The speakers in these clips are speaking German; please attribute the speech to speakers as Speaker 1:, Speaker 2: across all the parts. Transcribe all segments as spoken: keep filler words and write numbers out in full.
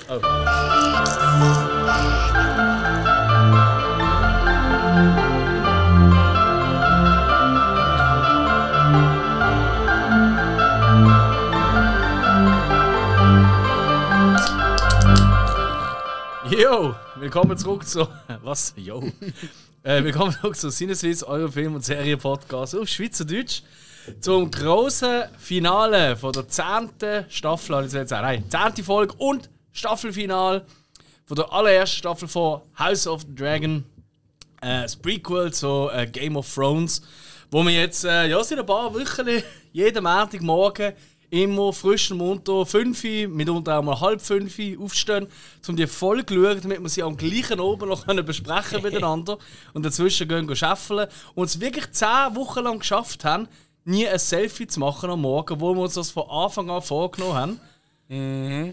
Speaker 1: Oh. Jo, willkommen zurück zu... Was? Jo. äh, willkommen zurück zu Sinneswiss, eurem Film- und Serien-Podcast auf Schweizerdeutsch. Zum grossen Finale von der zehnten Staffel, also jetzt auch, nein, zehnte Folge und Staffelfinale von der allerersten Staffel von House of the Dragon. Äh, das Prequel zu äh, Game of Thrones, wo wir jetzt äh, ja, seit ein paar Wochen jeden Montagmorgen immer frisch und munter fünf, mitunter auch mal halb fünf aufstehen, um die Folge zu schauen, damit wir sie am gleichen oben noch besprechen miteinander und dazwischen gehen wir scheffeln und es wirklich zehn Wochen lang geschafft haben, nie ein Selfie zu machen am Morgen, wo wir uns das von Anfang an vorgenommen haben. Mhm.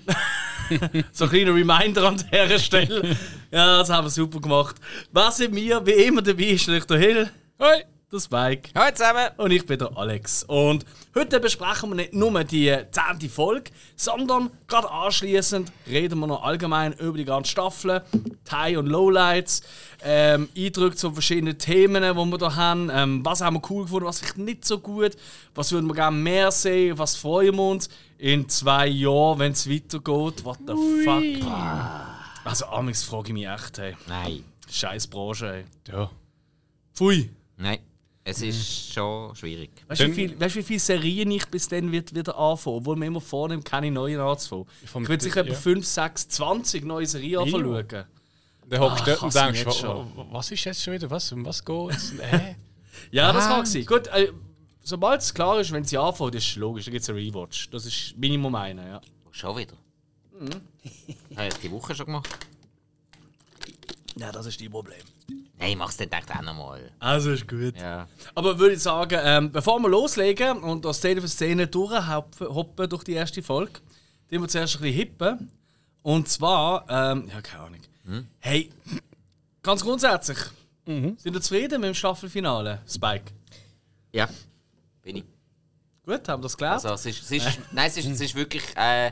Speaker 1: So ein kleiner Reminder an dieser Stelle. Ja, das haben wir super gemacht. Was sind wir? Wie immer dabei ist der Hill.
Speaker 2: Hoi!
Speaker 1: Der Spike.
Speaker 2: Hallo zusammen!
Speaker 1: Und ich bin der Alex. Und heute besprechen wir nicht nur die zehnte Folge, sondern gerade anschliessend reden wir noch allgemein über die ganze Staffel, High- und Lowlights, ähm, Eindrücke zu verschiedenen Themen, die wir hier haben. Ähm, was haben wir cool gefunden, was vielleicht nicht so gut, was würden wir gerne mehr sehen, was freuen wir uns in zwei Jahren, wenn es weitergeht. What the Ui. fuck? Also, amigs frage ich mich echt, hey.
Speaker 2: Nein.
Speaker 1: Scheiß Branche, ey.
Speaker 2: Ja.
Speaker 1: Pfui.
Speaker 2: Nein. Es ist schon schwierig.
Speaker 1: Weißt du, wie, viel, weißt, wie viele Serien ich bis dann wird wieder anfangen, obwohl man immer vornimmt, keine neuen anzufangen. Ich würde sicher etwa fünf, sechs, zwanzig neue Serien anschauen.
Speaker 2: Dann hockst du dort und denkst, was ist jetzt schon wieder? Was, um was geht es? Äh?
Speaker 1: Ja, das kann sein. Gut, äh, sobald es klar ist, wenn sie anfangen, das ist logisch, dann gibt es einen Rewatch. Das ist Minimum einer, ja.
Speaker 2: Schon wieder? Mhm. Habe ich die Woche schon gemacht?
Speaker 1: Ja, das ist dein Problem.
Speaker 2: Nein, ich mach's dann auch nochmal.
Speaker 1: Also ist gut.
Speaker 2: Ja.
Speaker 1: Aber würde ich sagen, ähm, bevor wir loslegen und aus Szene für Szene durchhoppen durch die erste Folge, die wir zuerst ein bisschen hippen. Und zwar, ähm, ja, keine Ahnung. Hm? Hey, ganz grundsätzlich, mhm. sind wir zufrieden mit dem Staffelfinale, Spike?
Speaker 2: Ja, bin ich.
Speaker 1: Gut, haben wir das gelernt?
Speaker 2: Also, es ist, es ist, nein, es ist, es ist wirklich, äh,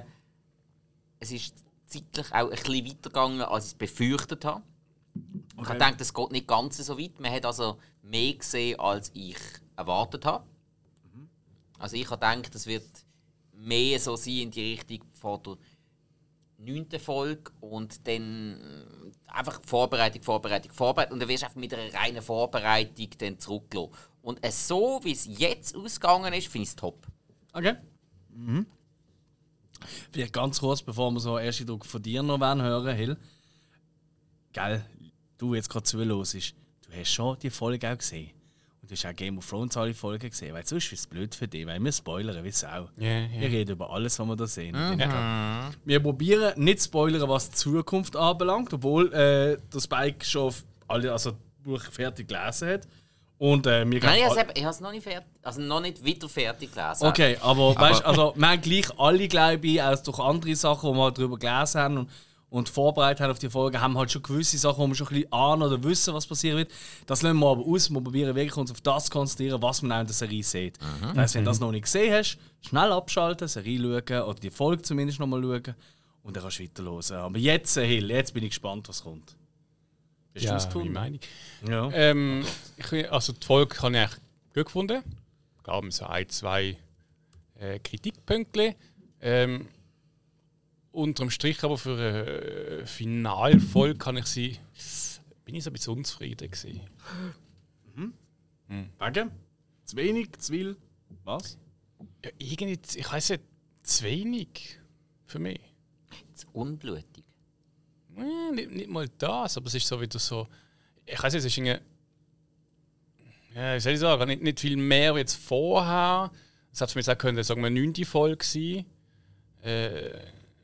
Speaker 2: es ist zeitlich auch ein bisschen weitergegangen, als ich es befürchtet habe. Okay. Ich habe gedacht, es geht nicht ganz so weit. Man hat also mehr gesehen, als ich erwartet habe. Mhm. Also ich habe gedacht, es wird mehr so sein in die Richtung von der neunten Folge und dann einfach Vorbereitung, Vorbereitung, Vorbereitung und dann wirst du einfach mit einer reinen Vorbereitung dann zurückgelassen. Und so, wie es jetzt ausgegangen ist, finde ich es top.
Speaker 1: Okay. Mhm. Vielleicht ganz kurz, bevor wir so einen ersten Druck von dir noch hören, Hill. Gell, du jetzt gerade zuhörst, du hast schon die Folge auch gesehen. Und du hast auch Game of Thrones alle Folgen gesehen. Weil sonst ist es blöd für dich, weil wir spoilern, wie es auch.
Speaker 2: Yeah, yeah.
Speaker 1: Wir reden über alles, was wir da sehen.
Speaker 2: Mhm.
Speaker 1: Ja. Wir probieren nicht zu spoilern, was die Zukunft anbelangt, obwohl äh, der Spike schon alle, also das Buch fertig gelesen hat. Und, äh, wir
Speaker 2: Nein, ich habe es noch nicht fertig, also noch nicht wieder fertig gelesen.
Speaker 1: Okay, aber, aber weißt, also, wir haben gleich alle, glaube ich, auch durch andere Sachen, die wir darüber gelesen haben und und vorbereitet haben auf die Folge, haben halt schon gewisse Sachen, wo wir schon ein bisschen ahnen oder wissen, was passieren wird. Das lassen wir aber aus. Wir probieren wirklich uns auf das zu konzentrieren, was man auch in der Serie sieht. Mhm. Das heißt, wenn du das noch nicht gesehen hast, schnell abschalten, Serie schauen oder die Folge zumindest noch mal schauen und dann kannst du weiterhören. Aber jetzt, Hill, jetzt bin ich gespannt, was kommt. Bist
Speaker 3: ja,
Speaker 1: du es gefunden?
Speaker 3: Wie meine ich?
Speaker 1: Ja.
Speaker 3: Ähm, ich, also die Folge habe ich eigentlich gut gefunden. Gab so ein, zwei äh, Kritikpunkte. Ähm, Unterm Strich aber für eine Finalfolge kann ich sie, bin ich so ein bisschen unzufrieden gewesen.
Speaker 1: Mhm. Mhm. Wegen? Zu wenig, zu viel? Was?
Speaker 3: Ja, irgendwie, ich weiss nicht, zu wenig für mich.
Speaker 2: Zu unblutig?
Speaker 3: Ja, nicht, nicht mal das, aber es ist so wieder so, ich weiss nicht, es ist irgendwie, ja, wie soll ich sagen, nicht, nicht viel mehr als jetzt vorher. Es hat für mich auch können, sagen wir, eine neunte Folge sein. Äh,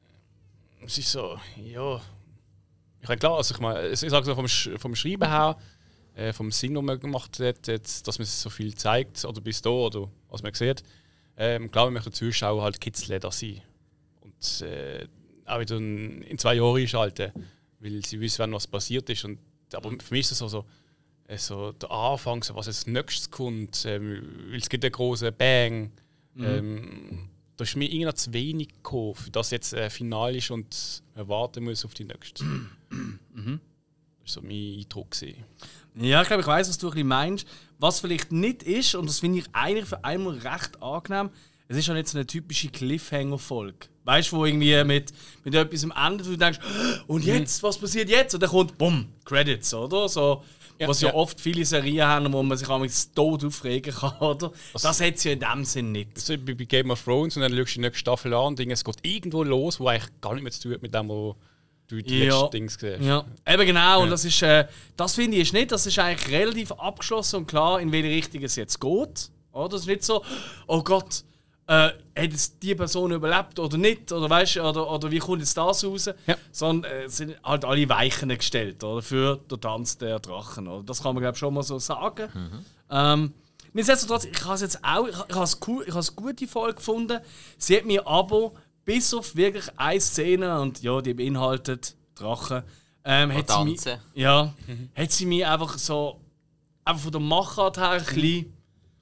Speaker 3: Es ist so, ja. Ich meine, klar, also ich meine, ich sage so vom, Sch- vom Schreiben her, äh, vom Sinn, den man gemacht hat, jetzt, dass man so viel zeigt, oder bis da, oder was man sieht. Ähm, klar, wir möchten den Zuschauer halt kitzeln, dass sie und äh, auch wieder in, in zwei Jahren einschalten, weil sie wissen, was passiert ist. Und, aber für mich ist es so, so, äh, so der Anfang, so, was als nächstes kommt, ähm, weil es gibt einen großen Bang. Mhm. Ähm, da ist mir irgendwie zu wenig gekommen, für das jetzt äh, final ist und man warten muss auf die nächste. mhm. Das war so mein Eindruck. Gewesen.
Speaker 1: Ja, ich glaube, ich weiss, was du ein bisschen meinst. Was vielleicht nicht ist, und das finde ich eigentlich für einmal recht angenehm, es ist ja nicht so eine typische Cliffhanger-Folge. Weißt du, wo irgendwie mit, mit etwas am Ende du denkst, und jetzt, was passiert jetzt? Und dann kommt, bumm, Credits, oder? So, ja, was ja, ja oft viele Serien haben, wo man sich am tot aufregen kann, oder? Das, das hat es ja in dem Sinn nicht.
Speaker 3: So wie bei Game of Thrones und dann schaust du die nächste Staffel an und es geht irgendwo los, wo eigentlich gar nicht mehr zu tun hat mit dem, was du die
Speaker 1: ja.
Speaker 3: letzten Dings gesehen hast.
Speaker 1: Ja, eben genau. Ja. Und das ist, äh, das finde ich ist nicht, das ist eigentlich relativ abgeschlossen und klar, in welche Richtung es jetzt geht. Oder? Das ist nicht so, oh Gott, äh, hat es die Person überlebt oder nicht? Oder, weißt, oder, oder wie kommt jetzt das raus? Ja. Sondern äh, sind halt alle Weichen gestellt, oder? Für den Tanz der Drachen. Oder? Das kann man glaube schon mal so sagen. Mhm. Ähm, nichtsdestotrotz, ich habe es jetzt auch, ich, ich habe es cool, ich habe es gute Folge gefunden. Sie hat mir aber bis auf wirklich eine Szene, und ja, die beinhaltet Drachen, ähm, hat, sie mich, ja, mhm. hat sie mich einfach so einfach von der Machart her ein bisschen,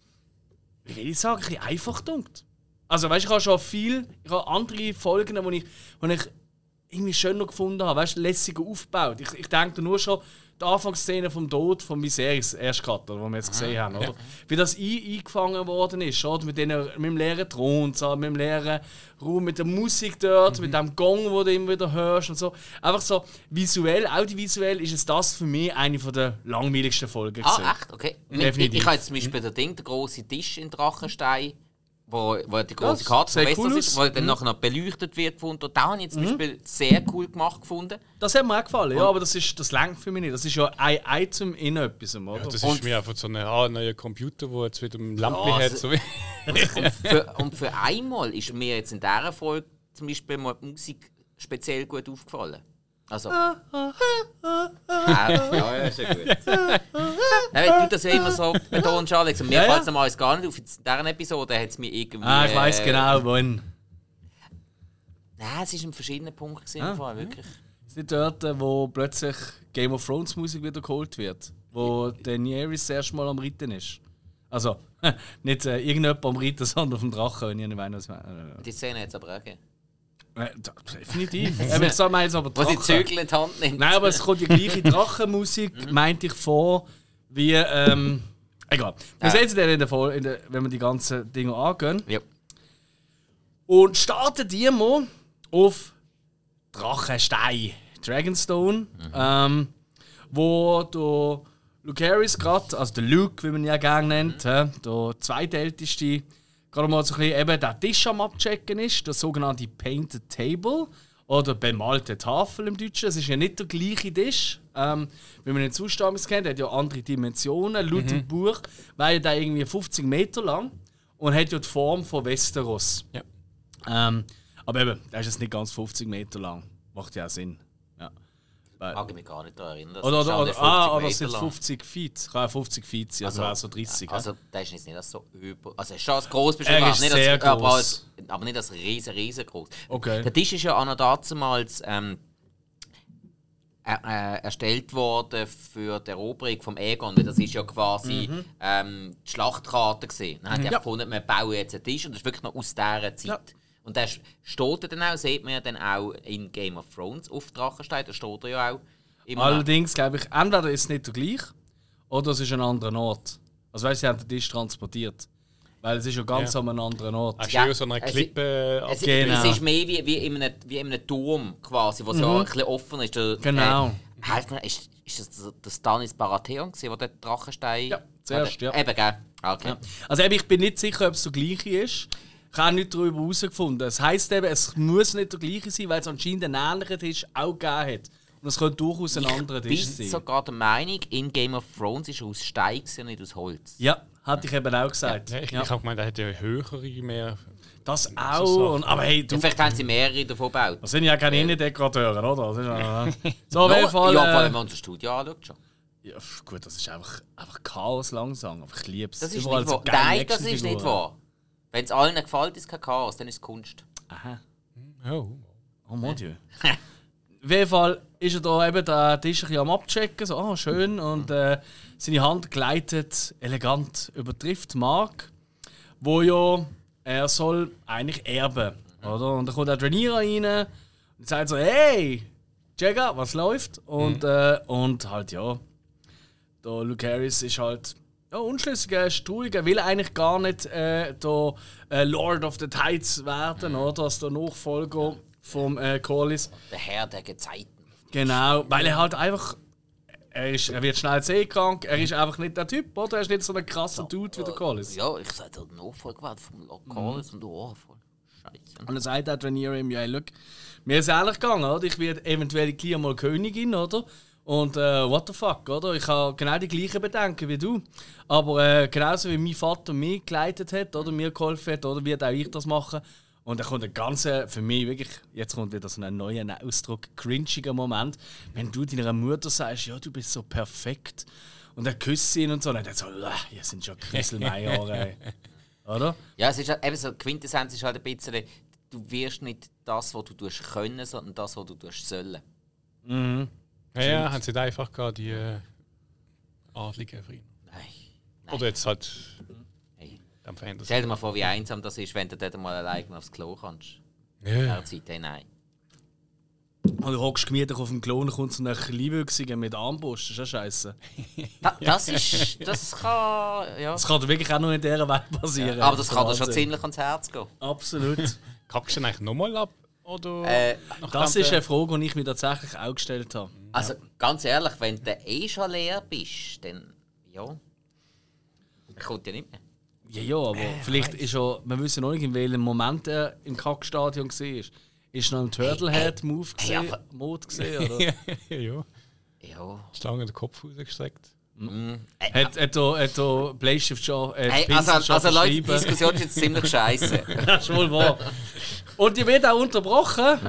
Speaker 1: wie will ich sagen, ein bisschen einfach gedacht. Also weißt, ich habe schon viel, ich habe andere Folgen, die ich, die ich irgendwie schöner gefunden habe, weißt, lässiger aufgebaut. Ich, ich denke nur schon die Anfangsszene vom Tod von Viserys erst gerade, wo wir jetzt gesehen haben, oder? Ja. Wie das ein, eingefangen worden ist, oder? Mit, den, mit dem leeren Thron, so, mit dem leeren Raum, mit der Musik dort, mhm. mit dem Gong, den du immer wieder hörst und so. Einfach so visuell, audiovisuell ist es das für mich eine der langweiligsten Folgen gewesen.
Speaker 2: Ah, echt? Okay. Definitiv. Ich, ich habe jetzt zum Beispiel mhm. den Ding, den grossen Tisch in Drachenstein, wo, wo die große Karte von Westeros cool ist, wo dann mhm. nachher noch beleuchtet wird gefunden. Und da habe ich jetzt zum mhm. Beispiel sehr cool gemacht gefunden.
Speaker 1: Das hat mir auch gefallen, ja, aber das, ist, das reicht für mich nicht. Das ist ja ein Item in etwas, oder?
Speaker 3: Ja, das ist und mir einfach so ein ah, neuer Computer, der jetzt wieder ein Lampe ja, hat. So wie.
Speaker 2: und, für, und für einmal ist mir jetzt in dieser Folge zum Beispiel mal die Musik speziell gut aufgefallen. Also. ah, ja, ja, ist ja gut. Nein, du das ja immer so betonst, Alex. Und mir ja, fällt es ja. mal gar nicht auf. In dieser Episode hat es mir irgendwie.
Speaker 1: Ah, ich weiss genau, wann.
Speaker 2: Nein, es war ein verschiedener Punkt gewesen, ah, Fall, wirklich.
Speaker 1: Es ist dort, wo plötzlich Game of Thrones Musik wieder geholt wird. Wo Daenerys das erste Mal am Reiten ist. Also, nicht äh, irgendjemand am Reiten, sondern vom Drachen, wenn ich nicht weiß, was äh,
Speaker 2: die Szene hat es aber auch gegeben.
Speaker 1: Äh, definitiv. äh, ich sage jetzt aber
Speaker 2: Drachen. Was die Zügel in die Hand nimmt.
Speaker 1: Nein, aber es kommt die gleiche Drachenmusik, meinte ich, vor, wie. Ähm, egal. Wir ja. sehen es dann in der Folge, in der, wenn wir die ganzen Dinge angehen.
Speaker 2: Ja.
Speaker 1: Und starten die mal auf Drachenstein, Dragonstone, mhm. ähm, wo der Lucerys gerade, also der Luke, wie man ihn ja gerne nennt, mhm. der zweitälteste, gerade mal so ein bisschen eben der Tisch am Abchecken ist, das sogenannte Painted Table oder bemalte Tafel im Deutschen. Es ist ja nicht der gleiche Tisch, ähm, wie man den Zustand kennt. Er hat ja andere Dimensionen. Laut dem mhm. Buch war ja der irgendwie fünfzig Meter lang und hat ja die Form von Westeros.
Speaker 3: Ja.
Speaker 1: Ähm, aber eben, der ist jetzt nicht ganz fünfzig Meter lang. Macht ja auch Sinn. Ja.
Speaker 2: Ich mag mich gar nicht daran erinnern.
Speaker 1: Oder, oder, oder, ah, oder sind fünfzig Feet? Kann ja fünfzig Feet sein, also, also so dreißig.
Speaker 2: Also, der ist jetzt nicht so über. Also, er ist schon als groß beschrieben,
Speaker 1: er ist
Speaker 2: nicht
Speaker 1: sehr
Speaker 2: als,
Speaker 1: groß.
Speaker 2: Aber, als, aber nicht als riesen, riesengroß.
Speaker 1: Okay.
Speaker 2: Der Tisch ist ja an damals ähm, er, äh, erstellt worden für die Eroberung vom Aegon. Das ist ja quasi mhm. ähm, die Schlachtkarte gesehen. Dann hat er ja. gefunden, wir bauen jetzt einen Tisch und das ist wirklich noch aus dieser Zeit. Ja. Und der steht dann auch, sieht man ja dann auch in Game of Thrones auf Drachenstein, da steht er ja auch.
Speaker 1: Allerdings glaube ich, entweder ist es nicht der gleiche oder es ist ein anderer Ort. Also weißt du, sie haben den Tisch transportiert. Weil es ist ja ganz ja. an einem anderen Ort.
Speaker 3: Es ist ja so eine Klippe.
Speaker 2: Es, es, genau. es ist mehr wie, wie, in einem, wie in einem Turm quasi, wo es mhm. ja ein bisschen offen ist. Der,
Speaker 1: genau.
Speaker 2: Äh, ist, ist das der Stannis Baratheon, der den Drachenstein...
Speaker 1: Ja, zuerst, ja.
Speaker 2: Eben, gell? Okay.
Speaker 1: Ja. Also eben, ich bin nicht sicher, ob es der gleiche ist. Ich habe nicht darüber herausgefunden. Es heisst eben, es muss nicht der gleiche sein, weil es anscheinend einen ähnlichen Tisch auch gegeben hat. Und es könnte durchaus ein anderer Tisch sein. Ich bin sogar
Speaker 2: der Meinung, in Game of Thrones ist er aus Stein und nicht aus Holz.
Speaker 1: Ja, hatte ich eben auch gesagt.
Speaker 3: Ja, ich
Speaker 1: ja.
Speaker 3: ich habe gemeint, er hätte ja höhere mehr.
Speaker 1: Das auch. So und, aber hey, du,
Speaker 2: ja, vielleicht haben sie mehrere davon gebaut.
Speaker 1: Das sind ja keine Innendekorateure, oder? Das ist ja, so, auf jeden Fall.
Speaker 2: Ja, vor allem, wenn man unser Studio anschaut schon.
Speaker 1: Ja, gut, das ist einfach, einfach Chaos langsam. Ich liebe es.
Speaker 2: Das ist nicht wahr. Nein, das ist nicht wahr. Wenn es allen gefällt, ist kein Chaos, dann ist es Kunst.
Speaker 1: Aha.
Speaker 3: Oh.
Speaker 1: Oh mon Dieu. Auf jeden Fall ist er da eben der Tisch ein bisschen am Abchecken, so oh, schön. Und äh, seine Hand gleitet elegant über die Triftmark, wo ja er soll eigentlich erben. Oder? Und dann kommt auch Rhaenyra rein und sagt so, hey, Jagger, was läuft? Und, mhm. äh, und halt, ja, der Lucerys ist halt ja, unschlüssig, er ist traurig, er will eigentlich gar nicht äh, der äh, Lord of the Tides werden, oder? Als der Nachfolger vom äh, Corlys.
Speaker 2: Der Herr der Gezeiten.
Speaker 1: Genau, weil er halt einfach, er, ist, er wird schnell seekrank, er ist einfach nicht der Typ, oder? Er ist nicht so ein krasser Dude wie der Corlys.
Speaker 2: Ja, ich sage, der Nachfolger vom Lord Corlys und oh, voll Scheiße.
Speaker 1: Und dann sagt auch Rhaenyra ihm, ja, look, mir ist ehrlich gegangen, oder? Ich werde eventuell gleich mal Königin, oder? Und äh, what the fuck, oder? Ich habe genau die gleichen Bedenken wie du. Aber äh, genauso wie mein Vater mich geleitet hat, oder mir geholfen hat, oder wird auch ich das machen. Und dann kommt ein ganzer, für mich wirklich, jetzt kommt wieder so ein neuer Ausdruck, cringiger Moment, wenn du deiner Mutter sagst, ja, du bist so perfekt. Und er küsst ihn und so, und dann so, hier sind schon Krisselmeier, oder?
Speaker 2: Ja, es ist halt, eben so, Quintessenz ist halt ein bisschen, du wirst nicht das, was du tust können, sondern das, was du tust sollen.
Speaker 1: Mhm.
Speaker 3: Ja, ja, haben sie da einfach gar die äh, Adligen für ihn.
Speaker 2: Nein, nein.
Speaker 3: Oder jetzt halt.
Speaker 2: Hey.
Speaker 3: Dann verändert
Speaker 2: Stell dir mal vor, wie einsam das ist, wenn du dort mal alleine aufs Klo kannst.
Speaker 3: Ja.
Speaker 2: In der Zeit, hey, nein.
Speaker 1: Oder du hockst gemütlich auf dem Klo und kommt so eine Kleinwüchsige mit Armbrust, das ist ja scheiße.
Speaker 2: Da, das ist. Das kann. Ja.
Speaker 1: Das kann dir wirklich auch nur in dieser Welt passieren.
Speaker 2: Ja, aber das kann dir
Speaker 1: Wahnsinn.
Speaker 2: schon ziemlich ans Herz gehen.
Speaker 1: Absolut.
Speaker 3: Kackst du denn eigentlich nochmal ab? Oder
Speaker 2: Äh,
Speaker 1: Das ist eine Frage, die ich mir tatsächlich auch gestellt habe.
Speaker 2: Also ganz ehrlich, wenn du eh schon leer bist, dann. Ja. Dann kommt ja nicht mehr.
Speaker 1: Ja, ja, aber äh, vielleicht ist er, wir wissen noch nicht, in welchem Moment er im Kackstadion war. Ist er noch im Turtlehead-Move
Speaker 2: Hey, hey,
Speaker 1: gesehen, Mode gesehen, oder?
Speaker 3: ja.
Speaker 2: Ja.
Speaker 3: Schlange den Kopf rausgestreckt.
Speaker 2: Mm. Äh,
Speaker 1: Hat, hat er, hat er Bleistift schon, äh,
Speaker 2: hey,
Speaker 1: Pinsel
Speaker 2: also,
Speaker 1: schon
Speaker 2: also Leute, die
Speaker 1: verschrieben?
Speaker 2: Diskussion ist jetzt ziemlich scheiße.
Speaker 1: Das ist wohl wahr. Und die wird auch unterbrochen.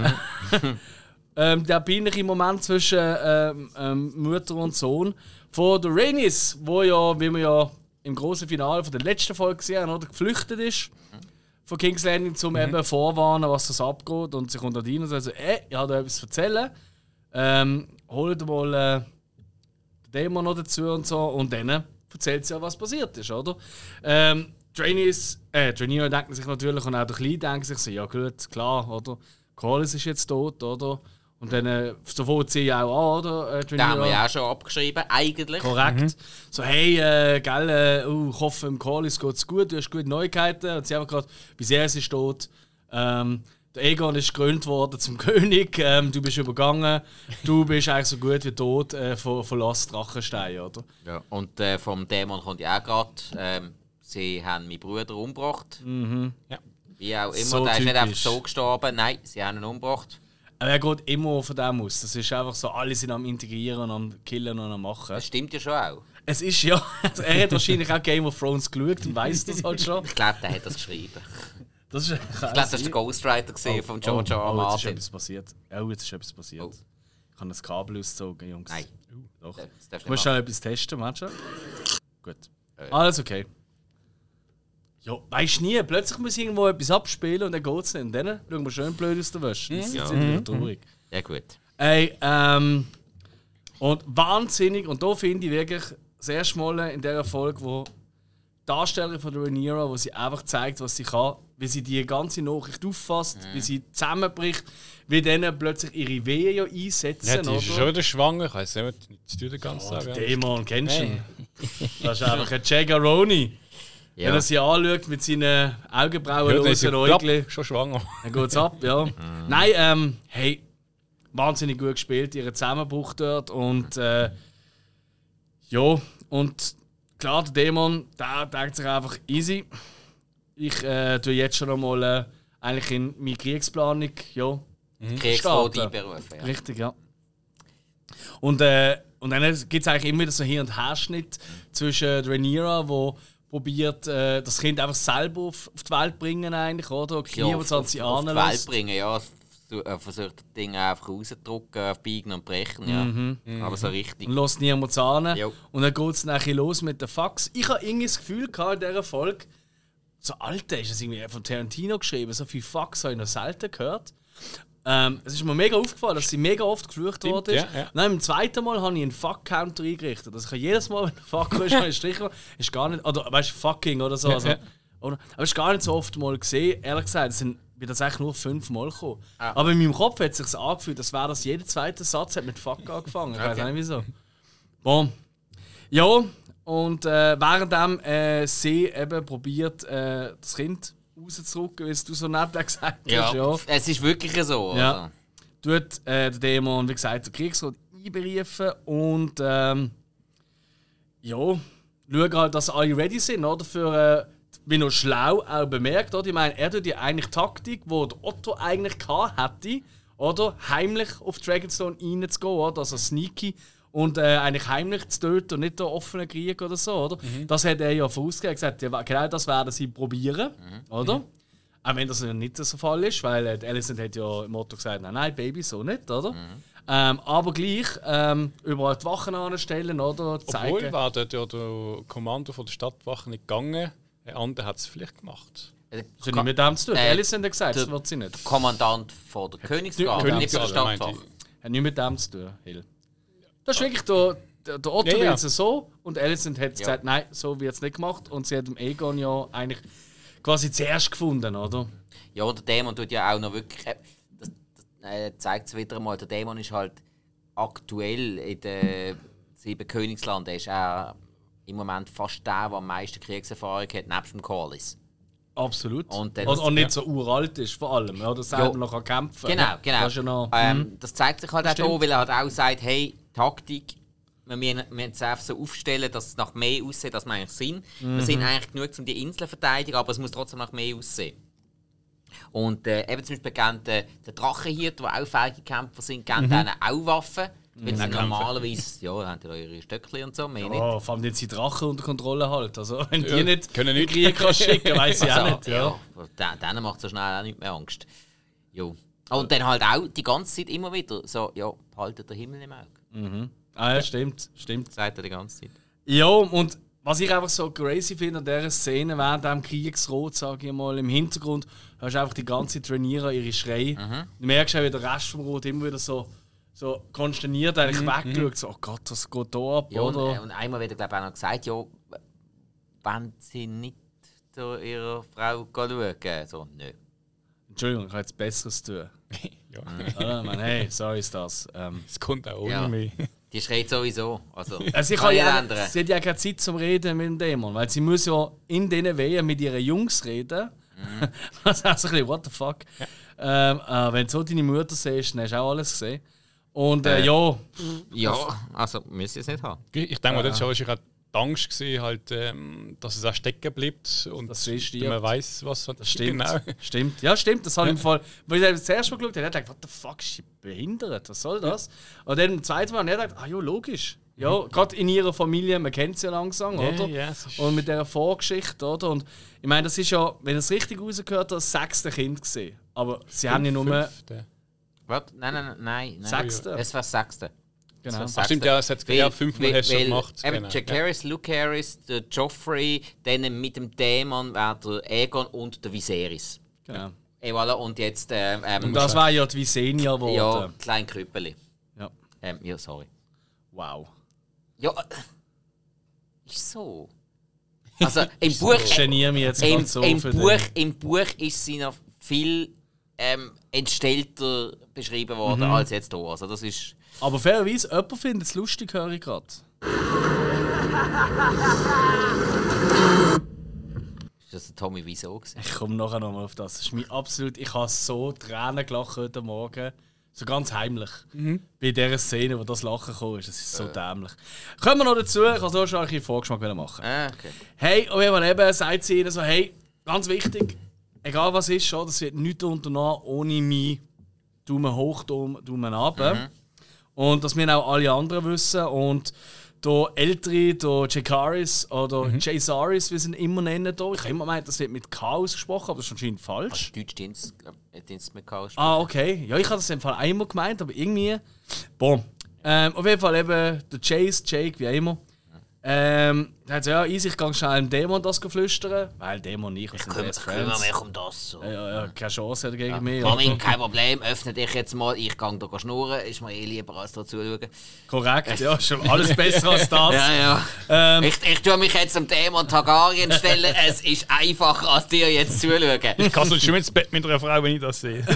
Speaker 1: ähm, der peinliche Moment zwischen ähm, ähm, Mutter und Sohn von der Rhaenys, wo ja, wie wir ja im großen Finale von der letzten Folge gesehen haben, oder, geflüchtet ist von King's Landing, um mhm. eben vorwarnen, was das abgeht. Und sie kommt da rein und sagt so, ey, ich habe dir etwas zu erzählen. Ähm, holt mal äh, den Dämon noch dazu und so. Und dann erzählt sie ja, was passiert ist, oder? Ähm, Rhaenys, äh, Rhaenyra denkt sich natürlich, und auch der Kleine denkt sich so, ja gut, klar, oder? Corlys ist jetzt tot, oder? Und dann äh, sofort sie ja auch an, oder? Äh,
Speaker 2: Den haben wir ja auch schon abgeschrieben, eigentlich.
Speaker 1: Korrekt. Mhm. So, hey, äh, gell, äh, uh, ich hoffe, im Corlys geht es gut, du hast gute Neuigkeiten. Und sie haben gerade, wie sehr sie ist tot. Ähm, der Aegon ist gekrönt worden zum König, ähm, du bist übergangen, du bist eigentlich so gut wie tot, äh, von, von Last Drachenstein, oder?
Speaker 2: Ja. Und äh, vom Dämon kommt ja auch gerade, ähm, sie haben meinen Bruder umgebracht.
Speaker 1: Mhm.
Speaker 3: Ja.
Speaker 2: Wie auch immer,
Speaker 1: So
Speaker 2: der ist nicht
Speaker 1: typisch.
Speaker 2: einfach so gestorben, nein, sie haben ihn umgebracht.
Speaker 1: Aber er geht immer von dem aus. Das ist einfach so, alle sind am Integrieren, am Killen und am Machen.
Speaker 2: Das stimmt ja schon auch.
Speaker 1: Es ist ja, also er hat wahrscheinlich auch Game of Thrones geschaut und weiss das halt schon.
Speaker 2: Ich glaube, der hat das geschrieben.
Speaker 1: Das ist,
Speaker 2: Ich glaube, das war der Ghostwriter gesehen von George R. R.
Speaker 1: Oh, jetzt ist
Speaker 2: Martin.
Speaker 1: etwas passiert. Oh, jetzt ist etwas passiert.
Speaker 2: Oh.
Speaker 1: Ich habe das Kabel ausgezogen, Jungs.
Speaker 2: Nein.
Speaker 1: Doch.
Speaker 2: Das darfst
Speaker 1: Ich
Speaker 2: du
Speaker 1: muss
Speaker 2: nicht
Speaker 1: schon etwas testen, meinst du? Gut.
Speaker 2: Äh.
Speaker 1: Alles okay. Ja, weisst nie, plötzlich muss ich irgendwo etwas abspielen und dann geht es nicht. Und dann schauen wir schön blöd aus der Wäsche. Das ist
Speaker 2: Ja.
Speaker 1: jetzt wieder traurig.
Speaker 2: Ja, gut.
Speaker 1: Ey, ähm. Und wahnsinnig, und da finde ich wirklich das erste Mal in dieser Folge, wo die Darstellerin von der Rhaenyra, wo sie einfach zeigt, was sie kann, wie sie die ganze Nachricht auffasst,
Speaker 2: Mhm.
Speaker 1: wie sie zusammenbricht, wie dann plötzlich ihre Wehen ja einsetzen.
Speaker 3: Ja, die ist
Speaker 1: oder?
Speaker 3: schon wieder schwanger. Ich weiß nicht, was du den ganzen
Speaker 1: Oh,
Speaker 3: Tag
Speaker 1: der
Speaker 3: hast.
Speaker 1: Dämon, kennst du ihn? Das ist einfach ein Jaggeroni.
Speaker 2: Ja.
Speaker 1: Wenn er sie anschaut mit seinen Augenbrauen,
Speaker 3: Ja, dann ist sie
Speaker 1: losen Äuglein,
Speaker 3: plopp, schon schwanger.
Speaker 1: dann geht's ab, ja. Nein, ähm, hey, wahnsinnig gut gespielt, ihren Zusammenbruch dort und äh, ja, und klar, der Dämon, der denkt sich einfach easy. Ich äh, tue jetzt schon einmal äh, eigentlich in meine Kriegsplanung, ja,
Speaker 2: Kriegscode
Speaker 1: starten.
Speaker 2: einberufen. Ja.
Speaker 1: Richtig, ja. Und, äh, und dann gibt es eigentlich immer wieder so Hin- und Herschnitt zwischen Rhaenyra, wo probiert, äh, das Kind einfach selber auf, auf die Welt bringen, eigentlich, oder?
Speaker 2: Ja,
Speaker 1: Niemand
Speaker 2: auf,
Speaker 1: an sie
Speaker 2: auf die Welt
Speaker 1: anlässt.
Speaker 2: bringen, ja. Du äh, versucht das Ding einfach rauszudrücken, auf Biegen und Brechen, ja. Aber so richtig.
Speaker 1: Und lässt niemand an.
Speaker 2: Jo.
Speaker 1: Und dann geht es nachher los mit den Fax. Ich habe irgendwie das Gefühl gehabt in dieser Folge, so Alter, ist das irgendwie von Tarantino geschrieben, so viel Fax habe ich noch selten gehört. Ähm, es ist mir mega aufgefallen, dass sie mega oft geflucht worden ist.
Speaker 3: ja, ja.
Speaker 1: Und dann im zweiten Mal habe ich einen Fuck-Counter eingerichtet. Also ich habe jedes Mal, wenn ein Fuck ist, habe ich einen Strich gemacht. Ist gar nicht, oder weißt du, fucking oder so. Also,
Speaker 3: Ja.
Speaker 1: Oder? Aber es ist gar nicht so oft mal gesehen. Ehrlich gesagt, es sind bin das eigentlich nur fünfmal gekommen.
Speaker 2: Ah.
Speaker 1: Aber in meinem Kopf hat es sich angefühlt, als wäre das jeder zweite Satz hat mit Fuck angefangen. Ich weiß
Speaker 2: Okay.
Speaker 1: nicht wieso. Bon. Ja, und äh, währenddem äh, sie eben probiert, äh, das Kind rauszudrücken, wie es du so nett gesagt hast.
Speaker 2: Ja,
Speaker 1: Ja.
Speaker 2: es ist wirklich so.
Speaker 1: Ja.
Speaker 2: Also.
Speaker 1: Tut äh, der Dämon, wie gesagt, den Kriegsrat einberufen und ähm, ja, schauen halt, dass alle ready sind, oder? Für, äh, wie noch schlau auch bemerkt, oder? Ich meine, er tut die eigentlich Taktik, die der Otto eigentlich gehabt hätte, oder? Heimlich auf Dragonstone reinzugehen, oder? Also sneaky und äh, eigentlich heimlich zu töten und nicht der offenen Krieg oder so, oder? Mhm. Das hat er ja vorausgegeben, gesagt, ja, genau das werden sie probieren, mhm. oder? Mhm. Auch wenn das ja nicht so der Fall ist, weil äh, Alicent hat ja im Motto gesagt, nein, nein, Baby, so nicht, oder? Mhm. Ähm, aber gleich ähm, überall die Wachen anstellen, oder? Zeigen.
Speaker 3: Obwohl war dort ja der Kommando von der Stadtwache nicht gegangen. Ein anderer hat es vielleicht gemacht.
Speaker 2: Äh,
Speaker 1: Das hat nicht mit dem zu tun.
Speaker 2: Äh,
Speaker 1: Alicent hat gesagt, das wird sie nicht.
Speaker 2: Kommandant von der Königsgarde,
Speaker 1: Königsgarde,
Speaker 2: nicht von der Stadtwache.
Speaker 3: meinte
Speaker 1: Hat nicht mit dem zu tun, Hill. Das ist wirklich der, der, der Otto
Speaker 3: Ja,
Speaker 1: will
Speaker 3: ja.
Speaker 1: es so und Alicent hat
Speaker 2: Ja.
Speaker 1: gesagt, nein, so wird es nicht gemacht. Und sie hat dem Egon ja eigentlich quasi zuerst gefunden, oder?
Speaker 2: Ja, der Dämon tut ja auch noch wirklich. Äh, das das äh, zeigt es wieder einmal. Der Dämon ist halt aktuell in den sieben Königslanden ist er im Moment fast der, der am meisten Kriegserfahrung hat, nebst dem Corlys.
Speaker 1: Absolut.
Speaker 2: Und dann-
Speaker 1: und, und nicht so uralt ist, vor allem. Ja, dass er
Speaker 2: Ja.
Speaker 1: noch kann kämpfen kann.
Speaker 2: Genau, genau.
Speaker 1: Das, ist ja noch,
Speaker 2: ähm,
Speaker 1: mhm.
Speaker 2: das zeigt sich halt auch
Speaker 1: Stimmt.
Speaker 2: hier, weil er halt auch sagt, hey, Taktik, wir müssen, wir müssen es einfach so aufstellen, dass es nach mehr aussieht, als wir eigentlich sind.
Speaker 1: Mhm.
Speaker 2: Wir sind eigentlich genug, um die Insel zu verteidigen, aber es muss trotzdem nach mehr aussehen. Und äh, eben zum Beispiel geben der, der Drachenhirt, die auch fähige Kämpfer sind, geben
Speaker 1: Mhm.
Speaker 2: denen auch Waffen. Weil sie
Speaker 3: Kämpfer.
Speaker 2: normalerweise, ja, haben ja ihre Stöckchen und so, mehr nicht.
Speaker 1: Oh, vor allem jetzt die Drachen unter Kontrolle halt. Also, wenn
Speaker 3: Ja,
Speaker 1: die nicht
Speaker 3: können
Speaker 1: in
Speaker 3: nicht.
Speaker 1: den Krieg kannst schicken, weiss ich auch
Speaker 2: Also,
Speaker 1: nicht. Ja.
Speaker 2: ja, den- denen macht es so schnell auch nicht mehr Angst. Jo. Und dann halt auch die ganze Zeit immer wieder so, ja, behaltet den Himmel im Auge.
Speaker 1: Ah, ja, stimmt, stimmt.
Speaker 2: Sagt er die ganze Zeit.
Speaker 1: Ja, und was ich einfach so crazy finde an dieser Szene, während dem Kriegsrot, sage ich mal, im Hintergrund, hörst du einfach die ganze Trainiere ihre Schreie.
Speaker 2: Mhm.
Speaker 1: Du merkst auch, wie der Rest vom Rot immer wieder so, so konsterniert eigentlich wegschaut. So, oh Gott, was geht da ab?
Speaker 2: Ja, und,
Speaker 1: oder?
Speaker 2: äh, und einmal wird er glaube ich auch noch gesagt, ja, wenn sie nicht zu ihrer Frau schauen. So, nö.
Speaker 1: Entschuldigung, ich habe jetzt Besseres zu tun.
Speaker 3: Ja.
Speaker 1: Oder? Ich meine, hey, sorry ist das. Ähm,
Speaker 3: Es kommt auch ohne
Speaker 2: Ja.
Speaker 3: mich.
Speaker 2: Die schreit sowieso. Also,
Speaker 1: also ich
Speaker 2: kann
Speaker 1: kann
Speaker 2: nicht
Speaker 1: ja,
Speaker 2: ändern.
Speaker 1: sie hat ja keine Zeit zum Reden mit dem Dämon, weil sie muss ja in diesen Wehen mit ihren Jungs reden.
Speaker 2: Mhm.
Speaker 1: Das heißt ein bisschen, what the fuck. Ähm, äh, wenn du so deine Mutter siehst, dann hast du auch alles gesehen. Und äh,
Speaker 2: Äh.
Speaker 1: ja,
Speaker 2: Ja, also müssen sie es nicht haben.
Speaker 3: Ich denke mal, das war wahrscheinlich auch die Angst, gewesen, halt, ähm, dass es auch stecken bleibt und
Speaker 1: Dass sie stirbt.
Speaker 3: man weiß, was
Speaker 1: das stimmt.
Speaker 3: Genau.
Speaker 1: Stimmt. Ja, stimmt. Das habe ich im Fall. Weil ich das erste Mal geschaut habe, hat er gedacht, what the fuck, ist sie behindert? Was soll das? Und dann im zweiten Mal hat er gedacht, ah ja, logisch. Ja, gerade in ihrer Familie, man kennt sie ja langsam,
Speaker 3: Ja,
Speaker 1: oder?
Speaker 3: ja, es ist-
Speaker 1: Und mit dieser Vorgeschichte, oder? Und ich meine, das ist ja, wenn ich es richtig rausgehört habe, das sechste Kind gesehen. Aber sie haben ja nur
Speaker 3: Fünfte.
Speaker 2: Warte, nein, nein, nein, nein. nein.
Speaker 1: Sechste.
Speaker 2: Es war das Sechste.
Speaker 1: Genau.
Speaker 2: Das
Speaker 3: Ach, stimmt, ja, es hat ja, fünfmal hast du schon gemacht.
Speaker 2: Eben
Speaker 3: Genau.
Speaker 2: Jack
Speaker 3: Ja.
Speaker 2: Harris, Luke Harris, der Joffrey, dann mit dem Dämon wäre der Aegon und der Viserys.
Speaker 1: genau.
Speaker 2: Et voilà, und jetzt ähm, ähm,
Speaker 1: Und das war ja die Visenia
Speaker 2: ja,
Speaker 1: geworden.
Speaker 2: klein Krüppeli.
Speaker 1: Ja.
Speaker 2: Ähm, ja, sorry.
Speaker 1: Wow.
Speaker 2: Ja, äh, ist so. Also im Buch,
Speaker 1: Ich geniere mich jetzt
Speaker 2: im,
Speaker 1: ganz so
Speaker 2: im,
Speaker 1: für
Speaker 2: Buch,
Speaker 1: den.
Speaker 2: im Buch ist sie noch viel ähm, entstellter beschrieben worden
Speaker 1: Mhm.
Speaker 2: als jetzt hier. Also das ist...
Speaker 1: Aber fairerweise, jemand findet es lustig, höre ich gerade.
Speaker 2: Ist das der Tommy Wiseau gewesen?
Speaker 1: Ich komme nachher nochmal auf das. Das ist mir absolut. Ich habe so Tränen gelacht heute Morgen. So ganz heimlich. Bei dieser Szene, wo das Lachen gekommen ist. Das ist so dämlich. Kommen wir noch dazu. Ich wollte so schon ein bisschen Vorgeschmack machen.
Speaker 2: Ah, okay.
Speaker 1: Hey, und wenn man eben sagt sie ihnen so, hey, ganz wichtig, egal was ist, schon, das wird nichts unternommen ohne mich. Daumen hoch, Daumen, Daumen runter. Und das müssen auch alle anderen wissen. Und der Ältere, der Jakaris oder mhm. Jasaris, wie sie ihn immer nennen, da. ich habe immer gemeint, das wird mit K ausgesprochen, aber das ist anscheinend falsch.
Speaker 2: Deutsch Dienst, glaub, äh, Dienst mit Chaos.
Speaker 1: Ah, okay. Ja, ich habe das im Fall einmal gemeint, aber irgendwie. Boah. Ähm, auf jeden Fall eben der Chase, Jake, wie auch immer. Ähm, dann hat sie ja, easy, ich gehe schnell dem Dämon das flüstern, weil Dämon nicht,
Speaker 2: Ich kümmere kümmere mich um das. So.
Speaker 1: Ja, ja, keine Chance dagegen
Speaker 2: Ja.
Speaker 1: mehr.
Speaker 2: Mami, kein Problem, öffne dich jetzt mal, ich gehe da schnurren, ist mir eh lieber als da zuschauen.
Speaker 1: Korrekt, ja, schon alles besser als das.
Speaker 2: Ja, ja.
Speaker 1: Ähm,
Speaker 2: Ich, ich tue mich jetzt dem Dämon Targaryen stellen, es ist einfacher als dir jetzt zuschauen.
Speaker 3: Ich kann sonst schon ins Bett mit einer Frau, wenn ich das sehe.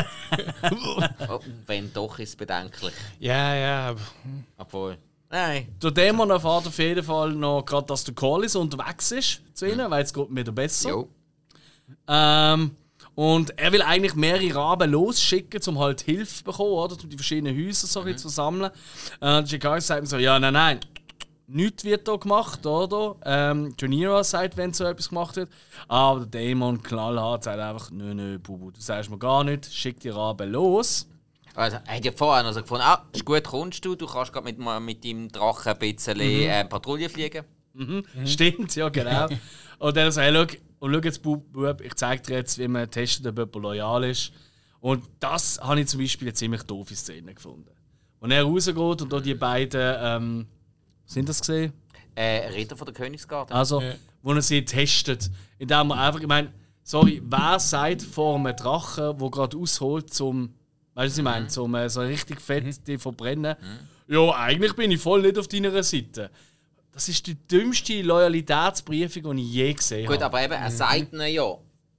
Speaker 2: Oh, wenn doch, ist es bedenklich.
Speaker 3: Ja, ja.
Speaker 2: Obwohl. Nein.
Speaker 1: Der Dämon erfährt auf jeden Fall noch gerade, dass der Corlys unterwegs ist zu ihnen, weil es geht mir wieder besser.
Speaker 2: Jo.
Speaker 1: Ähm, und er will eigentlich mehrere Raben losschicken, um halt Hilfe zu bekommen, oder? Um die verschiedenen Häuser so mhm. zu sammeln. Äh, Jaehaerys sagt ihm so, ja, nein, nein, nichts wird da gemacht, oder? Ähm, Rhaenyra sagt, wenn so etwas gemacht wird. Aber der Dämon knallhart sagt einfach, nö, nö, Bubu, du sagst mir gar nichts, schick die Raben los.
Speaker 2: Also, er hat ja vorher noch so gefunden, ah, ist gut, kommst du, du kannst gerade mit, mit deinem Drachen ein bisschen mhm. äh, Patrouille fliegen.
Speaker 1: Mhm. Mhm. Stimmt, ja, genau. Und dann so, hey, schau, und schau jetzt, Bub, ich zeig dir jetzt, wie man testet, ob jemand loyal ist. Und das habe ich zum Beispiel eine ziemlich doofe Szene gefunden. Und er rausgeht und da die beiden, ähm, sind das gesehen?
Speaker 2: Äh, Ritter von der Königsgarde.
Speaker 1: Also, ja. Wo er sie testet. Indem er einfach, ich meine, sorry, wer sagt vor einem Drachen, der gerade ausholt, zum, weißt du, was ich meine, mhm. zum äh, so richtig fett mhm. die verbrennen? Mhm. Ja, eigentlich bin ich voll nicht auf deiner Seite. Das ist die dümmste Loyalitätsbriefung, die ich je gesehen habe.
Speaker 2: Gut, aber eben, er sagt ihnen ja,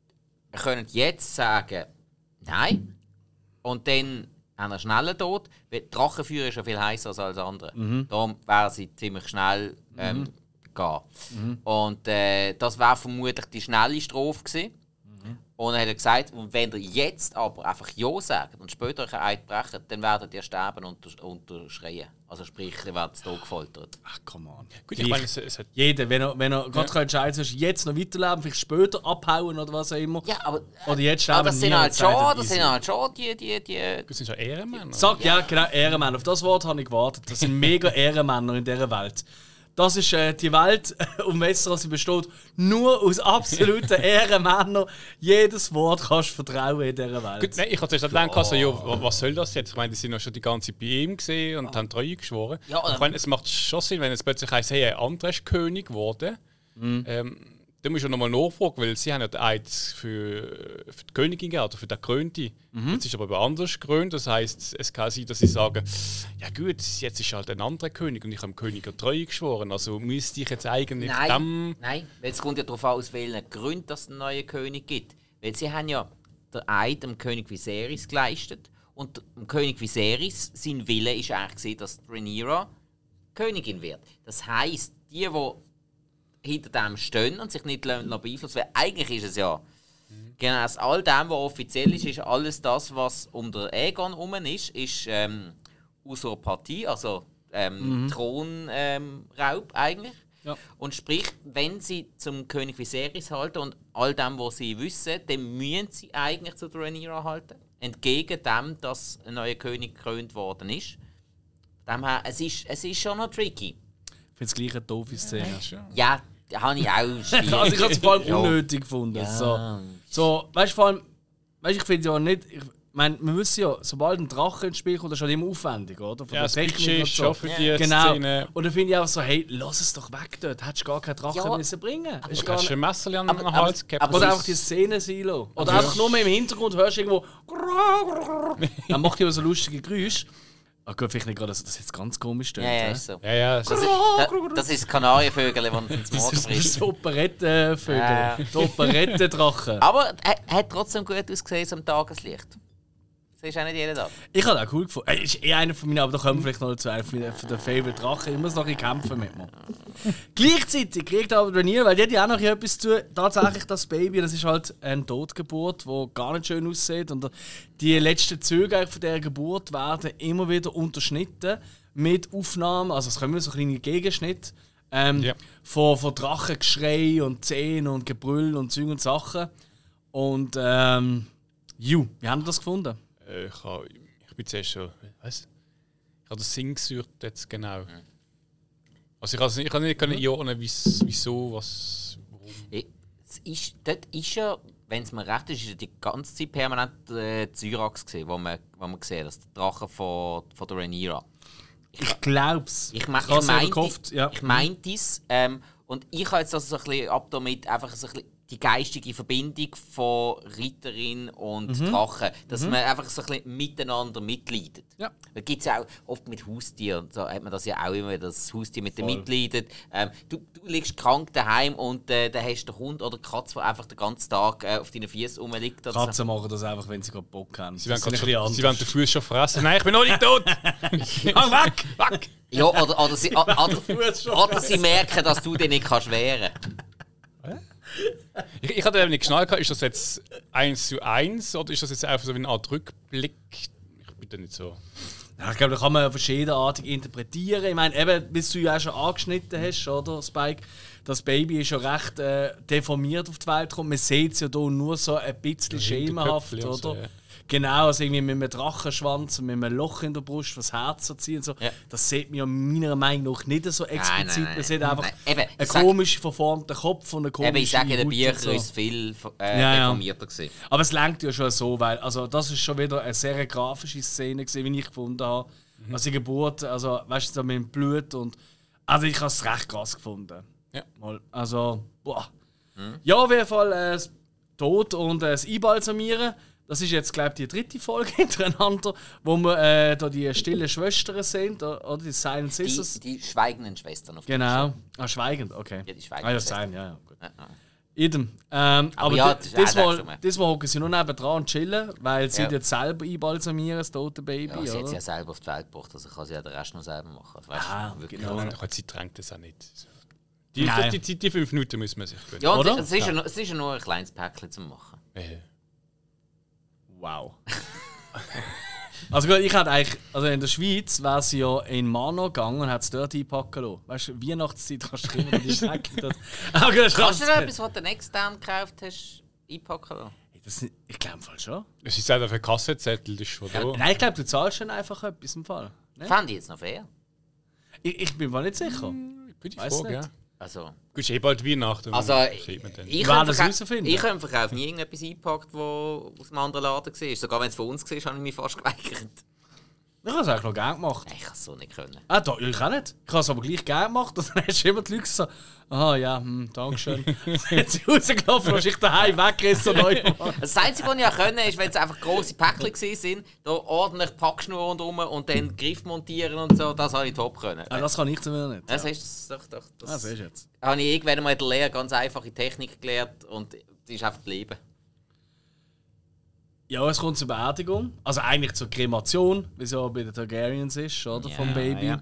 Speaker 2: ihr könnt jetzt sagen, nein, und dann haben wir schneller Tod, weil Drachenfeuer ist ja viel heißer als alles andere. Mhm. Darum wäre sie ziemlich schnell ähm, mhm. gehen. Mhm. Und äh, das wäre vermutlich die schnelle Strophe gewesen. Mhm. Und dann hat er gesagt, und wenn ihr jetzt aber einfach Ja sagt und später euch einen Eid brechen, dann werdet ihr sterben und unterschreien. Also sprich, ihr werdet hier gefoltert.
Speaker 1: Ach, come on.
Speaker 3: Gut, ich meine, es, es hat
Speaker 1: jeder, wenn er, wenn er ja. gerade entscheiden soll, jetzt noch weiterleben, vielleicht später abhauen oder was auch immer.
Speaker 2: Ja, aber,
Speaker 1: oder jetzt sterben.
Speaker 2: Aber das sind halt schon, das sind halt schon die, die, die...
Speaker 3: Das sind schon Ehrenmänner.
Speaker 1: Sag, ja, genau, Ehrenmänner. Auf das Wort habe ich gewartet. Das sind mega Ehrenmänner in dieser Welt. Das ist äh, die Welt um Westeros, sie besteht nur aus absoluten Ehrenmännern. Jedes Wort kannst du vertrauen in dieser Welt.
Speaker 3: Gut, nein, ich hatte zuerst gedacht, also, ja, was soll das jetzt? Ich meine, die sind ja schon die ganze Zeit bei ihm gesehen und oh. haben Treue geschworen. Ja, ich meine, es macht schon Sinn, wenn es plötzlich heisst, hey, ein anderer ist König geworden. Mhm. Ähm, da musst du nochmal nachfragen, weil sie haben ja den Eid für, für die Königin oder für den Krönte. Mhm. Jetzt ist aber über anders gekrönt. Das heisst, es kann sein, dass sie sagen, ja gut, jetzt ist halt ein anderer König und ich habe dem König ja Treue geschworen. Also müsste ich jetzt eigentlich
Speaker 2: nein,
Speaker 3: dem...
Speaker 2: Nein, weil es kommt ja darauf an, aus welchen Gründen es einen neuen König gibt. Weil sie haben ja den Eid dem König Viserys geleistet. Und dem König Viserys, sein Wille war eigentlich, dass Rhaenyra Königin wird. Das heisst, die, die hinter dem stehen und sich nicht beeinflussen, weil eigentlich ist es ja mhm. genau aus all dem, was offiziell ist, ist alles das, was um den Aegon herum ist, ist ähm, Usurpatie, also ähm, mhm. Thronraub ähm, eigentlich. Ja. Und sprich, wenn sie zum König Viserys halten und all dem, was sie wissen, dann müssen sie eigentlich zu der Rhaenyra halten. Entgegen dem, dass ein neuer König gekrönt worden ist. Daher, es ist. Es ist schon noch tricky.
Speaker 1: Ich finde es gleich eine doofe Szene.
Speaker 2: Ja, das habe ich auch schwierig.
Speaker 1: Also ich habe es vor allem unnötig gefunden. Ja. So, so, weißt du, vor allem, weißt, ich finde ja nicht, ich meine, wir wissen ja, sobald ein Drache ins Spiel kommt, ist halt immer aufwendig, oder? Von
Speaker 3: ja,
Speaker 1: der
Speaker 3: Technik ist so. Schon für die
Speaker 1: ja. Genau.
Speaker 3: Szene.
Speaker 1: Und dann finde ich einfach so, hey, lass es doch weg dort, hättest du gar keinen Drachen ja. müssen bringen.
Speaker 3: Aber du hast ein Messer an den Hals gehabt.
Speaker 1: Oder einfach die Szene sein. Oder einfach nur im Hintergrund hörst du irgendwo dann macht ja so lustige Geräusche. Ah, gut, vielleicht nicht gerade, dass das jetzt ganz komisch klingt.
Speaker 2: Ja, ja, ist so.
Speaker 3: Ja, ja,
Speaker 2: das, ist, das, das ist das Kanarienvögel, das uns ins Morgen bringt.
Speaker 1: Das ist das Operettenvögel. Ja. Der Operettendrache.
Speaker 2: Aber er hat trotzdem gut ausgesehen am Tageslicht. Das ist auch nicht jeder da.
Speaker 1: Ich habe auch cool gefunden. Er ist eh einer von meinen, aber da kommen wir vielleicht noch zu einem von den Favorite Drachen. Ich muss noch ein bisschen kämpfen mit mir. Gleichzeitig kriegt aber Rhaenyra, weil die hat ja auch noch etwas zu tun, tatsächlich das Baby, das ist halt eine Totgeburt, die gar nicht schön aussieht. Und die letzten Züge von dieser Geburt werden immer wieder unterschnitten mit Aufnahmen, also es kommen so kleine Gegenschnitte ähm, ja. von, von Drachengeschrei und Zähnen und Gebrüll und Zeug und Sachen. Und ähm, ju, wie haben wir das gefunden?
Speaker 3: Ich, habe, ich bin zuerst schon. Was? Ich habe das Sinn gesucht jetzt genau. Mhm. Also ich, also ich kann nicht einordnen, wieso, was, warum.
Speaker 2: Es ist, dort ist ja, wenn es mir recht ist, ist ja die ganze Zeit permanent äh, Syrax gesehen, wo man, wo man gesehen, das der Drache von, von der Rhaenyra.
Speaker 1: Ich glaub's.
Speaker 2: Ich, me
Speaker 1: Ich hab's
Speaker 2: ich meinte
Speaker 1: gehofft, ja.
Speaker 2: ich meinte es. Ähm, und ich habe jetzt also so ein bisschen ab damit einfach so ein bisschen die geistige Verbindung von Reiterin und
Speaker 1: Mhm.
Speaker 2: Drache. Dass man einfach so ein bisschen miteinander mitleidet.
Speaker 1: Ja.
Speaker 2: Da gibt es ja auch oft mit Haustieren. So hat man das ja auch immer, dass das Haustier mit dir
Speaker 1: Voll.
Speaker 2: mitleidet. Ähm, du, du liegst krank daheim und äh, dann hast du den Hund oder die Katze, der einfach den ganzen Tag äh, auf deinen Füßen rumliegt. oder so.
Speaker 1: Katzen machen das einfach, wenn sie gerade Bock haben.
Speaker 3: Sie werden,
Speaker 1: Das sind
Speaker 3: grad
Speaker 1: ein
Speaker 3: schon,
Speaker 1: bisschen
Speaker 3: sie werden den Fuß schon fressen. Nein, ich bin noch nicht tot! Hang weg! Weg!
Speaker 2: Ja, oder, oder, sie, oder,
Speaker 1: Fuß schon
Speaker 2: oder sie merken, dass du dich nicht kannst wehren kannst.
Speaker 3: Ich, ich hatte eben nicht geschnallt, ist das jetzt eins zu eins oder ist das jetzt einfach so wie eine Art Rückblick? Ich bin da nicht so.
Speaker 1: Ja, ich glaube, da kann man verschiedenartig interpretieren. Ich meine, eben, wie du ja auch schon angeschnitten hast, oder, Spike? Das Baby ist ja recht äh, deformiert auf die Welt gekommen. Man sieht es ja hier nur so ein bisschen schemenhaft,
Speaker 3: Hinterköpfchen und
Speaker 1: oder?
Speaker 3: so, ja.
Speaker 1: Genau, also irgendwie mit einem Drachenschwanz und mit einem Loch in der Brust, was Herz so zieht und so.
Speaker 2: Ja.
Speaker 1: Das sieht man ja meiner Meinung nach nicht so explizit.
Speaker 2: nein, nein.
Speaker 1: Man sieht einfach
Speaker 2: Nein, eben,
Speaker 1: einen
Speaker 2: ich sag-
Speaker 1: komisch verformten Kopf und eine komische
Speaker 2: Eben, ich sage, in den
Speaker 1: Haut und
Speaker 2: Büchern
Speaker 1: so.
Speaker 2: ist es viel äh,
Speaker 1: Ja, ja.
Speaker 2: deformierter gewesen.
Speaker 1: Aber es lenkt ja schon so, weil also das ist schon wieder eine sehr grafische Szene gewesen, wie ich gefunden habe.
Speaker 3: Mhm.
Speaker 1: Also die Geburt, also weißt du, so mit dem Blut und also ich habe es recht krass gefunden.
Speaker 3: Ja.
Speaker 1: Mal, also boah.
Speaker 2: Mhm.
Speaker 1: Ja, auf jeden Fall äh, das Tod und äh, das Einbalsamieren. Das ist jetzt, glaube ich, die dritte Folge hintereinander, wo wir äh, da die stillen Schwestern sind, oder die Silent Sisters.
Speaker 2: Die, die schweigenden Schwestern auf
Speaker 1: Genau. Ah, schweigend, okay.
Speaker 2: Ja, die schweigenden
Speaker 1: Ah, ja,
Speaker 2: Schwestern.
Speaker 1: sein, ja, ja, gut.
Speaker 2: Ja, ja.
Speaker 1: Idem. Ähm, aber
Speaker 2: ja,
Speaker 1: di-
Speaker 2: das ist auch
Speaker 1: diesmal,
Speaker 2: schon mal.
Speaker 1: diesmal hocken sie nur nebendran und chillen, weil sie
Speaker 2: Ja.
Speaker 1: jetzt selber einbalsamieren, das tote Baby,
Speaker 2: Ja, sie hat
Speaker 1: oder?
Speaker 2: sie ja selber auf die Welt gebracht, also kann sie ja den Rest noch selber machen. Also, weißt,
Speaker 1: Ah,
Speaker 2: wirklich.
Speaker 1: genau.
Speaker 3: Ja, sie drängt das auch nicht. Die,
Speaker 1: Nein.
Speaker 3: die, die, die fünf Minuten müssen wir sich gönnen.
Speaker 2: Ja, und
Speaker 1: Oder?
Speaker 2: es ist, ja. nur- es ist ja nur ein kleines Päckchen zu machen.
Speaker 3: Äh,
Speaker 1: Wow. Also gut, ich hätte eigentlich, also in der Schweiz wäre sie ja in Mano gegangen und hat es dort einpacken lassen. Weißt du, Weihnachtszeit kannst du immer die Säcke dort. Aber gut, das
Speaker 2: Kannst du
Speaker 1: kannst
Speaker 2: dir etwas, was du extern gekauft hast, einpacken lassen?
Speaker 1: das nicht, ich glaube im Fall schon.
Speaker 3: Es ist einfach ein Kassenzettel, das ist schon da.
Speaker 1: Nein, ich glaube, du zahlst schon einfach etwas im Fall. Ne?
Speaker 2: Fand ich jetzt noch fair.
Speaker 1: Ich, ich bin mir nicht sicher.
Speaker 3: Gute
Speaker 1: Weiss
Speaker 3: Frage, ja.
Speaker 1: nicht.
Speaker 2: Also,
Speaker 3: Gut, es ist eh bald Weihnachten.
Speaker 2: also
Speaker 3: sieht man dann.
Speaker 2: ich
Speaker 1: Wer
Speaker 2: habe
Speaker 1: das
Speaker 2: verkau-
Speaker 1: herausfinden?
Speaker 2: ich habe im Verkauf nie irgendetwas eingepackt, das aus einem anderen Laden war. Sogar wenn es von uns war, habe ich mich fast geweigert.
Speaker 1: Ich habe es eigentlich noch gerne gemacht.
Speaker 2: Nein, ich kann es so nicht können.
Speaker 1: Ah, da, ich auch nicht. Ich habe es aber gleich gerne gemacht. Und dann hast du immer die Leute so, aha, ja, hm, danke schön. Dann sind sie rausgelaufen und ich daheim weggerissen und neu gemacht.
Speaker 2: Das Einzige, was ich ja können, ist, wenn es einfach grosse Päckchen waren, da ordentlich Packschnur rundherum und dann Griff montieren und so, das habe ich top können.
Speaker 1: Ah, das kann ich zumindest nicht.
Speaker 2: Das
Speaker 1: Ja.
Speaker 2: ist doch, doch, das
Speaker 1: Ah, das ist jetzt.
Speaker 2: habe ich irgendwann mal in der Lehre ganz einfache Technik gelernt und die ist einfach geblieben.
Speaker 1: Ja, es kommt zur Beerdigung. Also eigentlich zur Kremation, wie es ja bei den Targaryens ist, oder?
Speaker 2: Ja,
Speaker 1: vom Baby.
Speaker 2: ja.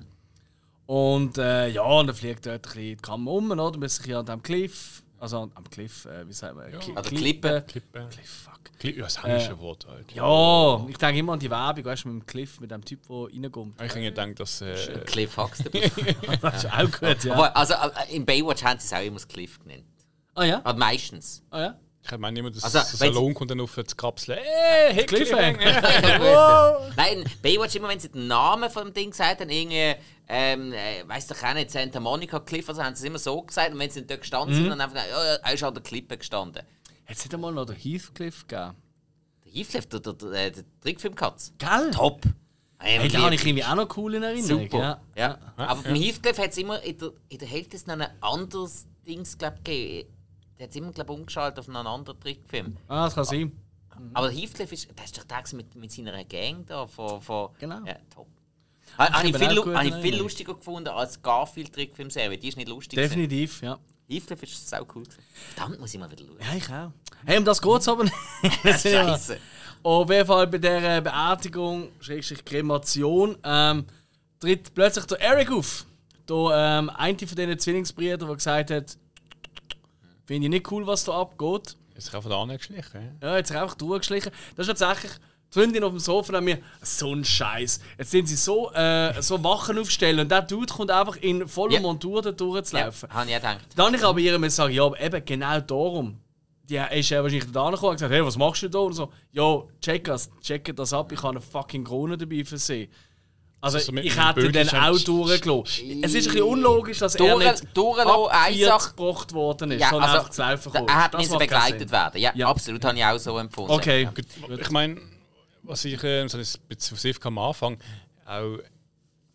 Speaker 1: Und äh, ja, und dann fliegt dort ein bisschen die Kammer um, oder? Dann muss ich ja an dem Cliff, also am Cliff, äh, wie sagt man? Ja.
Speaker 2: An der Klippe.
Speaker 3: Klippe.
Speaker 1: Cliff, fuck.
Speaker 3: Klippe, ja, das englische Wort halt.
Speaker 1: Ja, ich denke immer an die Werbung, weißt du, mit dem Cliff, mit dem Typ, der reinkommt.
Speaker 3: Ich habe gedacht, dass. Äh,
Speaker 2: Cliff Huxtable.
Speaker 1: Das ist auch gut, ja.
Speaker 2: Aber also, äh, im Baywatch haben sie es auch immer das Cliff genannt.
Speaker 1: Ah ja?
Speaker 2: Also meistens.
Speaker 1: Ah ja?
Speaker 3: ich meine immer, dass
Speaker 2: Also,
Speaker 3: das
Speaker 2: wenn
Speaker 3: Salon kommt dann auf das Kapsel. Ey, hey,
Speaker 1: Cliffhanger.
Speaker 2: Nein, Baywatch immer, wenn sie den Namen von dem Ding gesagt haben, irgendwie, ähm, äh, weiss doch auch nicht, Santa Monica Cliff, also haben sie es immer so gesagt. Und wenn sie dort gestanden sind, dann einfach gesagt, ja, ja, er ist an der Klippe gestanden.
Speaker 1: Hat es nicht einmal noch den Heathcliff gegeben?
Speaker 2: Der Heathcliff, der, der, der, der Trickfilm-Katz.
Speaker 1: Gell?
Speaker 2: Top!
Speaker 1: Hey, da habe ich irgendwie auch noch cool in Erinnerung.
Speaker 2: Super.
Speaker 1: Ja.
Speaker 2: Ja. Aber beim Heathcliff hat es immer in der, in der Hälfte noch ein anderes Dings glaub, gegeben. Der hat es immer glaub, umgeschaltet auf einen anderen Trickfilm.
Speaker 1: Ah, das kann sein.
Speaker 2: Aber der Heathcliff ist, das ist doch der mit, mit seiner Gang da. Von, von,
Speaker 1: Genau.
Speaker 2: Ja, top. Habe hab ich,
Speaker 1: bin
Speaker 2: viel,
Speaker 1: auch
Speaker 2: lu-
Speaker 1: gut
Speaker 2: hab ich
Speaker 1: in
Speaker 2: viel
Speaker 1: Erinnerung.
Speaker 2: lustiger gefunden als Garfield-Trickfilmserie. Die ist nicht lustig. gewesen.
Speaker 1: Definitiv, ja.
Speaker 2: Heathcliff ist sau cool. gewesen. Verdammt, muss ich mal wieder schauen.
Speaker 1: Ja, ich auch. Hey, um das geht es aber nicht. Das sind ja-
Speaker 2: Scheiße.
Speaker 1: Auf jeden Fall bei dieser Beerdigung, Schrägstrich Kremation, ähm, tritt plötzlich der Eric auf. Der ähm, eine von diesen Zwillingsbrüdern, der gesagt hat, finde ich nicht cool, was da abgeht.
Speaker 3: Ist einfach da angeschlichen. Ja?
Speaker 1: Ja, jetzt einfach durchgeschlichen. Das ist tatsächlich, die Freundin auf dem Sofa und mir, so ein Scheiß. Jetzt sind sie so, äh, so Wachen aufstellen und der Dude kommt einfach in voller
Speaker 2: Ja.
Speaker 1: Montur da durchzulaufen.
Speaker 2: Ja, habe ich auch gedacht.
Speaker 1: Dann ich aber ihr sagen, ja, aber eben genau darum. Die ist ja wahrscheinlich da gekommen und gesagt, hey, was machst du da? Und so, ja, check das, check das ab, ich habe eine fucking Krone dabei für sie. Also,
Speaker 3: Also mit-
Speaker 1: ich
Speaker 3: mit
Speaker 1: hätte
Speaker 3: Böden
Speaker 1: den auch
Speaker 3: schon-
Speaker 1: durchgelassen. Es ist ein bisschen unlogisch, dass er
Speaker 2: Durch-
Speaker 1: nicht
Speaker 2: durchlassen, eine Sache-
Speaker 1: gebracht worden ist,
Speaker 2: Ja,
Speaker 1: sondern
Speaker 2: also,
Speaker 1: einfach zu laufen
Speaker 2: da-
Speaker 1: gekommen.
Speaker 2: er hat
Speaker 1: Das
Speaker 2: müssen
Speaker 1: macht keinen
Speaker 2: begleitet
Speaker 1: Sinn.
Speaker 2: werden. Ja,
Speaker 1: Ja.
Speaker 2: absolut, habe ich auch so empfunden.
Speaker 1: Okay,
Speaker 2: Ja.
Speaker 1: gut.
Speaker 3: Ich meine, was ich äh, so ein bisschen am Anfang auch.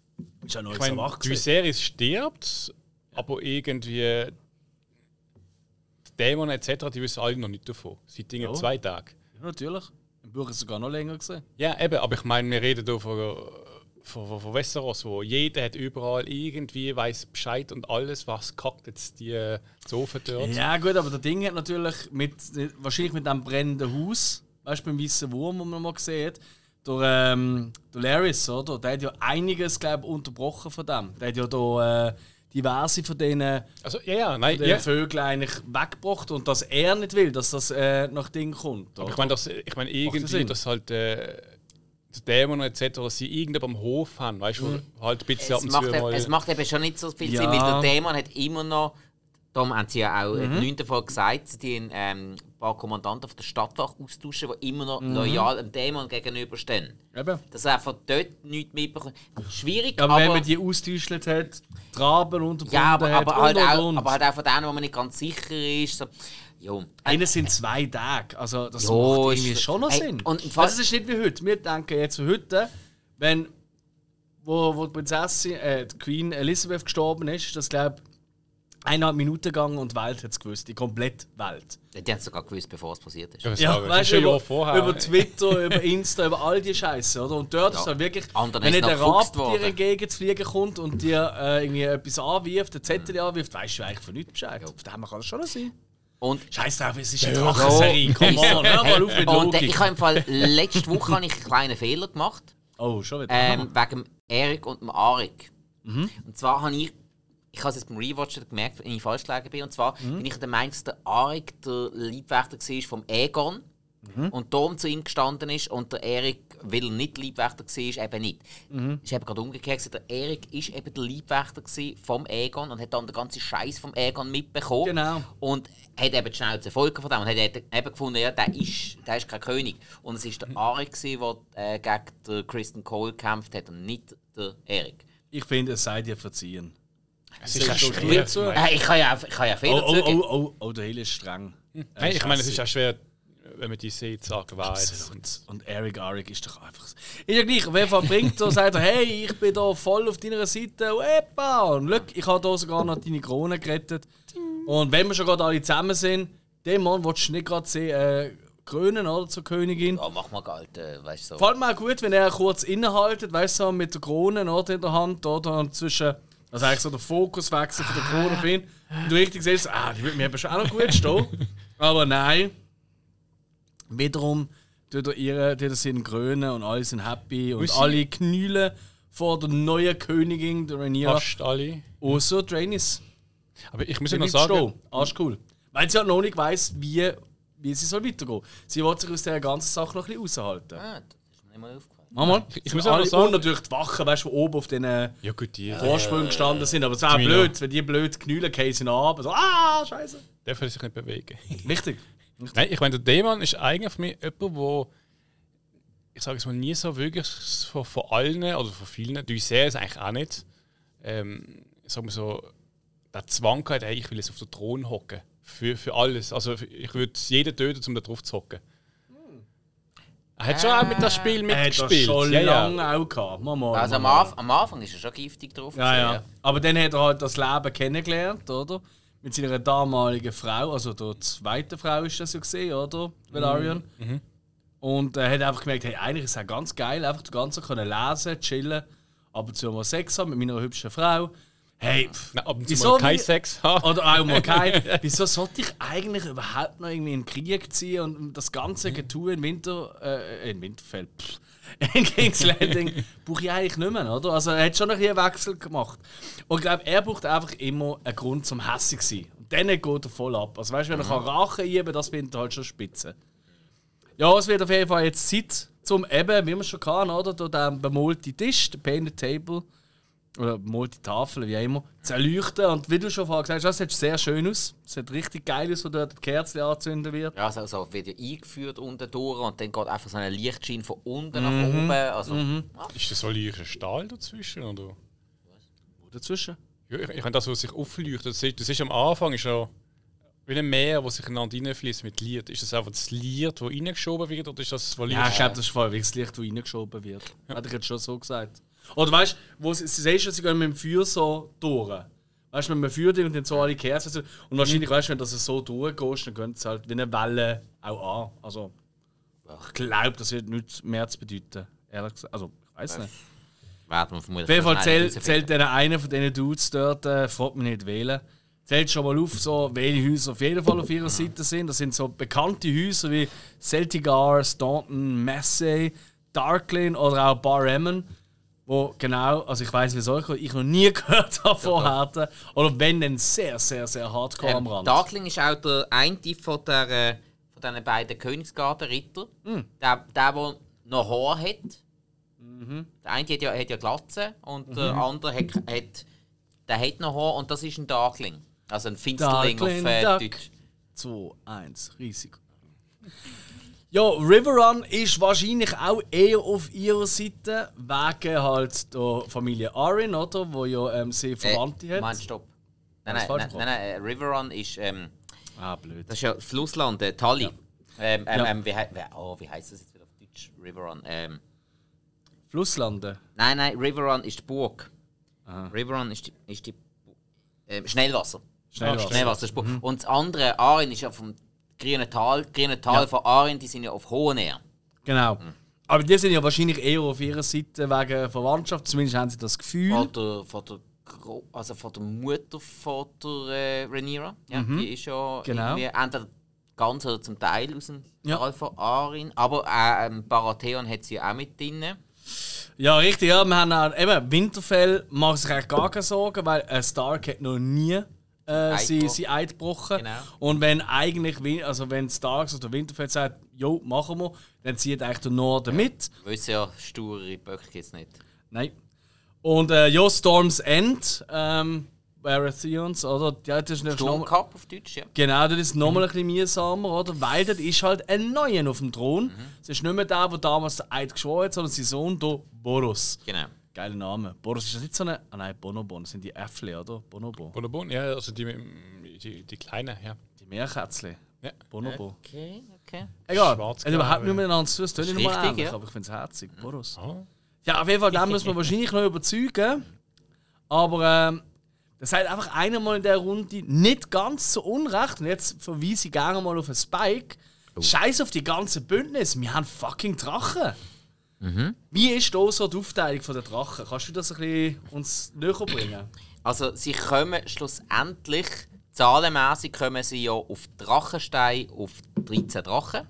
Speaker 1: Ist ja noch
Speaker 3: ich meine, Viserys stirbt, aber irgendwie die Dämonen et cetera, die wissen alle noch nicht davon. Seit oh. zwei Tagen.
Speaker 1: Ja, natürlich. Im Buch ist es sogar noch länger gesehen.
Speaker 3: Ja, eben, aber ich meine, wir reden hier von, von, von, von Westeros, wo jeder hat überall irgendwie weiss Bescheid und alles, was kackt jetzt die Zofen dort.
Speaker 1: Ja gut, aber der Ding hat natürlich mit, wahrscheinlich mit dem brennenden Haus, weißt du, beim weißen Wurm, den man mal gesehen hat, der, ähm, der Larys, oder? Der hat ja einiges, glaube ich, unterbrochen von dem. Der hat ja da äh, diverse von diesen,
Speaker 3: also, ja, ja, nein,
Speaker 1: von
Speaker 3: ja.
Speaker 1: Vögeln eigentlich weggebracht und dass er nicht will, dass das äh, nach Ding kommt.
Speaker 3: Aber ich meine, ich mein, irgendwie, dass halt äh, die Dämonen et cetera sie irgendwo am Hof haben, weißt du, mhm. halt ein bisschen
Speaker 2: es, macht, mal es macht eben schon nicht so viel ja. Sinn, weil der Dämon hat immer noch. Darum haben sie ja auch mhm. in neunten Folge gesagt, die ähm, ein paar Kommandanten von der Stadtwache austauschen, die immer noch mhm. loyal dem Dämon gegenüberstehen. Eben. Dass er einfach dort nichts mitbekommt. Schwierig,
Speaker 1: aber...
Speaker 3: aber
Speaker 1: wenn man die austäuschelt hat, Traben unterbunden
Speaker 2: ja, aber,
Speaker 1: hat
Speaker 2: aber, halt
Speaker 1: und,
Speaker 2: auch,
Speaker 1: und.
Speaker 2: aber halt auch von denen, wo man nicht ganz sicher ist. So. Jo.
Speaker 1: Eines sind zwei Tage, also das
Speaker 2: jo,
Speaker 1: macht irgendwie schon noch
Speaker 2: hey,
Speaker 1: Sinn.
Speaker 2: Und
Speaker 1: also es ist nicht wie heute. Wir denken jetzt für heute, wenn wo, wo die Prinzessin, äh, die Queen Elizabeth gestorben ist, das glaube ich eineinhalb Minuten gegangen und die Welt hat es gewusst, die komplette Welt.
Speaker 2: Die haben es sogar gewusst, bevor es passiert ist.
Speaker 1: Ja, ja weißt du, über, über Twitter, über Insta, über all die Scheiße, oder? Und dort ja. ist dann wirklich, Anderen wenn nicht der Rab dir entgegen zu fliegen kommt und dir äh, irgendwie etwas anwirft, ein Zettel mhm. anwirft, weißt du eigentlich von nichts Bescheid. Ja. Auf dem kann das schon noch sein. Und Scheiß drauf, es ist eine ja. Drachenserie, come on, hör mal auf mit
Speaker 2: Und äh, ich habe im Fall, letzte Woche habe ich einen kleinen Fehler gemacht.
Speaker 1: Oh, schon wieder?
Speaker 2: Ähm, wegen dem Erik und dem Arik. Mhm. Und zwar habe ich Ich habe es jetzt beim Rewatch gemerkt, wenn ich falsch gelegen bin. Und zwar mhm. bin ich der Meinung, dass der Arik der Leibwächter war vom Aegon mhm. und darum zu ihm gestanden ist und der Erik, weil er nicht Leibwächter war, eben nicht. Mhm. Es ist eben gerade umgekehrt. Der Erik war eben der Leibwächter vom Aegon und hat dann den ganzen Scheiß vom Aegon mitbekommen. Genau. Und hat eben die Schnauze voll von dem und hat eben gefunden, ja, der ist, der ist kein König. Und es war der Arik, der äh, gegen den Kristen Cole gekämpft hat und nicht der Erik.
Speaker 1: Ich finde, es sei dir verziehen.
Speaker 3: Es ist ja schwer.
Speaker 2: Äh, ich kann ja, ich kann ja Fehler
Speaker 1: oh, oh, oh, oh, oh, der Hill ist streng.
Speaker 3: Hm. Äh, ich meine, es ist ja schwer, wenn man die sieht, sagen, wer jetzt.
Speaker 1: Und, und Eric Arik ist doch einfach... Ist ja gleich, auf jeden Fall bringt er, sagt er, hey, ich bin da voll auf deiner Seite, und epa, und look, ich habe hier sogar noch deine Krone gerettet. Und wenn wir schon gerade alle zusammen sind, den Mann willst du nicht gerade sehen, äh, krönen, oder, zur Königin.
Speaker 2: Ja, mach mal Geld, äh, weißt du so.
Speaker 1: Fällt mir auch gut, wenn er kurz innehaltet, weißt du, so, mit der Krone, oder, in der Hand, oder, und zwischen... Also eigentlich so der Fokuswechsel von der Krone auf ihn. Und du richtig siehst, ah, die würde mir schon auch noch gut stehen. Aber nein. Wiederum tut er ihre, tut er sie krönen und alle sind happy. Und alle knühlen vor der neuen Königin, der Rhaenyra.
Speaker 3: Fast alle.
Speaker 1: Außer Draenys.
Speaker 3: Aber ich muss ja noch sagen...
Speaker 1: Arsch cool. Weil sie halt noch nicht weiss, wie, wie sie soll weitergehen. Sie will sich aus dieser ganzen Sache noch ein bisschen raushalten. Ah, das ist mir nicht mal aufgefallen. Mama, ich, ich muss auch noch sagen, und natürlich die Wachen, weißt du, die oben auf diesen
Speaker 3: ja, gut, die,
Speaker 1: Vorsprüngen gestanden sind. Aber es ist auch blöd, wenn die blöd knüllen, fallen sie nach so, ah, scheiße.
Speaker 3: Der will sich nicht bewegen.
Speaker 1: Richtig.
Speaker 3: Nein, ich meine, der Dämon ist eigentlich für mich jemand, der, ich sage es mal, nie so wirklich von, von allen, oder von vielen, die sehr ist eigentlich auch nicht, ähm, sagen wir so, der Zwang hat, hey, ich will jetzt auf den Thron hocken. Für, für alles. Also ich würde jeden töten, um da drauf zu hocken. Er hat schon auch mit das Spiel mitgespielt.
Speaker 1: Er hat schon
Speaker 3: ja,
Speaker 1: lange
Speaker 3: ja.
Speaker 1: auch gehabt. Mama,
Speaker 2: also am, Anf am Anfang ist er schon giftig drauf.
Speaker 1: Ja, ja. ja. Aber dann hat er halt das Leben kennengelernt, oder? Mit seiner damaligen Frau, also der zweiten Frau ist das ja gesehen, oder? Velaryon. Mhm. Und er hat einfach gemerkt, hey, eigentlich ist es ganz geil, einfach das Ganze können lesen, chillen, ab und zu mal Sex haben mit meiner hübschen Frau. Hey, pff,
Speaker 3: ab und zu mal kein Sex haben.
Speaker 1: Oder auch mal kein. Wieso sollte ich eigentlich überhaupt noch irgendwie in den Krieg ziehen und das ganze Getue in Winter, äh, in Winterfell, pff, in King's Landing, brauche ich eigentlich nicht mehr, oder? Also er hat schon ein bisschen einen Wechsel gemacht. Und ich glaube, er braucht einfach immer einen Grund zum hässig zu sein. Und dann geht er voll ab. Also weißt du, wenn er mhm. Rache üben kann, das findet er halt schon spitze. Ja, es wird auf jeden Fall jetzt Zeit, zum eben, wie wir schon hatten, oder? Durch den bemalte Tisch, den Painted Table, oder bemalte Tafel, wie auch immer, zu erleuchten. Und wie du schon vorher gesagt hast, das sieht sehr schön aus. Es sieht richtig geil aus, wo dort die Kerze angezündet wird.
Speaker 2: Ja, also, also wird ja eingeführt unten durch und dann geht einfach so ein Lichtschein von unten mhm. nach oben. Also,
Speaker 3: mhm. ja. Ist das so ein Stahl dazwischen? Oder?
Speaker 1: Was? Wo dazwischen?
Speaker 3: Ja, ich, ich meine, das, was sich aufleuchtet, das ist am Anfang ist ja wie ein Meer, das sich ineinander reinfließt mit Licht. Ist das einfach das Licht, das reingeschoben wird, oder ist das das Licht?
Speaker 1: Ja, ich glaube, das ist voll das Licht, das reingeschoben wird. Ja. Hätte ich jetzt schon so gesagt. Oder weißt du, wo sie, sie siehst, sie gehen mit dem Feuer so durch. Weißt du, wenn man führt und dann so alle Kerzen. Und wahrscheinlich, weißt du, wenn du das so durchgehst, dann gehen es halt wie eine Welle auch an. Also, ich glaube, das wird nichts mehr zu bedeuten. Ehrlich gesagt. Also, ich weiß nicht.
Speaker 2: Werden wir vermutlich.
Speaker 1: Auf jeden Fall zählt, zählt dann einer von diesen Dudes dort, äh, fragt mich nicht wählen. Zählt schon mal auf, so, welche Häuser auf jeden Fall auf ihrer Seite sind. Das sind so bekannte Häuser wie Celtigar, Staunton, Massey, Darklin oder auch Bar Emmon. Wo genau, also ich weiss wieso, ich noch nie gehört habe vorher. Oder wenn, dann sehr, sehr, sehr hardcore
Speaker 2: ähm,
Speaker 1: am Rand.
Speaker 2: Darkling ist auch der eine von, der, äh, von diesen beiden Königsgarten-Ritter.
Speaker 1: Mm.
Speaker 2: Der, der, der noch Haar hat.
Speaker 1: Mhm.
Speaker 2: Der eine hat ja, hat ja Glatze und mhm. der andere hat, hat, der hat noch Haar und das ist ein Darkling. Also ein Finsterling
Speaker 1: Darkling
Speaker 2: auf äh,
Speaker 1: Duck.
Speaker 2: Deutsch.
Speaker 1: zwei eins, riesig. Ja, Riverrun ist wahrscheinlich auch eher auf ihrer Seite, wegen halt der Familie Arryn, oder? Wo ja ähm, sehr Verwandte
Speaker 2: äh,
Speaker 1: hat.
Speaker 2: Moment, stopp. Nein,
Speaker 1: Hast
Speaker 2: nein,
Speaker 1: du
Speaker 2: nein,
Speaker 1: falsch
Speaker 2: nein, nein, äh, Riverrun ist. Ähm,
Speaker 1: Ah, blöd.
Speaker 2: das ist ja Flussland, äh, Tali.
Speaker 1: Ja.
Speaker 2: Ähm, ähm,
Speaker 1: Ja.
Speaker 2: ähm, wie, hei- wie, oh, wie heisst das jetzt wieder auf Deutsch? Riverrun. Ähm,
Speaker 1: Flusslande.
Speaker 2: nein, nein, Riverrun ist die Burg.
Speaker 1: Aha.
Speaker 2: Riverrun ist die. Ist die ähm, Schnellwasser.
Speaker 1: Schnellwasser.
Speaker 2: Schnellwasser ist die Burg. Und das andere, Arryn, ist ja vom grünen Tal. Grüne Tal
Speaker 1: Ja.
Speaker 2: von Arryn, die sind ja auf hohen Nähe.
Speaker 1: Genau. Aber die sind ja wahrscheinlich eher auf ihrer Seite wegen Verwandtschaft, zumindest haben sie das Gefühl.
Speaker 2: Von der, von der, Gro also von der Mutter von der äh, Rhaenyra. Ja, die ist ja
Speaker 1: Genau.
Speaker 2: irgendwie entweder ganz oder zum Teil aus dem
Speaker 1: Ja.
Speaker 2: Tal von Arryn. Aber äh, ähm, Baratheon hat sie auch mit drin.
Speaker 1: Ja, richtig, ja. Wir haben auch, eben, Winterfell macht sich eigentlich gar keine Sorgen, weil ein Stark hat noch nie äh,
Speaker 2: Eid
Speaker 1: sie,
Speaker 2: gebrochen.
Speaker 1: sie Eid gebrochen.
Speaker 2: Genau.
Speaker 1: Und wenn eigentlich, Win- also wenn Starks oder Winterfell sagt, jo, machen wir, dann zieht eigentlich der Norden mit.
Speaker 2: Wir wissen ja, sturere Böcke gibt es nicht.
Speaker 1: Nein. Und äh, ja, Storm's End, ähm, Baratheons, oder? Ja, das ist nicht
Speaker 2: Storm
Speaker 1: noch,
Speaker 2: Cup auf Deutsch, ja.
Speaker 1: genau, das ist nochmal ein bisschen mühsamer, oder? Weil das ist halt ein Neuer auf dem Thron. Es ist nicht mehr der, der damals der Eid geschworen hat, sondern sein Sohn, der Boros.
Speaker 2: Genau.
Speaker 1: Geiler Name. Boros ist das nicht so eine. Ah nein, Bonobon, das sind die Äffle, oder? Bonobo.
Speaker 3: Bonobon, ja, also die, die, die kleinen, ja.
Speaker 1: Die Meerkätzle.
Speaker 3: Ja.
Speaker 1: Bonobo.
Speaker 2: Okay, okay.
Speaker 1: Egal.
Speaker 3: Schwarz,
Speaker 1: Es hat überhaupt
Speaker 3: genau,
Speaker 1: nicht miteinander zu tun. Es tut nicht
Speaker 2: ist
Speaker 1: mal
Speaker 2: richtig,
Speaker 1: ähnlich,
Speaker 2: ja.
Speaker 1: aber ich finde es herzig. Boros.
Speaker 3: Oh.
Speaker 1: Ja, auf jeden Fall, den müssen wir wahrscheinlich noch überzeugen. Aber ähm, das sagt einfach einer mal in der Runde nicht ganz so unrecht. Und jetzt verweise ich gerne mal auf einen Spike. Scheiß auf die ganze Bündnis, wir haben fucking Drachen. Wie ist da so die Aufteilung der Drachen? Kannst du das ein bisschen uns näher bringen?
Speaker 2: Also sie kommen schlussendlich, zahlenmäßig kommen sie ja auf Drachenstein auf dreizehn Drachen.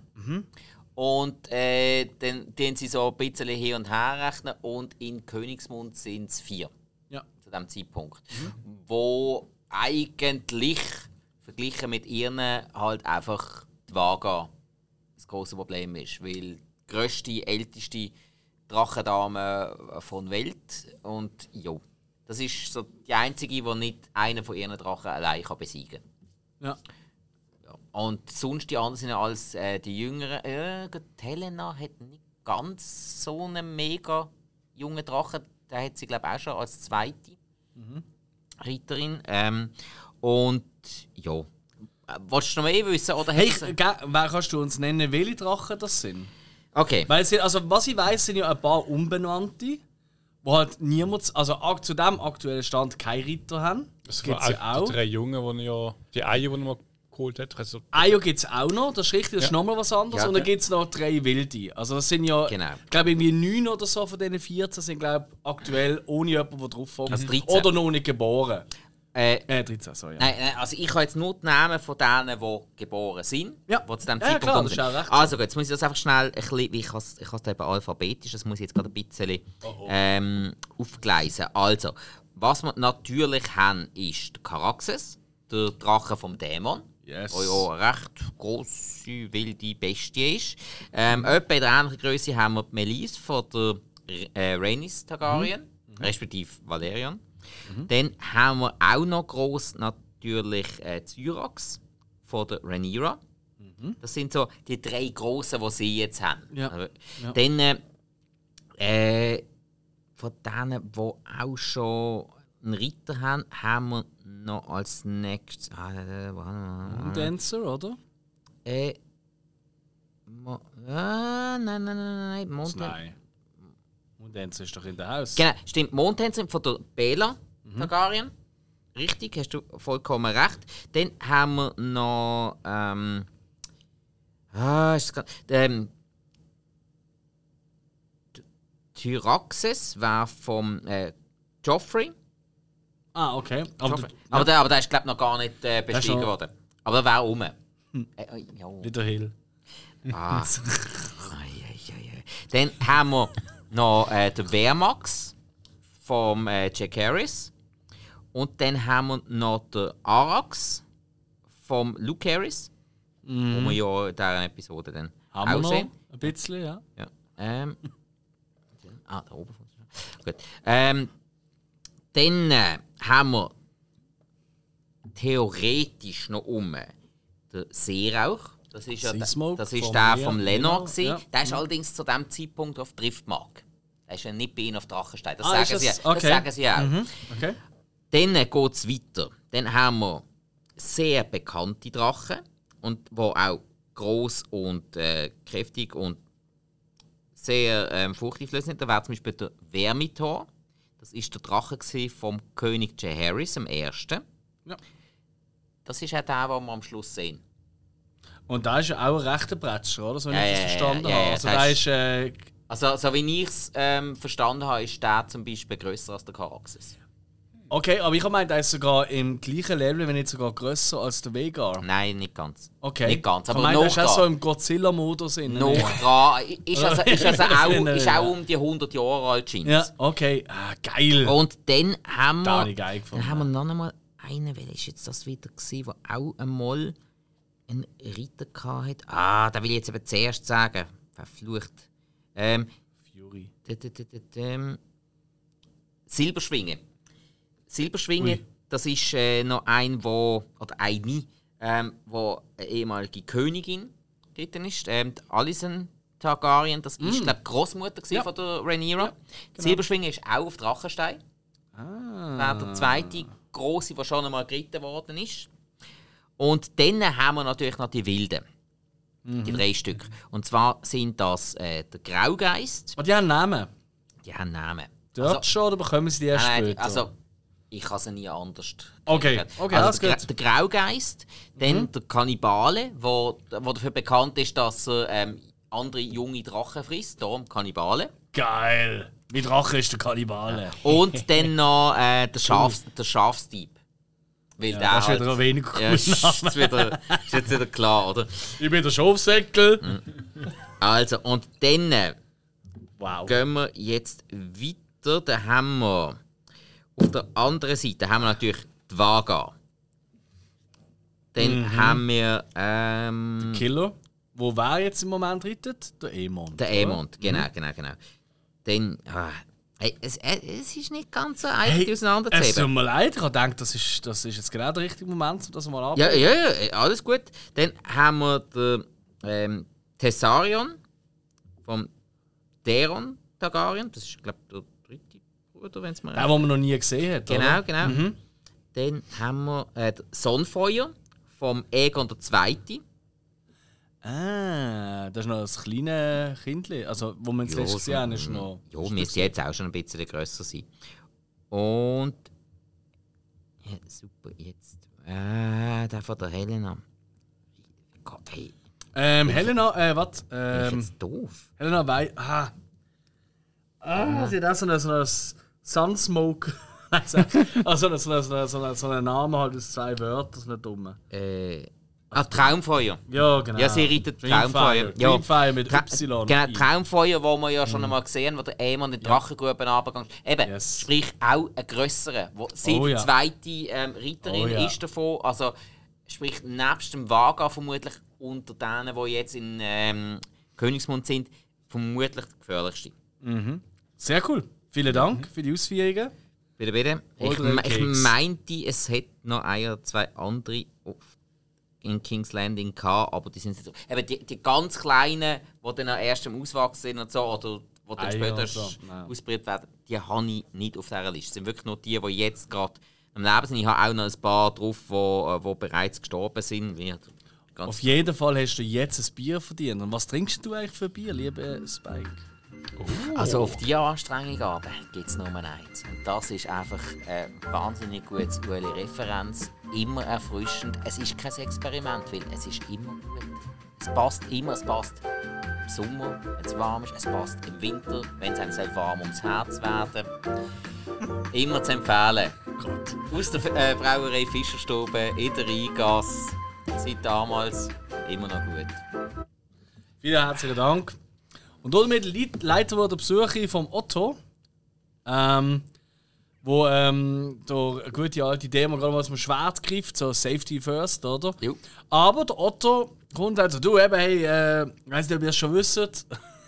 Speaker 2: Und äh, dann tun sie so ein bisschen hin und her rechnen und in Königsmund sind es vier.
Speaker 1: Ja.
Speaker 2: Zu diesem Zeitpunkt. Wo eigentlich verglichen mit ihren halt einfach die Vaga das große Problem ist. Weil die grösste, älteste Drachendame von der Welt. Und ja, das ist so die einzige, die nicht einen von ihren Drachen allein kann besiegen
Speaker 1: Ja.
Speaker 2: kann. Und sonst die anderen sind ja als äh, die Jüngeren. Äh, die Helena hat nicht ganz so einen mega jungen Drachen. Den hat sie, glaube ich, auch schon als zweite Reiterin. Ähm, und ja. Äh, Wolltest du noch mehr wissen? Oder
Speaker 1: Hey,
Speaker 2: hat's-
Speaker 1: ich- ge- wer kannst du uns nennen, welche Drachen das sind?
Speaker 2: Okay.
Speaker 1: Weil sie, also was ich weiß, sind ja ein paar Unbenannte, wo halt niemand, also ak- zu dem aktuellen Stand keine Ritter haben. Das
Speaker 3: Das
Speaker 1: gibt es
Speaker 3: waren
Speaker 1: ja
Speaker 3: auch
Speaker 1: auch.
Speaker 3: die drei Jungen, die ja, die Eier, die man geholt hat. Also,
Speaker 1: Ayo gibt es auch noch, das ist richtig, das ist
Speaker 3: Ja.
Speaker 1: nochmal was anderes.
Speaker 2: Ja,
Speaker 1: und dann
Speaker 2: ja.
Speaker 1: gibt es noch drei Wilde. Also das sind ja,
Speaker 2: Genau.
Speaker 1: ich glaube irgendwie neun oder so von diesen vierzehn sind glaube aktuell ohne jemanden, der drauf folgt.
Speaker 2: Also dreizehn.
Speaker 1: Oder noch nicht geboren.
Speaker 2: Äh,
Speaker 1: Äh, dreizehn, sorry. Ja.
Speaker 2: Nein, nein, also ich habe jetzt nur die Namen von denen, die geboren sind.
Speaker 1: Ja.
Speaker 2: Die zu diesem
Speaker 1: Ja,
Speaker 2: Zeitpunkt
Speaker 1: klar,
Speaker 2: rum
Speaker 1: das ist
Speaker 2: sind.
Speaker 1: auch recht so.
Speaker 2: Also gut, jetzt muss ich das einfach schnell ein bisschen, wie ich habe es ich habe es eben alphabetisch, das muss ich jetzt gerade ein bisschen ähm, aufgleisen. Also, was wir natürlich haben, ist der Caraxes, der Drache vom Dämon.
Speaker 1: Yes.
Speaker 2: Der ja eine recht grosse, wilde Bestie ist. Ähm, etwa in der ähnlichen Größe haben wir die Melis von der äh, Rhaenys Targaryen, respektive Valerian. Dann haben wir auch noch gross natürlich äh, Syrax von der Rhaenyra. Das sind so die drei grossen, die sie jetzt haben.
Speaker 1: Ja.
Speaker 2: Also,
Speaker 1: Ja.
Speaker 2: Dann äh, äh, von denen, die auch schon einen Ritter haben, haben wir noch als nächstes. Ah, äh, warte mal.
Speaker 1: Dancer, oder?
Speaker 2: Äh, Mo ah, nein, nein, nein, nein, Monten
Speaker 1: Nein. Mondtänzer ist doch in der Haus.
Speaker 2: Genau, stimmt. Mondtänzer von der Bela mhm. Targaryen. Richtig, hast du vollkommen recht. Dann haben wir noch. Ähm, ah, ist das ähm, Tyraxes war vom äh, Joffrey.
Speaker 1: Ah, okay. Aber,
Speaker 2: Joffrey.
Speaker 1: du, ja.
Speaker 2: aber, der, aber der ist, glaube ich, noch gar nicht äh, bestiegen
Speaker 1: schon...
Speaker 2: worden. Aber der war rum.
Speaker 1: Hm.
Speaker 2: Äh, äh, ja.
Speaker 1: Wieder Hill.
Speaker 2: Ah. ai, ai, ai. Dann haben wir noch äh, den Wehrmax vom äh, Jack Harris. Und dann haben wir noch den Arax vom Luke Harris. Mm. Wo wir ja in dieser Episode dann
Speaker 1: haben
Speaker 2: auch
Speaker 1: wir noch
Speaker 2: sehen.
Speaker 1: ein bisschen, ja.
Speaker 2: ja. Ähm. ah, da oben. Gut. Ähm, dann äh, haben wir theoretisch noch um den Seerauch. Das ist, ja der, das ist der vom Lenor. Ja. Der ist allerdings zu diesem Zeitpunkt auf Driftmark. Der ist ja nicht bei ihnen auf Drachenstein. Das,
Speaker 1: ah,
Speaker 2: sagen,
Speaker 1: das?
Speaker 2: Sie,
Speaker 1: okay.
Speaker 2: das sagen sie auch.
Speaker 1: Mhm. Okay.
Speaker 2: Dann geht es weiter. Dann haben wir sehr bekannte Drachen, und die auch gross und äh, kräftig und sehr ähm, furchteinflößend sind. Da wäre zum Beispiel der Vermithor. Das war der Drache vom König Jaehaerys, dem Ersten.
Speaker 1: Ja.
Speaker 2: Das ist auch der, den wir am Schluss sehen.
Speaker 1: Und da ist ja auch ein rechter Bretscher, oder? So wie
Speaker 2: ja,
Speaker 1: ich das verstanden
Speaker 2: ja,
Speaker 1: habe.
Speaker 2: Ja,
Speaker 1: also, da ist, äh,
Speaker 2: also, so wie ich es ähm, verstanden habe, ist der zum Beispiel grösser als der Caraxes.
Speaker 1: Okay, aber ich habe gemeint, er ist sogar im gleichen Level, wenn nicht sogar grösser als der Vhagar.
Speaker 2: Nein, nicht ganz.
Speaker 1: Okay.
Speaker 2: Nicht ganz, aber
Speaker 1: ich meine,
Speaker 2: noch
Speaker 1: er ist auch so im Godzilla-Modus.
Speaker 2: Noch dran. Ist also, ist also auch, ist auch um die hundert Jahre alt, scheint.
Speaker 1: Ja, okay. Ah, geil.
Speaker 2: Und dann haben wir,
Speaker 1: da habe ich geil gefunden.
Speaker 2: Dann haben wir noch einmal einen, welcher ist jetzt das wieder gewesen, der auch einmal einen Ritter hatte. Ah, da will ich jetzt eben zuerst sagen. Verflucht. Ähm,
Speaker 1: Fury.
Speaker 2: Silberschwinge. Silberschwinge, Ui. Das ist äh, noch ein, wo, oder eine, ähm, wo eine ehemalige Königin drin ist. Ähm, Alicent Targaryen, das mm. ist, glaube ich, die Großmutter ja. von der Rhaenyra. Ja, genau. Silberschwinge ist auch auf Drachenstein. Ah. Wäre der zweite große, der schon einmal geritten worden ist. Und dann haben wir natürlich noch die Wilden. Mhm. Die drei Stück. Und zwar sind das äh, der Graugeist.
Speaker 1: Und die haben Namen?
Speaker 2: Die haben Namen.
Speaker 1: Dort
Speaker 2: also,
Speaker 1: schon, oder bekommen sie die erst
Speaker 2: nein,
Speaker 1: später?
Speaker 2: Also, ich kann sie nie anders.
Speaker 1: Okay, okay,
Speaker 2: also der,
Speaker 1: gut.
Speaker 2: der Graugeist, dann
Speaker 1: mhm. der
Speaker 2: Kannibale, wo, wo dafür bekannt ist, dass er ähm, andere junge Drachen frisst. Darum Kannibale.
Speaker 1: Geil! Wie Drache ist der Kannibale.
Speaker 2: Und dann noch äh, der, Schafs, der Schafsdieb. Weil
Speaker 1: ja,
Speaker 2: der
Speaker 1: das ist
Speaker 2: halt,
Speaker 1: wieder ein wenig cool.
Speaker 2: Ja, ist, ist, wieder, ist jetzt wieder klar, oder?
Speaker 1: Ich bin der Schafsäckel.
Speaker 2: Mhm. Also, und dann äh,
Speaker 1: wow.
Speaker 2: gehen wir jetzt weiter. Da haben wir auf der anderen Seite haben wir natürlich die Vhagar. Dann mhm. haben wir ähm,
Speaker 1: der Killer. Wo wer jetzt im Moment reitet? Der Aemond.
Speaker 2: Der Aemond, genau, mhm. genau, genau. Dann, ah, hey, es, es ist nicht ganz so einfach, hey, die auseinanderzuheben.
Speaker 1: Es tut mir leid, ich habe gedacht, das ist, das ist jetzt genau der richtige Moment, um das mal anzupacken.
Speaker 2: Ja, ja, ja, alles gut. Dann haben wir den ähm, Thessarion vom Daeron Targaryen. Das ist, glaube ich, der dritte Bruder, wenn es mal.
Speaker 1: Der, den man noch nie gesehen hat.
Speaker 2: Genau,
Speaker 1: oder?
Speaker 2: genau. Mhm. Dann haben wir äh, Sonnenfeuer vom Aegon der Zweite.
Speaker 1: Ah, das ist noch das kleine Kindchen, also wo man es letztes gesehen haben, ist noch...
Speaker 2: Ja, müsste jetzt auch schon ein bisschen grösser sein. Und... Ja, super, jetzt... Ah, der von der Helena. Gott, hey.
Speaker 1: Ähm, Helena, äh, was? Ähm,
Speaker 2: ist jetzt doof.
Speaker 1: Helena Wei... Ah. Ah, sie hat auch so einen so Sunsmoke... also so einen so eine, so eine, so eine Name halt aus zwei Wörtern, so eine dumme.
Speaker 2: Äh... Ah, Traumfeuer.
Speaker 1: Ja, genau.
Speaker 2: Ja, sie reitet Traumfeuer. Ja.
Speaker 1: Dreamfire mit Tra Y.
Speaker 2: Genau, Traumfeuer, wo wir ja schon mm. einmal gesehen haben, wo der Aemon in die Drachengrube runtergegangen ist. Eben, yes. Sprich auch ein grösserer, wo sie oh, die ja. zweite ähm, Reiterin oh, ja. ist davon. Also, sprich, nebst dem Vhagar vermutlich unter denen, die jetzt in ähm, Königsmund sind, vermutlich die gefährlichste.
Speaker 1: Mhm. Sehr cool. Vielen Dank mhm. für die Ausführungen.
Speaker 2: Bitte, bitte. Ich, ich meinte, es hätte noch ein oder zwei andere in King's Landing gehabt, aber die sind so. Eben die, die ganz kleinen, die dann erst im Auswachsen sind und so, oder die dann ah, später ja, so. ausgebildet werden, die habe ich nicht auf dieser Liste. Das sind wirklich nur die, die jetzt gerade am Leben sind. Ich habe auch noch ein paar drauf, die, die bereits gestorben sind.
Speaker 1: Auf jeden Fall hast du jetzt ein Bier verdient. Und was trinkst du eigentlich für Bier, lieber Spike?
Speaker 3: Oh.
Speaker 2: Also auf diese Anstrengung aber gibt es nur eins. Und das ist einfach eine wahnsinnig gute Ueli-Referenz. Immer erfrischend. Es ist kein Experiment, weil es ist immer gut. Es passt immer, es passt im Sommer, wenn es warm ist, es passt im Winter, wenn es einem soll warm ums Herz werden. Immer zu empfehlen. Gott. Aus der äh, Brauerei Fischerstube in der Rheingasse. Seit damals immer noch gut.
Speaker 1: Vielen herzlichen Dank. Und damit leiten wir den Besuch ein vom Otto, ähm, wo ähm, der gute alte Demo gerade mal aus dem Schwert greift, so Safety First, oder?
Speaker 2: Jo.
Speaker 1: Aber der Otto kommt also, du eben, hey, äh, ich weiss nicht, ob ihr es schon wisst.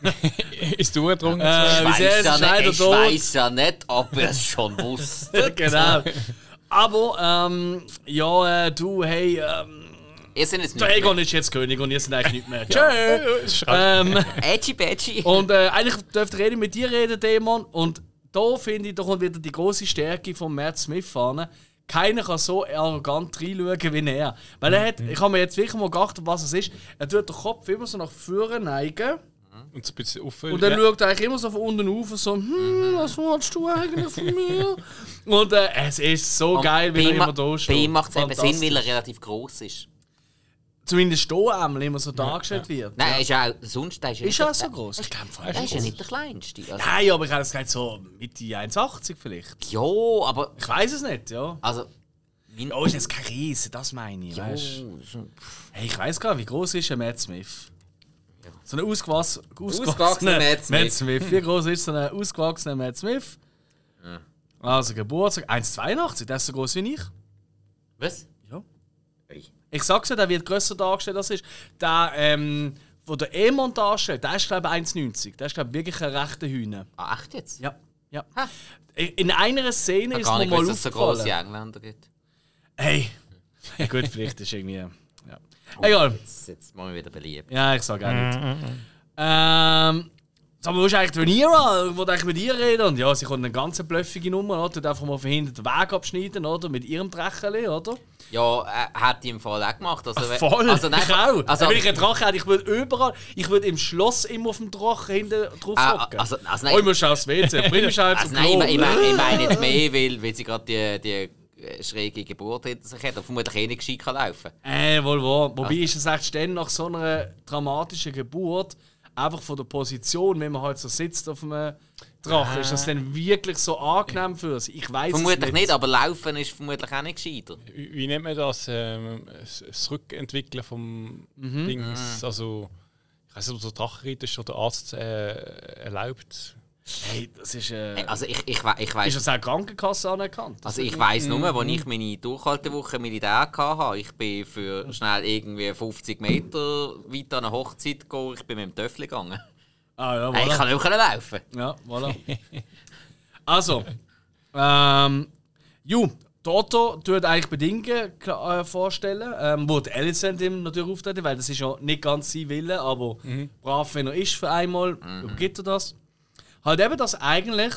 Speaker 3: Ist durchgedrungen?
Speaker 1: Äh,
Speaker 2: Ich
Speaker 1: wie sehr
Speaker 2: weiss
Speaker 1: ist
Speaker 2: ja,
Speaker 1: es leider
Speaker 2: nicht, ich
Speaker 1: tot?
Speaker 2: weiss ja nicht, ob ihr es schon wusstet.
Speaker 1: Genau. Aber, ähm, ja, äh, du, hey, ähm,
Speaker 2: Ihr seid jetzt
Speaker 1: der
Speaker 2: nicht
Speaker 1: Egon ist jetzt König und ihr seid eigentlich nicht mehr. Tschö! ähm,
Speaker 2: Edgy Badgy.
Speaker 1: und äh, eigentlich dürfte reden mit dir reden, Dämon. Und da finde ich, da kommt wieder die große Stärke von Matt Smith an. Keiner kann so arrogant reinschauen wie er. Weil er hat, ich habe mir jetzt wirklich mal gedacht, was es ist. Er tut den Kopf immer so nach vorne neigen.
Speaker 3: Und so ein bisschen auffüllen.
Speaker 1: Und dann
Speaker 3: ja.
Speaker 1: schaut er eigentlich immer so von unten auf und so, hm, was willst du eigentlich von mir? Und äh, es ist so geil, wie er immer da steht.
Speaker 2: Bei ihm macht es eben Sinn,
Speaker 1: Fantastisch.
Speaker 2: weil er relativ groß ist.
Speaker 1: Zumindest hier einmal immer so dargestellt wird.
Speaker 2: Nein, er ist ja auch, sonst der ist, ja
Speaker 1: Ist
Speaker 2: nicht
Speaker 1: er
Speaker 2: der-
Speaker 1: so groß? Ich glaube,
Speaker 2: Er ist ja nicht der Kleinste. Also,
Speaker 1: Nein, aber ich habe es gesagt, so Mitte eins achtzig vielleicht.
Speaker 2: ja, aber...
Speaker 1: Ich weiß es nicht, ja.
Speaker 2: Also... Wie,
Speaker 1: Oh, ist jetzt kein Riese, das meine ich,
Speaker 2: ja,
Speaker 1: weißt
Speaker 2: so-
Speaker 1: Hey, ich weiß gar nicht, wie groß ist ein Matt Smith? So ein ausgewass
Speaker 2: Ausgewachsener Matt Smith.
Speaker 1: Matt Smith. Wie groß ist so ein ausgewachsener Matt Smith? Also Geburtstag eins Komma zweiundachtzig, der ist so groß wie ich.
Speaker 2: Was?
Speaker 1: Ja.
Speaker 2: Ey.
Speaker 1: Ich sag's ja, der wird grösser dargestellt als ist. Der, ähm, wo der Emon darstellt, der ist glaube ich eins Komma neunzig. Der ist glaube ich wirklich ein rechter Hühner.
Speaker 2: Ah, echt jetzt?
Speaker 1: Ja. ja.
Speaker 2: Ha.
Speaker 1: In einer Szene
Speaker 2: Ich
Speaker 1: ist
Speaker 2: gar
Speaker 1: mir
Speaker 2: nicht
Speaker 1: mal
Speaker 2: gewusst, dass es so grosse
Speaker 1: aufgefallen.
Speaker 2: Engländer gibt.
Speaker 1: Hey. Ja, gut, vielleicht ist irgendwie. Ja. Egal.
Speaker 2: Jetzt, jetzt machen wir wieder beliebt.
Speaker 1: Ja, ich sag auch nicht. Ähm. Aber wo ist eigentlich die Rhaenyra? Ich wollte eigentlich mit ihr reden. Und ja, sie kommt eine ganz blöffige Nummer, oder? Tut einfach mal von hinten den Weg abschneiden, oder? Mit ihrem Drecheli, oder?
Speaker 2: Ja, äh, hat die im Fall auch gemacht. Also, wenn-
Speaker 1: Voll!
Speaker 2: Also, nein,
Speaker 1: ich auch!
Speaker 2: Also,
Speaker 1: Wenn ich einen Drachen hätte, ich würde überall... Ich würde im Schloss immer auf dem Drachen hinten drauf
Speaker 2: Ah,
Speaker 1: hocken.
Speaker 2: also- also
Speaker 1: oh,
Speaker 2: nein.
Speaker 1: ich muss aufs W C, bring mich schnell
Speaker 2: also
Speaker 1: zum
Speaker 2: nein, ich,
Speaker 1: Klo.
Speaker 2: ich, meine, ich meine jetzt mehr, weil, weil sie gerade die, die äh, schräge Geburt hinter sich hat und vermutlich eh nicht gescheit kann laufen.
Speaker 1: Äh, wohl wahr. Wobei
Speaker 2: Also-
Speaker 1: ist es echt dann nach so einer dramatischen Geburt, einfach von der Position, wenn man halt so sitzt auf einem Drachen, ist das dann wirklich so angenehm für sie? Ich weiß es
Speaker 2: Vermutlich
Speaker 1: nicht.
Speaker 2: nicht, aber laufen ist vermutlich auch nicht gescheiter.
Speaker 3: Wie, wie nennt man das? Ähm, das Rückentwickeln vom
Speaker 1: Mhm.
Speaker 3: Dings. Also, ich weiß nicht, ob der Drachenreiter ist oder der Arzt äh, erlaubt.
Speaker 1: Hey, das ist... Äh,
Speaker 2: Also ich, ich, we- ich
Speaker 1: ist
Speaker 2: weiss,
Speaker 1: das auch Krankenkasse anerkannt? Das
Speaker 2: also ich weiss nur, als ich meine Durchhaltewoche Militär hatte, ich bin für schnell irgendwie fünfzig Meter weit an eine Hochzeit gegangen, ich bin mit dem Töffel gegangen.
Speaker 1: Ah ja,
Speaker 2: Hey, ich
Speaker 1: voilà.
Speaker 2: kann nicht mehr laufen.
Speaker 1: Ja, voilà. Also, ähm... Ju, der Otto tut eigentlich Bedingungen klar, äh, vorstellen, ähm, wo die Alicent ihm natürlich auftreten, weil das ist ja nicht ganz sein Wille, aber brav, wenn er ist für einmal, gibt er das. Halt eben, dass eigentlich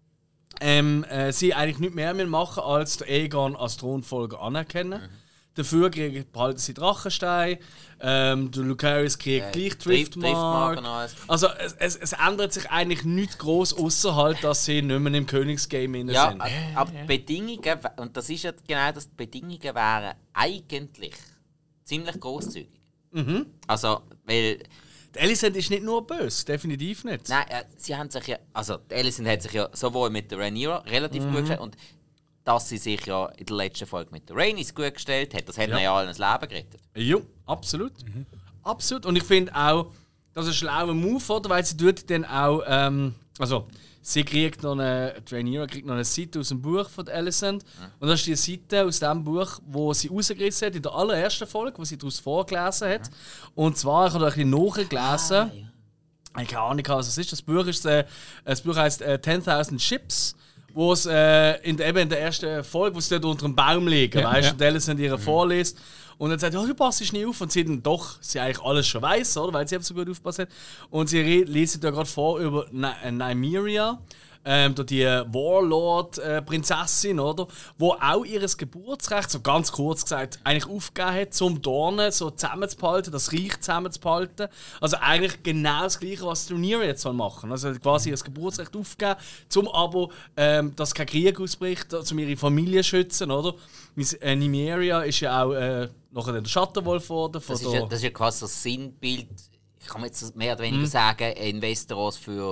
Speaker 1: ähm, äh, sie eigentlich nicht mehr machen, als den Aegon als Thronfolger anerkennen. Dafür kriegen, behalten sie Drachenstein, ähm, der Lucaris kriegt
Speaker 2: Äh,
Speaker 1: gleich
Speaker 2: Drift-
Speaker 1: Driftmark.
Speaker 2: Driftmark und alles.
Speaker 1: Also es, es, es ändert sich eigentlich nichts groß, außer halt, dass sie nicht mehr im Königsgame drin
Speaker 2: Ja,
Speaker 1: sind.
Speaker 2: a- aber die Bedingungen, w- und das ist ja genau das, die Bedingungen wären eigentlich ziemlich großzügig.
Speaker 1: Mhm.
Speaker 2: Also, weil,
Speaker 1: Die Alicent ist nicht nur böse, definitiv nicht.
Speaker 2: nein, äh, sie haben sich ja, also die Alicent hat sich ja sowohl mit der Rhaenyra relativ
Speaker 1: Mhm.
Speaker 2: gut gestellt und dass sie sich ja in der letzten Folge mit der Rhaenys gut gestellt hat, das hat
Speaker 1: Ja.
Speaker 2: ihnen ja allen das Leben gerettet.
Speaker 1: Ja, absolut. Absolut. Und ich finde auch, das ist ein schlauer Move, oder? Weil sie tut dann auch, ähm, also sie kriegt noch eine, die Rhaenyra kriegt noch eine Seite aus dem Buch von der Alicent. Und das ist die Seite aus dem Buch, wo sie rausgerissen hat in der allerersten Folge, wo sie daraus vorgelesen hat. Und zwar, ich habe da ein bisschen nachgelesen. Ich habe keine Ahnung, was es ist. Das Buch, ist, äh, das Buch heisst äh, ten-tausend Ships, wo es äh, in, der, eben in der ersten Folge, wo sie dort unter einem Baum liegen,
Speaker 3: Ja,
Speaker 1: weißt
Speaker 3: ja.
Speaker 1: du, und Alicent ihre vorliest. Und dann sagt, ja, du passt nie auf. Und sie dann doch, sie eigentlich alles schon weiss, oder? Weil sie eben so gut aufpasst hat. Und sie re- liest da gerade vor über Ny- äh, Nymeria, ähm, da die Warlord-Prinzessin, äh, oder? Wo auch ihr Geburtsrecht, so ganz kurz gesagt, eigentlich aufgegeben hat, um Dornen so zusammenzuhalten, das Reich zusammenzuhalten. Also eigentlich genau das Gleiche, was Rhaenyra jetzt soll machen. Also quasi ihr Geburtsrecht aufgegeben, um aber, ähm, dass kein Krieg ausbricht, um ihre Familie zu schützen, oder? Äh, Nymeria ist ja auch äh, nachher der Schattenwolf geworden.
Speaker 2: Das ist, ja, das ist ja quasi das Sinnbild, ich kann jetzt mehr oder weniger mm. sagen, in Westeros für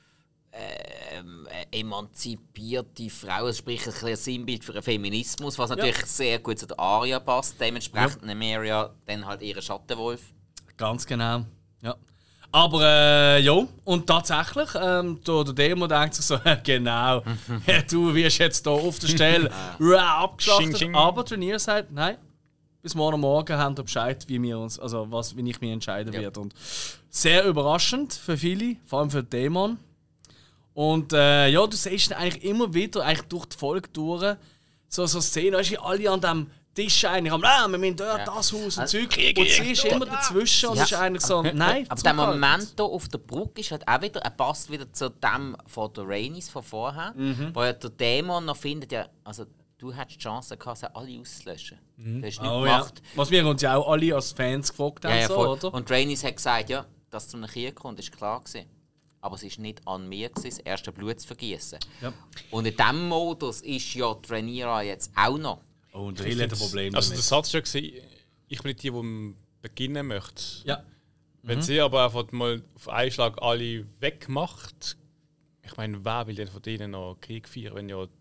Speaker 2: ähm, emanzipierte Frauen, sprich ein, ein Sinnbild für einen Feminismus, was natürlich ja. sehr gut zu der Arya passt. Dementsprechend ja. Nymeria dann halt ihren Schattenwolf.
Speaker 1: Ganz genau, ja. Aber äh, ja, und tatsächlich, ähm, der, der Demo denkt sich so, genau, du wirst jetzt hier auf der Stelle abgeschlachtet. Sching, sching. Aber Rhaenyra sagt, nein, bis morgen Morgen haben wir Bescheid, wie wir uns, also was, wie ich mich entscheiden ja. werde. Und sehr überraschend für viele, vor allem für den Dämon. Und äh, ja, du siehst eigentlich immer wieder, eigentlich durch die Folge durch, so, so Szenen, weißt du, alle an dem Tisch eigentlich am, ah, wir müssen dort ja. das Haus und also, Zeug. Und sie ist immer dazwischen und ja. ist eigentlich so, nein.
Speaker 2: Aber der Moment hier auf der Brücke ist halt auch wieder, er passt wieder zu dem von der Rhaenys von vorher, mhm. wo ja der Dämon noch findet, ja, also du hättest die Chance gehabt, sie alle auszulöschen. Mhm. Du hast nichts
Speaker 1: oh,
Speaker 2: gemacht.
Speaker 1: Ja. Was wir uns ja auch alle als Fans gefragt haben, ja, ja, so, oder?
Speaker 2: Und Rhaenys hat gesagt, ja, dass es zu einem Krieg kommt, ist klar gewesen. Aber es war nicht an mir, gewesen, das erste Blut zu vergießen. Ja. Und in diesem Modus ist ja die Rhaenyra jetzt auch noch.
Speaker 1: Oh, und Hill hat ein Problem
Speaker 3: Also der Satz war, ich bin nicht die, die beginnen möchte.
Speaker 1: Ja.
Speaker 3: Wenn mhm. sie aber einfach mal auf einen Schlag alle wegmacht, ich meine, wer will denn von denen noch Krieg feiern, wenn ja...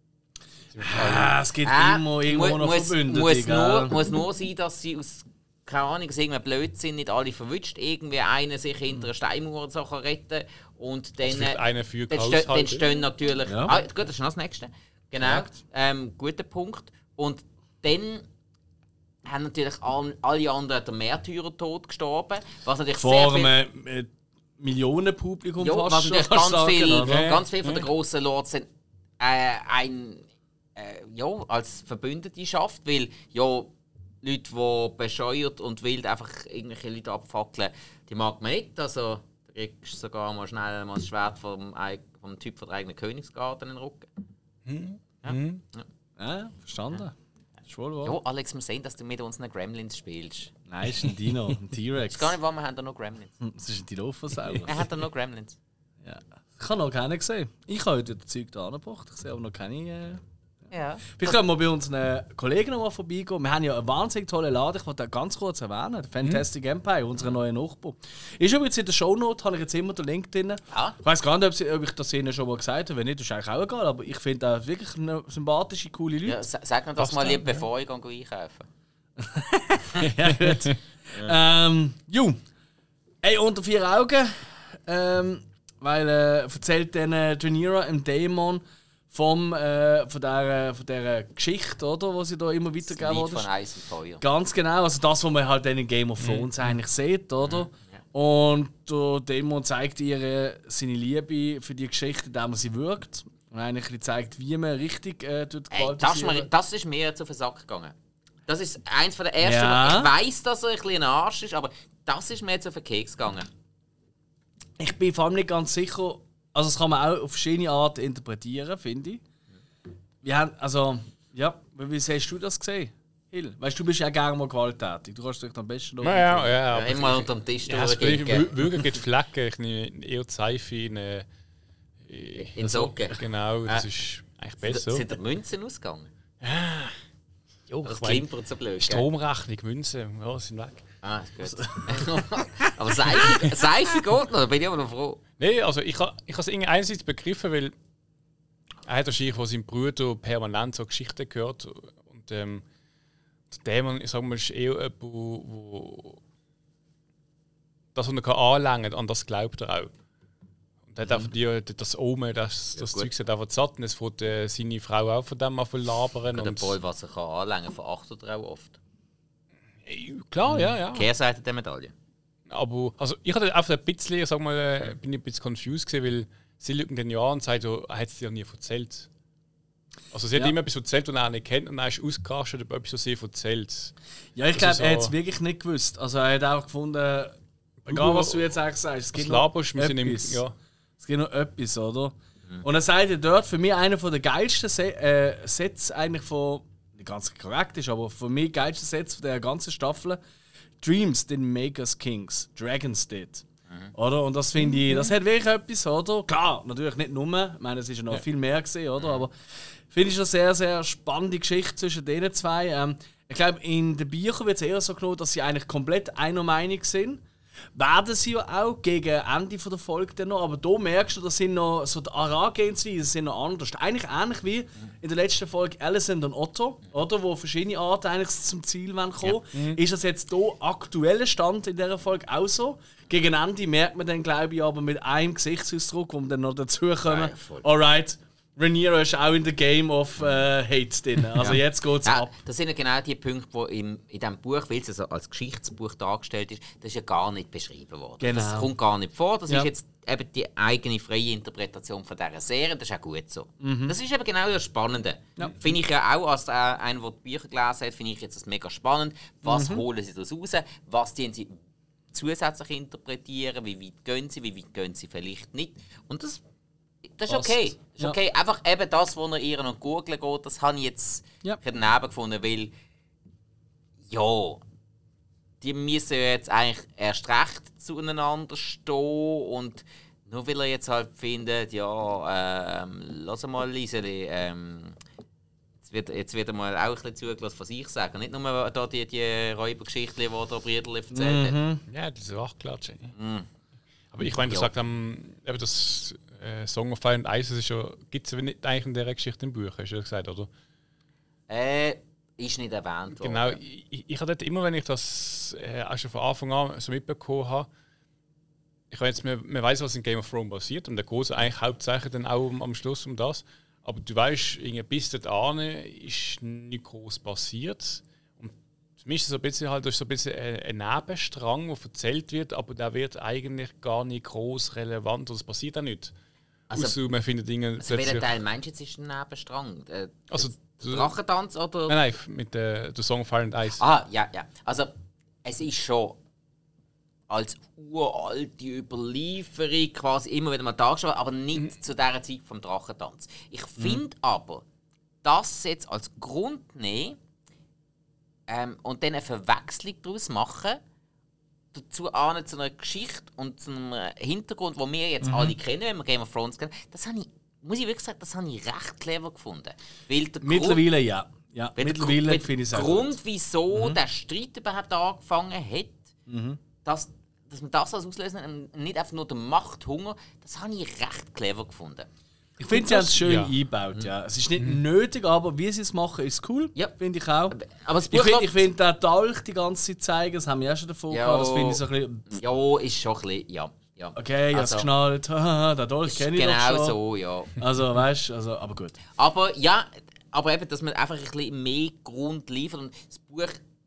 Speaker 1: Ah, es gibt äh, immer irgendwo noch
Speaker 2: muss,
Speaker 1: Verbündete.
Speaker 2: Muss nur, muss nur sein, dass sie aus, keine Ahnung, aus irgendeinem Blödsinn nicht alle verwünscht, irgendwie einer sich hinter einer Steinmauer so retten und dann...
Speaker 3: Einer für
Speaker 2: dann, stö, dann stehen natürlich...
Speaker 1: Ja.
Speaker 2: Ah, gut, das ist noch das Nächste. Genau, ähm, guter Punkt. Und dann haben natürlich all, alle anderen der Märtyrertod gestorben, was natürlich
Speaker 1: vor
Speaker 2: sehr viel...
Speaker 1: einem äh, Millionenpublikum
Speaker 2: ja,
Speaker 1: fast
Speaker 2: was natürlich ganz
Speaker 1: sagen,
Speaker 2: viel,
Speaker 1: oder?
Speaker 2: ganz viel von den grossen Lords sind, äh, ein, äh, ja, als Verbündete schafft, weil ja, Leute, die bescheuert und wild einfach irgendwelche Leute abfackeln, die mag man nicht. Also da kriegst du sogar mal schnell mal das Schwert vom, vom Typ von der eigenen Königsgarten in den Rücken.
Speaker 1: Hm.
Speaker 2: Ja.
Speaker 1: Hm. Ja. Ja, verstanden. Ja.
Speaker 2: Ja, Alex, wir sehen, dass du mit uns einen Gremlins spielst.
Speaker 1: Nein, es ist ein Dino, ein T-Rex.
Speaker 2: Ich weiß gar nicht, warum wir haben da noch Gremlins.
Speaker 1: Das ist ein Dilophosaurus.
Speaker 2: Er hat da noch Gremlins.
Speaker 1: Ja. Ich habe noch keinen gesehen. Ich habe heute das Zeug da angebracht, ich sehe aber noch keine... Äh
Speaker 2: ja.
Speaker 1: Vielleicht können wir bei unseren Kollegen noch mal vorbeigehen. Wir haben ja einen wahnsinnig tollen Laden, ich wollte ganz kurz erwähnen. Fantastic mhm. Empire, unsere neue Nachbar. Ist übrigens in der Shownote, habe ich jetzt immer den Link drin.
Speaker 2: Ah.
Speaker 1: Ich weiß gar nicht, ob, sie, ob ich das Ihnen schon mal gesagt habe. Wenn nicht, ist eigentlich auch egal. Aber ich finde auch wirklich eine sympathische, coole Leute.
Speaker 2: Ja, sag mir das mal lieber, bevor ich einkaufe.
Speaker 1: Ja, gut. ja. Ähm, ju. Ey, unter vier Augen. Ähm, weil äh, erzählt dann äh, Rhaenyra im Dämon vom, äh, von dieser von der Geschichte, oder, die sie da immer weitergegeben wurde.
Speaker 2: Von Eis und Feuer.
Speaker 1: Ganz genau, also das, was man halt in Game of Thrones mhm. eigentlich sieht, oder? Mhm. Ja. Und der Dämon zeigt ihr seine Liebe für die Geschichte, indem er sie wirkt. Und eigentlich zeigt, wie man richtig äh, dort
Speaker 2: Ey, das, mal, das ist mir jetzt auf den Sack gegangen. Das ist eins der ersten. Ja. Ich weiss, dass er ein bisschen ein Arsch ist, aber das ist mir jetzt auf den Keks gegangen.
Speaker 1: Ich bin vor allem nicht ganz sicher. Also, das kann man auch auf verschiedene Arten interpretieren, finde ich. Wir haben, also, ja, wie hast du das gesehen, Hill? Weißt du, du bist ja gerne mal gewalttätig. Du kannst dich am besten noch.
Speaker 3: Ja, ja, ja.
Speaker 2: ja immer unter dem Tisch
Speaker 3: ja, durchgehen. Wirklich gibt Flecken. Ich nehme eher Seife in. Äh,
Speaker 2: in Socken.
Speaker 3: Genau, das
Speaker 2: äh,
Speaker 3: ist eigentlich besser.
Speaker 2: Sind da Münzen ausgegangen?
Speaker 3: Ja. Jo,
Speaker 2: das klimpert so blöd.
Speaker 3: Stromrechnung, Münzen, ja, sind weg.
Speaker 2: Ah, ist gut. Aber Seife, Seife geht noch, da bin ich aber noch froh.
Speaker 3: Nein, also ich habe ich es einerseits begriffen, weil er hat wahrscheinlich von seinem Bruder permanent so Geschichten gehört. Und ähm, der Dämon, ich sag mal, ist eher jemand, wo, wo das, was er anlängt, an das glaubt er auch. Und er hat einfach die, das Omen, das, das ja, Zeug hat einfach satt. Und es fährt äh, seine Frau auch von dem an labern.
Speaker 2: Der Paul, was er kann anlängen, verachtet er auch oft.
Speaker 3: Klar, mhm. ja, ja.
Speaker 2: Kehrseite der Medaille.
Speaker 3: Aber also ich hatte einfach ein bisschen, sag mal, bin ich ein bisschen confused gewesen, weil sie lügen den Jahr und sagt, er hat es dir nie erzählt. Also sie ja. hat immer etwas erzählt, was er nicht kennt, und dann ist ausgerastet über etwas, was sie erzählt.
Speaker 1: Ja, ich glaube, so, er hat es wirklich nicht gewusst. Also er hat auch gefunden, egal was du jetzt auch sagst, es gibt noch etwas.
Speaker 3: Ja.
Speaker 1: Es gibt noch etwas, oder? Mhm. Und er sagt ja dort, für mich einer der geilsten Se äh, Sets eigentlich von, nicht ganz korrekt ist, aber für mich geilsten Sets von der ganzen Staffel. Dreams didn't make us kings, Dragons did. Mhm. Oder? Und das finde ich, das hat wirklich etwas, oder? Klar, natürlich nicht nur, ich meine, es ist ja noch ja. viel mehr gesehen, oder? Aber finde ich eine sehr, sehr spannende Geschichte zwischen den zwei. Ähm, ich glaube, in den Büchern wird es eher so genommen, dass sie eigentlich komplett einer Meinung sind. Werden sie ja auch gegen Ende der Folge dann noch, aber da merkst du, dass sind noch so die Herangehensweisen sind noch anders. Eigentlich ähnlich wie in der letzten Folge Alicent und Otto, oder, wo verschiedene Arten eigentlich zum Ziel kommen wollen. Ja. Mhm. Ist das jetzt hier aktueller Stand in dieser Folge auch so? Gegen Ende merkt man dann, glaube ich, aber mit einem Gesichtsausdruck, wo wir dann noch dazukommen. Alright, Rhaenyra ist auch in der Game of äh, Hate drin. Also ja. jetzt geht es ja, ab.
Speaker 2: Das sind ja genau die Punkte, die in, in diesem Buch, weil es also als Geschichtsbuch dargestellt ist, das ist ja gar nicht beschrieben worden. Genau. Das kommt gar nicht vor. Das ja. ist jetzt eben die eigene freie Interpretation von dieser Serie. Das ist auch gut so. Mhm. Das ist eben genau das Spannende. Ja. Finde ich ja auch, als äh, einer, der die Bücher gelesen hat, finde ich jetzt das mega spannend. Was mhm. holen sie daraus raus? Was dienen sie zusätzlich interpretieren? Wie weit gehen sie? Wie weit gehen sie vielleicht nicht? Und das Das ist okay. Das ist okay. Ja. Einfach eben das, was ihr ihr und googeln geht, das habe ich jetzt ja. daneben gefunden, weil ja, die müssen jetzt eigentlich erst recht zueinander stehen und nur weil er jetzt halt findet, ja, ähm, lass mal Lieseli, ähm, jetzt wird, jetzt wird er mal auch ein bisschen zugelassen, was ich sage. Nicht nur da die, die Räubergeschichten, die der Briedel erzählt
Speaker 3: mhm.
Speaker 2: hat.
Speaker 3: Ja, das ist auch klar. Mhm. Aber ich meine, du ja. sagst, ähm, eben das äh, Song of Fire and Ice, das ist ja, gibt es ja nicht eigentlich in dieser Geschichte im Buch, hast du ja gesagt, oder?
Speaker 2: Äh, ist nicht erwähnt worden.
Speaker 3: Genau, ich, ich habe immer, wenn ich das äh, auch schon von Anfang an so mitbekommen habe, ich weiß, man, man weiß, was in Game of Thrones passiert und der große eigentlich hauptsächlich dann auch am, am Schluss um das. Aber du weißt, bis dahin ist nicht groß passiert. Und für mich ist es so ein bisschen halt, das ist so ein bisschen ein Nebenstrang, der erzählt wird, aber der wird eigentlich gar nicht groß relevant. Das passiert auch nicht.
Speaker 2: Also,
Speaker 3: Ausser, man findet Dinge
Speaker 2: also welcher Teil meinst du jetzt ist ein Nebenstrang? Äh,
Speaker 3: also
Speaker 2: Drachentanz oder?
Speaker 3: Nein, nein, mit der uh, Song Fire and Ice.
Speaker 2: Ah, ja, ja. Also es ist schon als uralte Überlieferung quasi immer wieder mal dargestellt, aber nicht mhm. zu dieser Zeit vom Drachentanz. Ich finde mhm. aber, das jetzt als Grund nehmen ähm, und dann eine Verwechslung daraus machen, dazu ahnen zu einer Geschichte und zu einem Hintergrund, den wir jetzt mhm. alle kennen, wenn wir Game of Thrones kennen, das habe ich, muss ich wirklich sagen, das habe ich recht clever gefunden. Weil der
Speaker 1: Mittlerweile
Speaker 2: Grund,
Speaker 1: ja. ja. Mittlerweile finde ich es auch
Speaker 2: Der Grund, wieso mhm. der Streit überhaupt angefangen hat, mhm. dass, dass man das als Auslöser und nicht einfach nur der Machthunger, das habe ich recht clever gefunden.
Speaker 1: Ich finde, sie haben es schön ja. eingebaut. Ja. Es ist nicht mhm. nötig, aber wie sie es machen, ist cool. Ja. Finde ich auch.
Speaker 2: Aber das
Speaker 1: ich finde, find, der Dolch die ganze Zeit zeigen, das haben wir ja schon davon ja. gehabt. Das finde ich so ein bisschen.
Speaker 2: Ja, ist schon ein bisschen. Ja. Ja.
Speaker 1: Okay, ich also, hab's geschnallt. der Dolch kenne ich
Speaker 2: genau
Speaker 1: doch schon.
Speaker 2: Genau so, ja.
Speaker 1: Also, weißt du, also, aber gut.
Speaker 2: Aber ja, aber eben, dass man einfach ein bisschen mehr Grund liefert. Und das Buch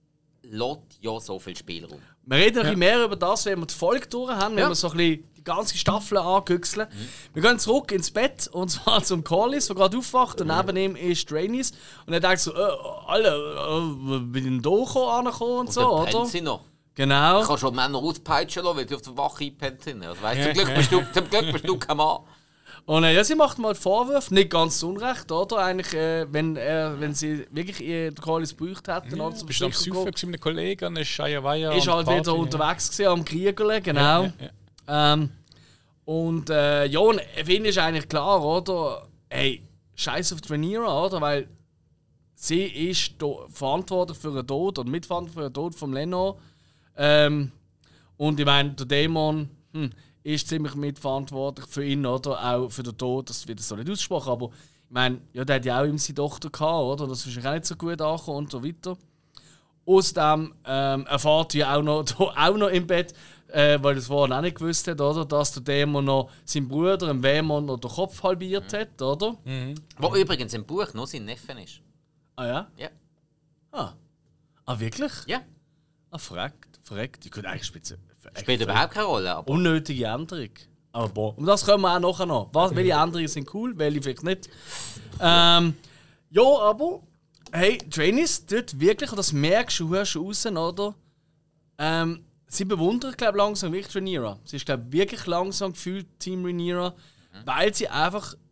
Speaker 2: lässt ja so viel Spielraum.
Speaker 1: Wir reden ein bisschen mehr über das, wenn wir die Folge durch haben, wenn ja. wir so ein bisschen die ganze Staffel angüchseln. Mhm. Wir gehen zurück ins Bett, und zwar zum Corlys, der gerade aufwacht. Und neben ihm ist Rhaenys. Und er denkt so, äh, alle, äh, bin ich da angekommen und, und so, oder?
Speaker 2: Sie noch.
Speaker 1: Genau.
Speaker 2: Ich kann schon Männer auspeitschen lassen, weil die auf der Wache eingepennt sind. Also, weißt, zum, Glück bist du, zum Glück bist du kein Mann.
Speaker 1: Und äh, ja, sie macht mal Vorwürfe, nicht ganz unrecht, oder? Eigentlich, äh, wenn, äh, wenn sie wirklich ihr Corlys gebraucht hätten.
Speaker 3: Ja,
Speaker 1: zum
Speaker 3: bist du am Süffen mit einem Kollegen, ist Shia
Speaker 1: Ist halt wieder unterwegs gewesen, am Kriegerle, genau. Ja, ja, ja. Ähm, und äh, ja, finde ich eigentlich klar, oder? Hey, scheiß auf die Rhaenyra, oder? Weil sie ist verantwortlich für den Tod und mitverantwortlich für den Tod von Lenor. Ähm, und ich meine, der Dämon hm, ist ziemlich mitverantwortlich für ihn, oder? Auch für den Tod, das wird so nicht ausgesprochen, aber ich meine, ja, der hat ja auch ihm seine Tochter gehabt, oder? Das ist auch nicht so gut angekommen und so weiter. Außerdem ähm, erfahrt ihr auch noch, auch noch im Bett, äh, weil das vorher auch nicht gewusst hat, oder? Dass der Dämon noch seinen Bruder, im Wämon, noch den Kopf halbiert hat, oder?
Speaker 2: Mhm. Wo übrigens im Buch nur sein Neffe ist.
Speaker 1: Ah ja?
Speaker 2: Ja.
Speaker 1: Ah. Ah, wirklich?
Speaker 2: Ja.
Speaker 1: Ah, verreckt. Verreckt. Ich könnte eigentlich spitzen.
Speaker 2: Spielt überhaupt keine Rolle. Aber
Speaker 1: unnötige Änderung. Aber boah. Und das können wir auch nachher noch. Was, welche Änderungen sind cool, welche vielleicht nicht. Ähm, ja, aber hey, Rhaenys tut wirklich, und das merkst du, hörst du raus, oder? Ähm, sie bewundert, glaube ich, langsam wirklich Rhaenyra. Sie ist, glaube ich, wirklich langsam gefühlt Team Rhaenyra, mhm. weil sie einfach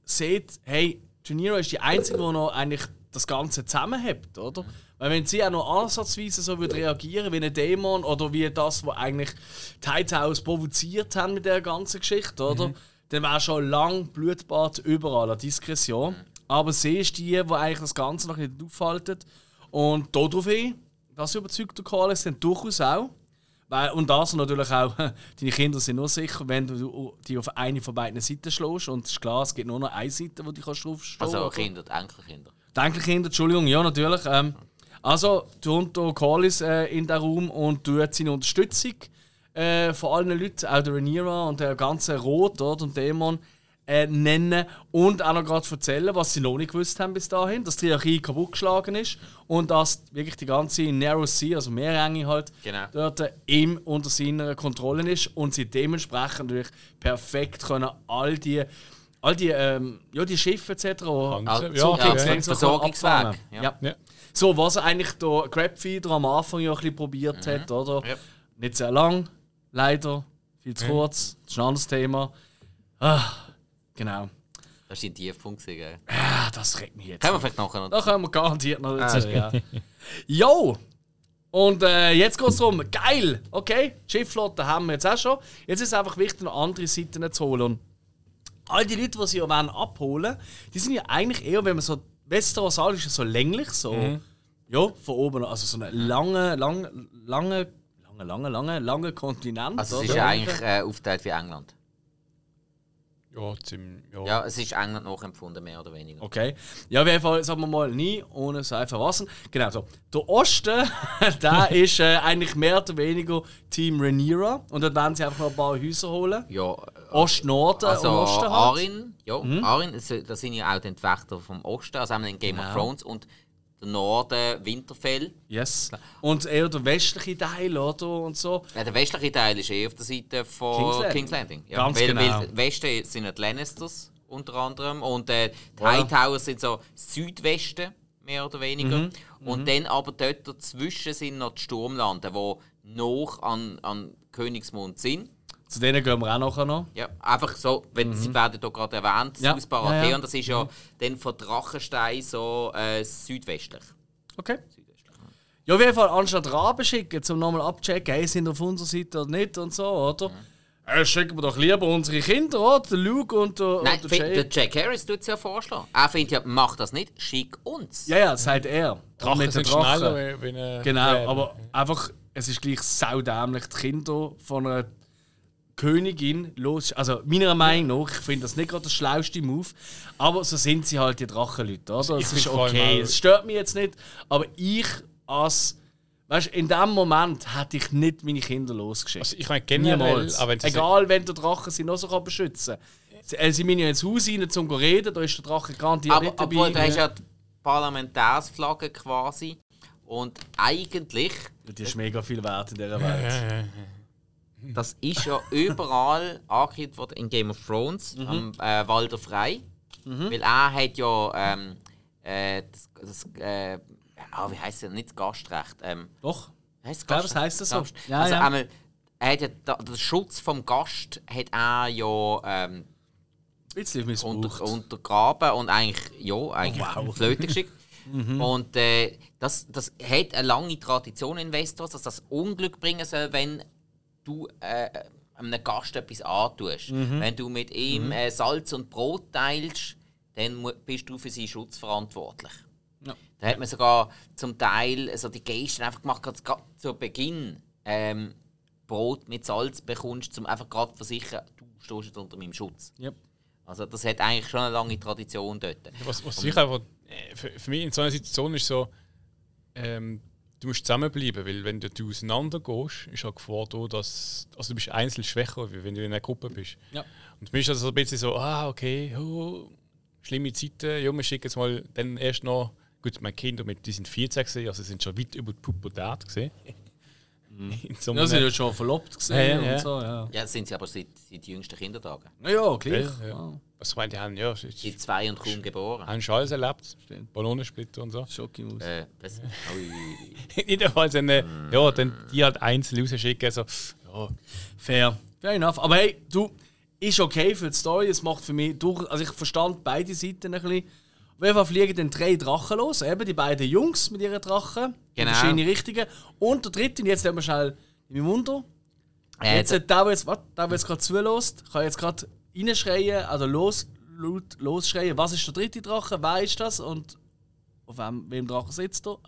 Speaker 1: sieht, hey, Juniro ist die Einzige, die noch eigentlich das Ganze zusammenhält, oder? Weil wenn sie auch noch ansatzweise so würde reagieren wie ein Dämon oder wie das, was eigentlich die Hightows provoziert haben mit der ganzen Geschichte, oder? Mhm. Dann wäre schon lang Blutbad überall, an Diskretion. Mhm. Aber sie ist die, die eigentlich das Ganze noch nicht aufhaltet. Und daraufhin, das überzeugt der Corlys dann durchaus auch. Weil, und das natürlich auch, deine Kinder sind nur sicher, wenn du die auf eine von beiden Seiten schlägst. Und es ist klar, es gibt nur noch eine Seite, wo du draufstehen kannst.
Speaker 2: Also Kinder, die Enkelkinder.
Speaker 1: Die Enkelkinder, Entschuldigung, ja natürlich. Ähm, also, tut der Corlys äh, in den Raum und tut seine Unterstützung äh, von allen Leuten, auch der Rhaenyra und der ganze Rot dort und Dämon, äh, nennen und auch noch gerade erzählen, was sie noch nicht gewusst haben bis dahin, dass die Hierarchie kaputtgeschlagen ist und dass wirklich die ganze Narrow Sea, also Meerenge halt,
Speaker 2: genau.
Speaker 1: dort äh, ihm unter seiner Kontrolle ist und sie dementsprechend natürlich perfekt können all die all die, ähm, ja, die Schiffe et cetera
Speaker 3: Also,
Speaker 1: so
Speaker 3: ja, okay,
Speaker 1: ja,
Speaker 3: ja.
Speaker 1: so
Speaker 2: Versorgungsweg.
Speaker 1: Ja.
Speaker 2: Ja.
Speaker 1: Ja. So, was eigentlich der Crabfeeder am Anfang ja ein bisschen probiert mhm. hat, oder?
Speaker 2: Ja.
Speaker 1: Nicht sehr lang, leider, viel zu kurz, das ist ein anderes Thema. Ah, genau.
Speaker 2: Das war dein Tiefpunkt, gell?
Speaker 1: Ah, das regt mich jetzt.
Speaker 2: Können wir vielleicht nachher noch.
Speaker 1: Da können wir garantiert noch dazu.
Speaker 2: Ah,
Speaker 1: ja. Jo! Und äh, jetzt geht es darum, geil! Okay, die Schiffflotte haben wir jetzt auch schon. Jetzt ist es einfach wichtig, noch andere Seiten zu holen. Und all die Leute, die sie ja abholen wollen, die sind ja eigentlich eher, wenn man so. Westeros ist ja so länglich, so. Mhm. Ja, von oben. Also so eine lange, lange, lange, lange, lange, lange, lange Kontinent.
Speaker 2: Also es ist ja eigentlich äh, aufgeteilt wie England.
Speaker 3: Ja, ziemlich. Ja.
Speaker 2: Ja, es ist England nachempfunden, mehr oder weniger.
Speaker 1: Okay. Ja, auf jeden Fall, sagen wir mal, nie ohne Seife verwassen. Genau so. Der Osten, der ist äh, eigentlich mehr oder weniger Team Rhaenyra. Und dort werden sie einfach noch ein paar Häuser holen.
Speaker 2: Ja.
Speaker 1: Ost, Norden
Speaker 2: also
Speaker 1: und Osten halt.
Speaker 2: Arryn, ja,
Speaker 1: Mhm.
Speaker 2: Arryn, das sind ja auch die Entwächter vom Osten, also haben wir in Game
Speaker 1: Genau.
Speaker 2: of Thrones und der Norden Winterfell.
Speaker 1: Yes. Und eher der westliche Teil, oder? Und so.
Speaker 2: Ja, der westliche Teil ist eher auf der Seite von
Speaker 1: King's
Speaker 2: King's
Speaker 1: Landing.
Speaker 2: Landing. Ja,
Speaker 1: Ganz
Speaker 2: weil,
Speaker 1: genau.
Speaker 2: weil Westen sind ja die Lannisters unter anderem und äh, die
Speaker 1: Voilà.
Speaker 2: Hightowers sind so Südwesten, mehr oder weniger.
Speaker 1: Mhm.
Speaker 2: Und dann aber dort dazwischen sind noch die Sturmlande, die noch an, an Königsmund sind.
Speaker 1: Zu denen gehen wir auch nachher noch.
Speaker 2: Ja, einfach so, wenn sie werden hier gerade erwähnt,
Speaker 1: Ja.
Speaker 2: aus Baratheon,
Speaker 1: Ja, ja.
Speaker 2: das ist ja dann von Drachenstein so äh, südwestlich.
Speaker 1: Okay.
Speaker 2: südwestlich.
Speaker 1: Ja, auf jeden Fall, anstatt Raben schicken, um nochmal abchecken, hey, sind auf unserer Seite oder nicht und so, oder? Äh, schicken wir doch lieber unsere Kinder, oder? Der Luke und der,
Speaker 2: Nein,
Speaker 1: und der
Speaker 2: der
Speaker 1: Jay.
Speaker 2: Jack Harris tut es ja vorschlagen. Er findet ja, mach das nicht, schick uns.
Speaker 1: Ja, ja, sagt er.
Speaker 3: Drachen
Speaker 1: Mit den
Speaker 3: sind
Speaker 1: Drachen.
Speaker 3: schneller wie eine
Speaker 1: Genau,
Speaker 3: Räbe.
Speaker 1: aber einfach, es ist gleich saudämlich, die Kinder von einer Königin los. Also, meiner Meinung nach, ich finde das nicht gerade der schlauste Move, aber so sind sie halt, die Drachenleute, oder?
Speaker 3: Ich
Speaker 1: Es ist
Speaker 3: find vor allem
Speaker 1: okay,
Speaker 3: auch-
Speaker 1: es stört mich jetzt nicht, aber ich als. Weißt du, in dem Moment hätte ich nicht meine Kinder losgeschickt.
Speaker 3: Also ich meine generell,
Speaker 1: Niemals.
Speaker 3: aber wenn sie
Speaker 1: Egal, wenn der Drache sie noch so kann beschützen kann. Sie, äh, sie müssen ja ins Haus rein, um zu reden, da ist der Drache garantiert
Speaker 2: Aber
Speaker 1: nicht
Speaker 2: obwohl, da
Speaker 1: dabei.
Speaker 2: hast ja die Parlamentärsflagge quasi. Und eigentlich,
Speaker 1: Die ist mega viel wert in dieser Welt.
Speaker 2: das ist ja überall angekündigt worden in Game of Thrones, am äh, Walder Frei. Weil er hat ja ähm, äh, das, das äh, ah, wie heisst es? Nicht das Gastrecht. Ähm,
Speaker 1: Doch,
Speaker 2: heisst
Speaker 1: ich glaube, das heisst das so.
Speaker 2: Gast.
Speaker 1: Ja,
Speaker 2: also
Speaker 1: ja.
Speaker 2: einmal, er hat ja da, den Schutz vom Gast hat er ja ähm,
Speaker 1: ein bisschen missbraucht.
Speaker 2: unter, untergraben und eigentlich, ja, eigentlich
Speaker 1: Oh, wow.
Speaker 2: Flöte geschickt. Und äh, das, das hat eine lange Tradition in Westeros, dass das Unglück bringen soll, wenn du äh, einem Gast etwas antust. Wenn du mit ihm äh, Salz und Brot teilst, dann mu- bist du für seinen Schutz verantwortlich.
Speaker 1: Ja.
Speaker 2: Da hat man sogar zum Teil so die Gesten einfach gemacht, gerade gerade zu Beginn ähm, Brot mit Salz bekommst, um einfach gerade zu versichern, du stehst jetzt unter meinem Schutz.
Speaker 1: Yep.
Speaker 2: Also das hat eigentlich schon eine lange Tradition dort.
Speaker 3: Was, was sicher einfach, äh, für, für mich in so einer Situation ist so, ähm, du musst zusammenbleiben, weil wenn du, du auseinander gehst, ist auch Gefahr da, dass also du bist einzeln schwächer, wie wenn du in einer Gruppe bist.
Speaker 1: Ja.
Speaker 3: Und für mich ist das so ein bisschen so, ah okay, oh, schlimme Zeiten, ja, wir schicken jetzt mal dann erst noch, gut, meine Kinder mit, die sind vierzehn gewesen, also sind schon weit über die Pubertät gesehen. In so
Speaker 1: Ja, sie
Speaker 3: einem-
Speaker 1: sind ja schon verlobt gesehen
Speaker 3: Ja, ja,
Speaker 1: und
Speaker 3: ja.
Speaker 1: so, ja.
Speaker 2: Ja, das sind sie aber seit, seit jüngsten Kindertagen.
Speaker 1: Na ja, gleich.
Speaker 3: Ja, ja.
Speaker 1: Ah,
Speaker 3: Was meint die haben, ja, sie
Speaker 2: Seit zwei und kaum geboren.
Speaker 3: haben schon alles erlebt,
Speaker 1: Stimmt.
Speaker 3: Ballonensplitter und so.
Speaker 1: Schokimaus.
Speaker 2: Äh, das, ui.
Speaker 3: Jedenfalls eine, ja, dann die halt einzeln rausschicken, so, ja,
Speaker 1: Fair. Fair enough. Aber hey, du, ist okay für die Story, es macht für mich durch. Also ich verstand beide Seiten ein bisschen. Auf jeden Fall fliegen dann drei Drachen los, eben die beiden Jungs mit ihren Drachen,
Speaker 2: genau.
Speaker 1: in verschiedene Richtungen. Und der dritte, und jetzt haben wir schnell in mein Wunder.
Speaker 2: Äh,
Speaker 1: Jetzt, der, der jetzt, was, der, der jetzt gerade zulässt, kann jetzt gerade reinschreien, also los, laut, losschreien, was ist der dritte Drache, wer ist das und auf wem, wem Drachen sitzt er?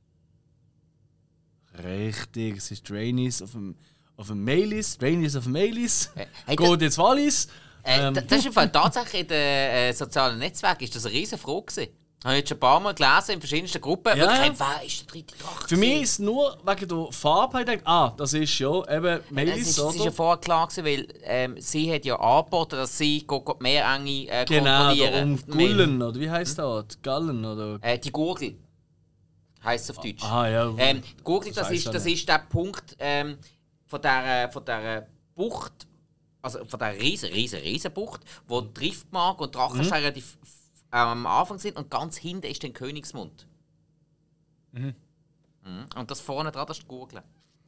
Speaker 1: Richtig, es ist Rhaenys auf dem, auf dem Mailis, Rhaenys auf dem Mailis,
Speaker 2: Äh, hey,
Speaker 1: geht jetzt Wallis.
Speaker 2: Äh,
Speaker 1: Ähm,
Speaker 2: das ist im Fall tatsächlich in den äh, sozialen Netzwerken ist das eine riesen Frage gewesen. Habe ich jetzt schon ein paar Mal gelesen in verschiedensten Gruppen.
Speaker 1: Ja.
Speaker 2: Wirklich, wer ist der dritte Drache?
Speaker 1: Für mich ist es nur wegen der Farbe, ich gedacht, ah, das ist ja eben
Speaker 2: Es
Speaker 1: Mailis,
Speaker 2: ist, es ist ja
Speaker 1: oder?
Speaker 2: vorher klar gewesen, weil ähm, sie hat ja angeboten, dass sie go, go die Meerenge äh,
Speaker 1: Genau,
Speaker 2: kontrollieren.
Speaker 1: um Gullen, oder wie heisst das? Die Gallen, oder?
Speaker 2: Äh, die Gurgel heisst es auf Deutsch.
Speaker 1: Ah, ja.
Speaker 2: Ähm, die Gurgel, das,
Speaker 1: Das
Speaker 2: ist,
Speaker 1: weiss
Speaker 2: das
Speaker 1: ich
Speaker 2: ist der Punkt ähm, von dieser von der Bucht, also von dieser riesen, riesen, riesen Bucht, wo die Driftmark und Drachenstein relativ äh, am Anfang sind und ganz hinten ist der Königsmund.
Speaker 3: Mhm.
Speaker 2: Mhm. Und das vorne dran, das ist die Gurgel.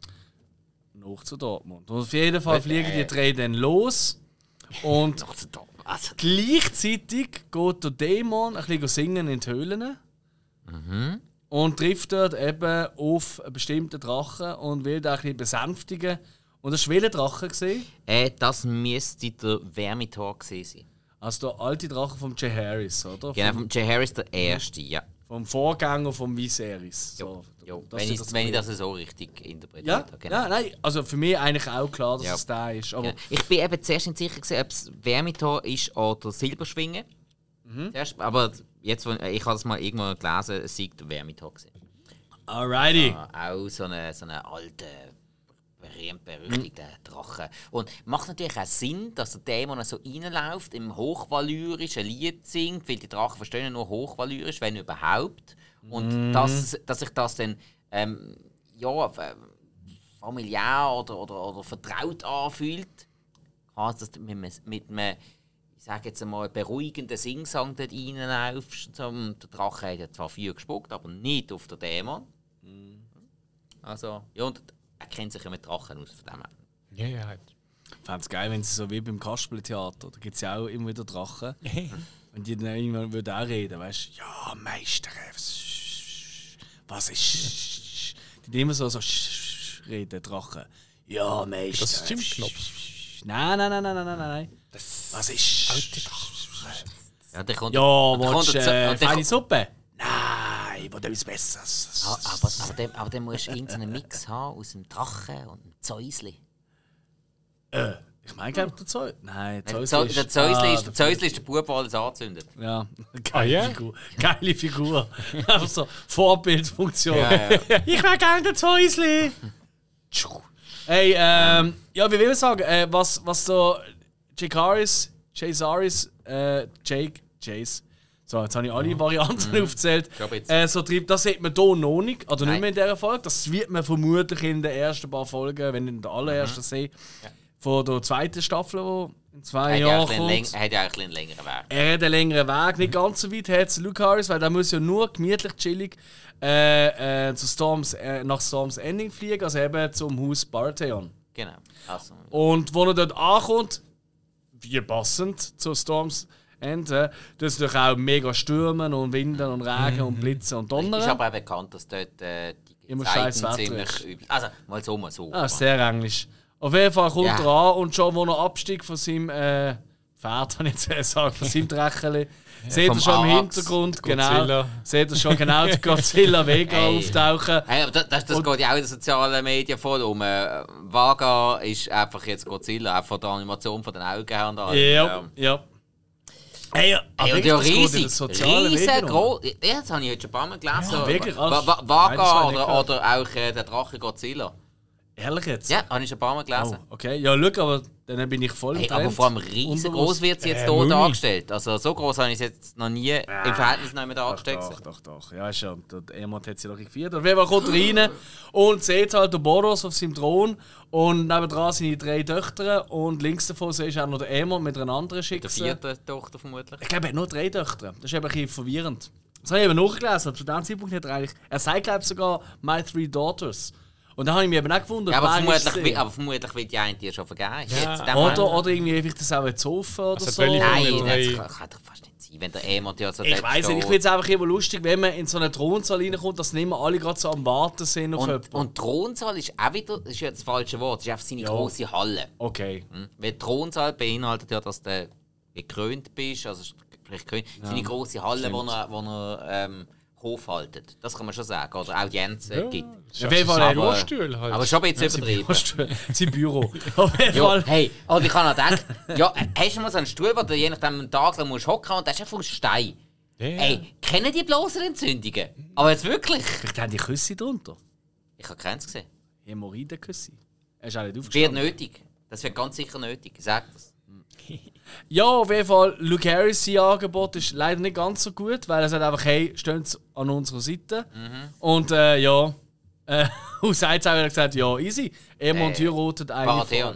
Speaker 1: Noch zu Dortmund. Und auf jeden Fall
Speaker 2: Äh,
Speaker 1: fliegen
Speaker 2: äh.
Speaker 1: die drei dann los. Und
Speaker 2: Also,
Speaker 1: gleichzeitig geht der Dämon ein bisschen singen in die Höhlen.
Speaker 2: mhm.
Speaker 1: Und trifft dort eben auf einen bestimmten Drachen und will den ein bisschen besänftigen. Und das war welcher Drache gesehen?
Speaker 2: äh, das müsste der Vermithor gewesen sein.
Speaker 1: Also der alte Drache von Jay Harris, oder?
Speaker 2: Genau,
Speaker 1: Vom,
Speaker 2: vom Jay Harris der erste, ja.
Speaker 1: vom Vorgänger von Viserys.
Speaker 2: Jo,
Speaker 1: So,
Speaker 2: jo.
Speaker 1: das
Speaker 2: Wenn,
Speaker 1: ist
Speaker 2: ich,
Speaker 1: das
Speaker 2: wenn ich
Speaker 1: Problem.
Speaker 2: das so richtig interpretiert
Speaker 1: Ja,
Speaker 2: habe. Genau.
Speaker 1: ja, nein, also für mich eigentlich auch klar, dass
Speaker 2: Ja.
Speaker 1: es der ist. Aber
Speaker 2: Genau. Ich bin eben zuerst nicht sicher, gewesen, ob es Vermithor ist oder Silberschwingen.
Speaker 1: Mhm.
Speaker 2: Zuerst, aber jetzt, wo- ich habe es mal irgendwo gelesen, es sei der Vermithor gewesen.
Speaker 1: alrighty.
Speaker 2: Ja, auch so eine, so eine alte, berühmt berüchtigte Drache. Und macht natürlich auch Sinn, dass der Dämon so reinläuft, im hochvalyrischen Lied singt, weil die Drachen verstehen ja nur hochvalyrisch, wenn überhaupt. Und dass, dass sich das dann ähm, ja, f- familiär oder, oder, oder vertraut anfühlt, kann das mit, einem- mit einem, ich sage jetzt einmal, beruhigenden Singsang dort reinläufst. So, und der Drache hat ja zwar Feuer gespuckt, aber nicht auf den Dämon. Also, ja, und er kennt sich ja mit Drachen aus, von dem her.
Speaker 3: Ja, ja, halt.
Speaker 1: Ich fände es geil, wenn sie so wie beim Kasperle-Theater, da gibt es ja auch immer wieder Drachen. Wenn die dann irgendwann würden auch reden, weißt du, ja, Meister, was- was ist. Die dann immer so, so reden, Drachen. Ja, Meister.
Speaker 3: Das ist Stimmknopf.
Speaker 1: Nein, nein, nein, nein, nein, nein, nein. Was ist.
Speaker 2: Ja, der kommt,
Speaker 1: Ja,
Speaker 2: der kommt
Speaker 1: willst du
Speaker 2: der-
Speaker 1: äh,
Speaker 2: und der
Speaker 1: feine
Speaker 2: kommt-
Speaker 1: Suppe? Nein, ich will etwas Besseres.
Speaker 2: Ah, aber, aber, dann, aber dann musst du irgendeinen Mix haben aus einem Drachen und einem Zäusli.
Speaker 1: Äh, ich meine, glaube der Zeus. Nein,
Speaker 2: Der
Speaker 1: Zeus
Speaker 2: Zäusli ist, der Zäusli
Speaker 1: ah,
Speaker 2: ist, der Zäusli ist der Bub, der alles anzündet.
Speaker 1: Ja, geile
Speaker 3: Ah, ja?
Speaker 1: Figur. Geile Figur. Einfach so Vorbildfunktion.
Speaker 2: Ja, ja.
Speaker 1: Ich will gerne den Zeusli. Hey, ähm, ja, wie will ich sagen, äh, was, was so Jake Harris, Chase Harris, äh, Jake, Chase, so, jetzt habe ich alle Varianten aufgezählt,
Speaker 2: Ich glaube jetzt.
Speaker 1: äh, so treibt, das sieht man hier noch nicht, oder
Speaker 2: Nein.
Speaker 1: nicht mehr in dieser Folge, das wird man vermutlich in den ersten paar Folgen, wenn nicht in der allerersten sehe, von der zweiten Staffel, die in zwei
Speaker 2: Er hat ja
Speaker 1: Jahren
Speaker 2: ein
Speaker 1: kommt.
Speaker 2: bisschen läng- er hat ja ein bisschen einen längeren Weg.
Speaker 1: Er hat einen längeren Weg, nicht ganz so weit hat Luke Harris, weil der muss ja nur gemütlich, chillig äh, äh, zu Storms, äh, nach Storms Ending fliegen, also eben zum Haus Baratheon.
Speaker 2: Genau. Also,
Speaker 1: Und wo er dort ankommt, wie passend zu Storms Ende, das ist natürlich auch mega Stürmen und Winden und Regen und Blitzen und
Speaker 2: ist
Speaker 1: Donnern.
Speaker 2: aber auch bekannt, dass dort äh, die
Speaker 1: Immer
Speaker 2: Zeiten
Speaker 1: scheiß Wetter
Speaker 2: ziemlich
Speaker 1: ist.
Speaker 2: übel. Also, mal so, mal so.
Speaker 1: Ah, sehr englisch. Auf jeden Fall kommt
Speaker 2: Ja.
Speaker 1: er an und schon, wo er absteigt von seinem äh, Pferd, kann ich jetzt sagen, von seinem Drecheli, seht ihr
Speaker 2: Vom
Speaker 1: schon im
Speaker 2: Arax,
Speaker 1: Hintergrund,
Speaker 3: Godzilla.
Speaker 1: genau, seht ihr schon genau den Godzilla Vega
Speaker 2: Hey.
Speaker 1: auftauchen.
Speaker 2: Hey, aber das, das, das geht ja auch in den sozialen Medien voll um. Äh, Vaga ist einfach jetzt Godzilla, auch von der Animation von den Augen her und alles.
Speaker 1: Ja, ja. Hey, aber
Speaker 2: Hey, und
Speaker 1: wirklich,
Speaker 2: ja,
Speaker 1: das geht in den
Speaker 2: riesig,
Speaker 1: sozialen Medien um.
Speaker 2: riesengroß. Ja, das habe ich heute schon ein paar Mal gelesen.
Speaker 1: Ja, wirklich,
Speaker 2: Va-
Speaker 1: alles-
Speaker 2: Va-
Speaker 1: Nein, das
Speaker 2: Vaga
Speaker 1: habe ich nicht
Speaker 2: oder,
Speaker 1: gehört.
Speaker 2: oder auch äh, der Drache Godzilla.
Speaker 1: Ehrlich jetzt?
Speaker 2: Ja, habe ich schon ein paar Mal gelesen.
Speaker 1: Oh, okay, ja, schau, aber dann bin ich voll im
Speaker 2: Hey, aber
Speaker 1: Trend.
Speaker 2: vor allem riesengroß
Speaker 1: Unbewusst.
Speaker 2: wird sie jetzt
Speaker 3: Äh,
Speaker 2: hier
Speaker 3: Mumie.
Speaker 2: dargestellt. Also so groß habe ich es jetzt noch nie im Verhältnis noch mehr
Speaker 1: Doch,
Speaker 2: dargestellt
Speaker 1: doch,
Speaker 2: gesehen.
Speaker 1: doch, doch. Ja, ist ja. Der Emot hat sie doch gefeiert. Auf jeden Fall kommt er rein und sieht halt den Boros auf seinem Thron und nebendran seine drei Töchter und links davon ist auch noch der Emot mit einer anderen
Speaker 2: Der
Speaker 1: Schicksal.
Speaker 2: vierte Tochter vermutlich.
Speaker 1: Ich glaube, er hat nur drei Töchter. Das ist eben ein bisschen verwirrend. Das habe ich eben nachgelesen. Zu dem Zeitpunkt hat er eigentlich. Er sagt, glaube ich, sogar My Three Daughters. Und dann habe ich mich eben auch gewundert,
Speaker 2: Ja, aber,
Speaker 1: wer ist
Speaker 2: vermutlich,
Speaker 1: sie?
Speaker 2: will, aber vermutlich wird die eine die schon vergeben.
Speaker 3: Ja.
Speaker 2: Jetzt, in dem
Speaker 1: Oder,
Speaker 2: Moment-
Speaker 1: oder irgendwie einfach das auch jetzt offen oder
Speaker 3: Also
Speaker 1: so.
Speaker 3: Bölli-
Speaker 2: Nein,
Speaker 3: Oder-
Speaker 2: das kann, kann doch fast nicht sein, wenn der Emot ja so
Speaker 1: Ich
Speaker 2: dort
Speaker 1: weiss nicht, ich
Speaker 2: steht.
Speaker 1: finde es einfach immer lustig, wenn man in so einen Thronsaal reinkommt, dass nicht mehr alle gerade so am Warten sind auf
Speaker 2: Und,
Speaker 1: jemanden.
Speaker 2: und Thronsaal ist auch wieder, das ist ja das falsche Wort, das ist einfach seine
Speaker 1: Ja.
Speaker 2: grosse Halle.
Speaker 1: Okay.
Speaker 2: Hm? Weil Thronsaal beinhaltet ja, dass du gekrönt bist, also sprich gekrönt, seine grosse Halle,
Speaker 1: stimmt.
Speaker 2: wo er, wo er ähm, Hof haltet. Das kann man schon sagen, oder Audienzen
Speaker 3: Ja,
Speaker 2: gibt.
Speaker 3: das ist
Speaker 1: Auf jeden Fall
Speaker 3: ein
Speaker 1: ein
Speaker 3: Bürostühl halt.
Speaker 2: Aber schon ein bisschen übertrieben.
Speaker 1: Sein Büro. Auf jeden
Speaker 2: Ja,
Speaker 1: Fall.
Speaker 2: hey, und ich habe noch gedacht, ja, hast du mal so einen Stuhl, wo du je nachdem einen Tag lang musst hocken und der ist einfach aus Stein.
Speaker 3: Ja, ja.
Speaker 2: Ey, kennen die Blasenentzündungen? Aber jetzt wirklich?
Speaker 1: Vielleicht haben die Küsse drunter.
Speaker 2: Ich habe keins gesehen.
Speaker 1: Hämorrhoidenküsse. Er ist auch nicht
Speaker 2: Wird
Speaker 1: aufgestanden.
Speaker 2: nötig. Das wird ganz sicher nötig. Ich sag das.
Speaker 1: Ja, auf jeden Fall, Luke Harris, sein Angebot ist leider nicht ganz so gut, weil er sagt einfach, hey, stehen Sie an unserer Seite. Und äh, ja, äh, und Seitz hat gesagt, ja, easy. Emond
Speaker 2: Äh,
Speaker 1: heiratet eine
Speaker 2: Baratheon.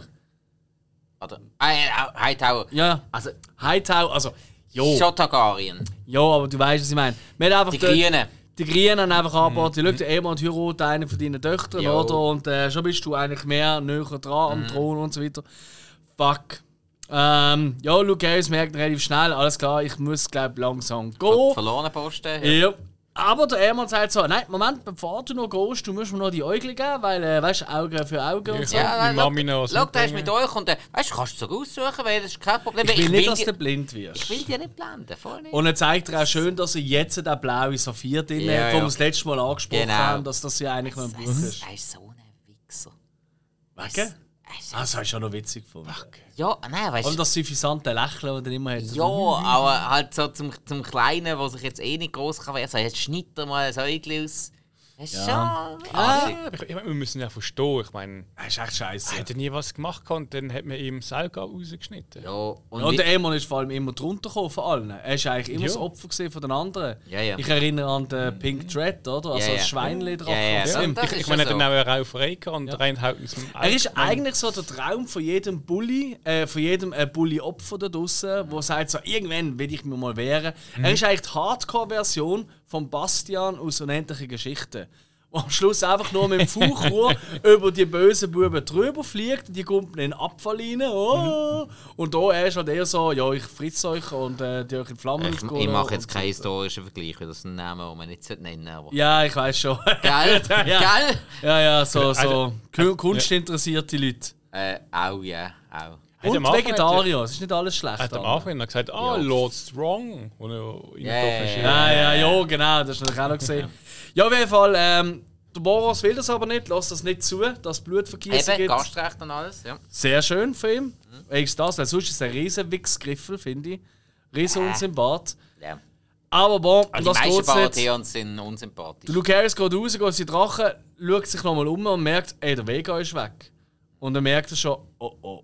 Speaker 2: Oder? Ah, ja, Hightower.
Speaker 1: Ja,
Speaker 2: Also,
Speaker 1: Hightower, also, jo,
Speaker 2: Shotagarien.
Speaker 1: ja, aber du weißt, was ich meine. Wir haben einfach
Speaker 2: Die
Speaker 1: dort-
Speaker 2: Grünen.
Speaker 1: Die Grünen haben einfach angeboten, schau, der Emond heiratet eine von deinen Töchtern,
Speaker 2: Jo.
Speaker 1: oder? Und äh, schon bist du eigentlich mehr näher dran am Thron und so weiter. Fuck. Ähm, ja, Luke Harris merkt relativ schnell, alles klar, ich muss, glaube langsam gehen.
Speaker 2: Verlorene Posten.
Speaker 1: Ja. Aber der Emond sagt so, nein, Moment, bevor du noch gehst, du musst mir noch die Äugel geben, weil, äh, weißt du, Auge für Auge und so.
Speaker 3: Ja.
Speaker 2: Ja,
Speaker 3: Die
Speaker 2: schau,
Speaker 3: Mami noch was
Speaker 2: schau, der ist
Speaker 3: mitbringen.
Speaker 2: mit euch und äh, weißt du, kannst du sogar aussuchen, weil das ist kein Problem.
Speaker 1: Ich will nicht, dass
Speaker 2: die-
Speaker 1: du blind wirst.
Speaker 2: ich will die nicht blenden, voll nicht.
Speaker 1: Und er zeigt dir auch schön, dass er jetzt den blauen Saphir drin
Speaker 2: Ja,
Speaker 1: hat, wo
Speaker 2: ja.
Speaker 1: wir das letzte Mal angesprochen
Speaker 2: Genau.
Speaker 1: haben, dass das ja eigentlich noch ein
Speaker 2: Er
Speaker 1: Buch
Speaker 2: ist,
Speaker 1: ist.
Speaker 2: er ist so ein Wichser.
Speaker 1: Wegen?
Speaker 2: Er ist-
Speaker 1: Ah, das habe ich schon noch witzig gefunden.
Speaker 2: Ja, nein, weißt
Speaker 1: Und
Speaker 2: du.
Speaker 1: das suffisante Lächeln, das er immer hat.
Speaker 2: Ja, aber halt so zum, zum Kleinen, der sich jetzt eh nicht groß kann werden. So, jetzt schnitt er mal ein Äugel aus. Das ist
Speaker 1: Ja.
Speaker 2: schon.
Speaker 3: Ja, ich, ich meine, wir müssen ja verstehen. Ich meine,
Speaker 1: Das ist echt scheiße.
Speaker 3: er hat nie was gemacht und dann hat man ihm das Auge rausgeschnitten.
Speaker 2: Ja, und,
Speaker 1: Ja, und
Speaker 2: wie-
Speaker 1: der Emon ist vor allem immer drunter gekommen von allen. Er ist eigentlich immer
Speaker 3: Ja.
Speaker 1: das Opfer gewesen von den anderen.
Speaker 2: Ja, ja.
Speaker 1: Ich erinnere an den Pink Dread, oder? Also
Speaker 2: Ja, ja.
Speaker 1: das Schweinchen drauf.
Speaker 2: Ja, ja,
Speaker 1: was
Speaker 2: ja.
Speaker 1: ihm-
Speaker 2: Das
Speaker 3: Ich,
Speaker 2: ist
Speaker 3: ich meine,
Speaker 2: ja
Speaker 3: er
Speaker 2: so.
Speaker 3: hat dann auch auf Reika und rein haut ins
Speaker 1: Er ist eigentlich so der Traum von jedem Bully, äh, von jedem äh, Bully-Opfer da draussen, der sagt so, irgendwann will ich mir mal wehren. Er ist eigentlich die Hardcore-Version von Bastian aus Unendliche Geschichten. Wo am Schluss einfach nur mit dem Fauchrohr über die bösen Buben drüber fliegt und die kommen in den Abfall rein. Oh. Und da er ist halt eher so, ja, ich fritze euch und äh, die euch in Flammen
Speaker 2: Ich,
Speaker 1: aufgehen
Speaker 2: ich mache
Speaker 1: und
Speaker 2: jetzt
Speaker 1: so.
Speaker 2: keinen historischen Vergleich, weil das ist ein Name, den man nicht nennen sollte. Aber
Speaker 1: Ja, ich weiß schon.
Speaker 2: Gell?
Speaker 1: ja.
Speaker 2: Gell?
Speaker 1: Ja, ja, so, so
Speaker 3: Also-
Speaker 1: Kun- kunstinteressierte Leute.
Speaker 2: Äh, auch, ja, auch.
Speaker 3: Hat
Speaker 1: Und
Speaker 3: am Anfang
Speaker 1: Vegetarier, es ist nicht alles schlecht.
Speaker 3: Er hat am
Speaker 1: Anna.
Speaker 3: Anfang noch gesagt, ah,
Speaker 2: Ja.
Speaker 3: Lord Strong. Und er
Speaker 2: Ja, ja, ja.
Speaker 1: Ja, ja, ja, genau, das hast du natürlich auch noch gesehen. Ja, auf jeden Fall, ähm, der Boros will das aber nicht, lässt das nicht zu, dass es Blutvergießen
Speaker 2: Eben,
Speaker 1: gibt.
Speaker 2: Gastrecht und alles, ja.
Speaker 1: Sehr schön für ihn. Wenigstens das, weil sonst ist es ein riesen Wichsgriffel, finde ich. Riesen
Speaker 2: Äh.
Speaker 1: unsympath.
Speaker 2: ja.
Speaker 1: Aber bon, um
Speaker 2: Also die
Speaker 1: das
Speaker 2: meisten
Speaker 1: geht's nicht.
Speaker 2: Baratheons sind unsympathisch.
Speaker 1: Der Luke Harris geht raus, geht sein Drache, schaut sich nochmal um und merkt, ey, der Vega ist weg. Und dann merkt er schon, oh oh.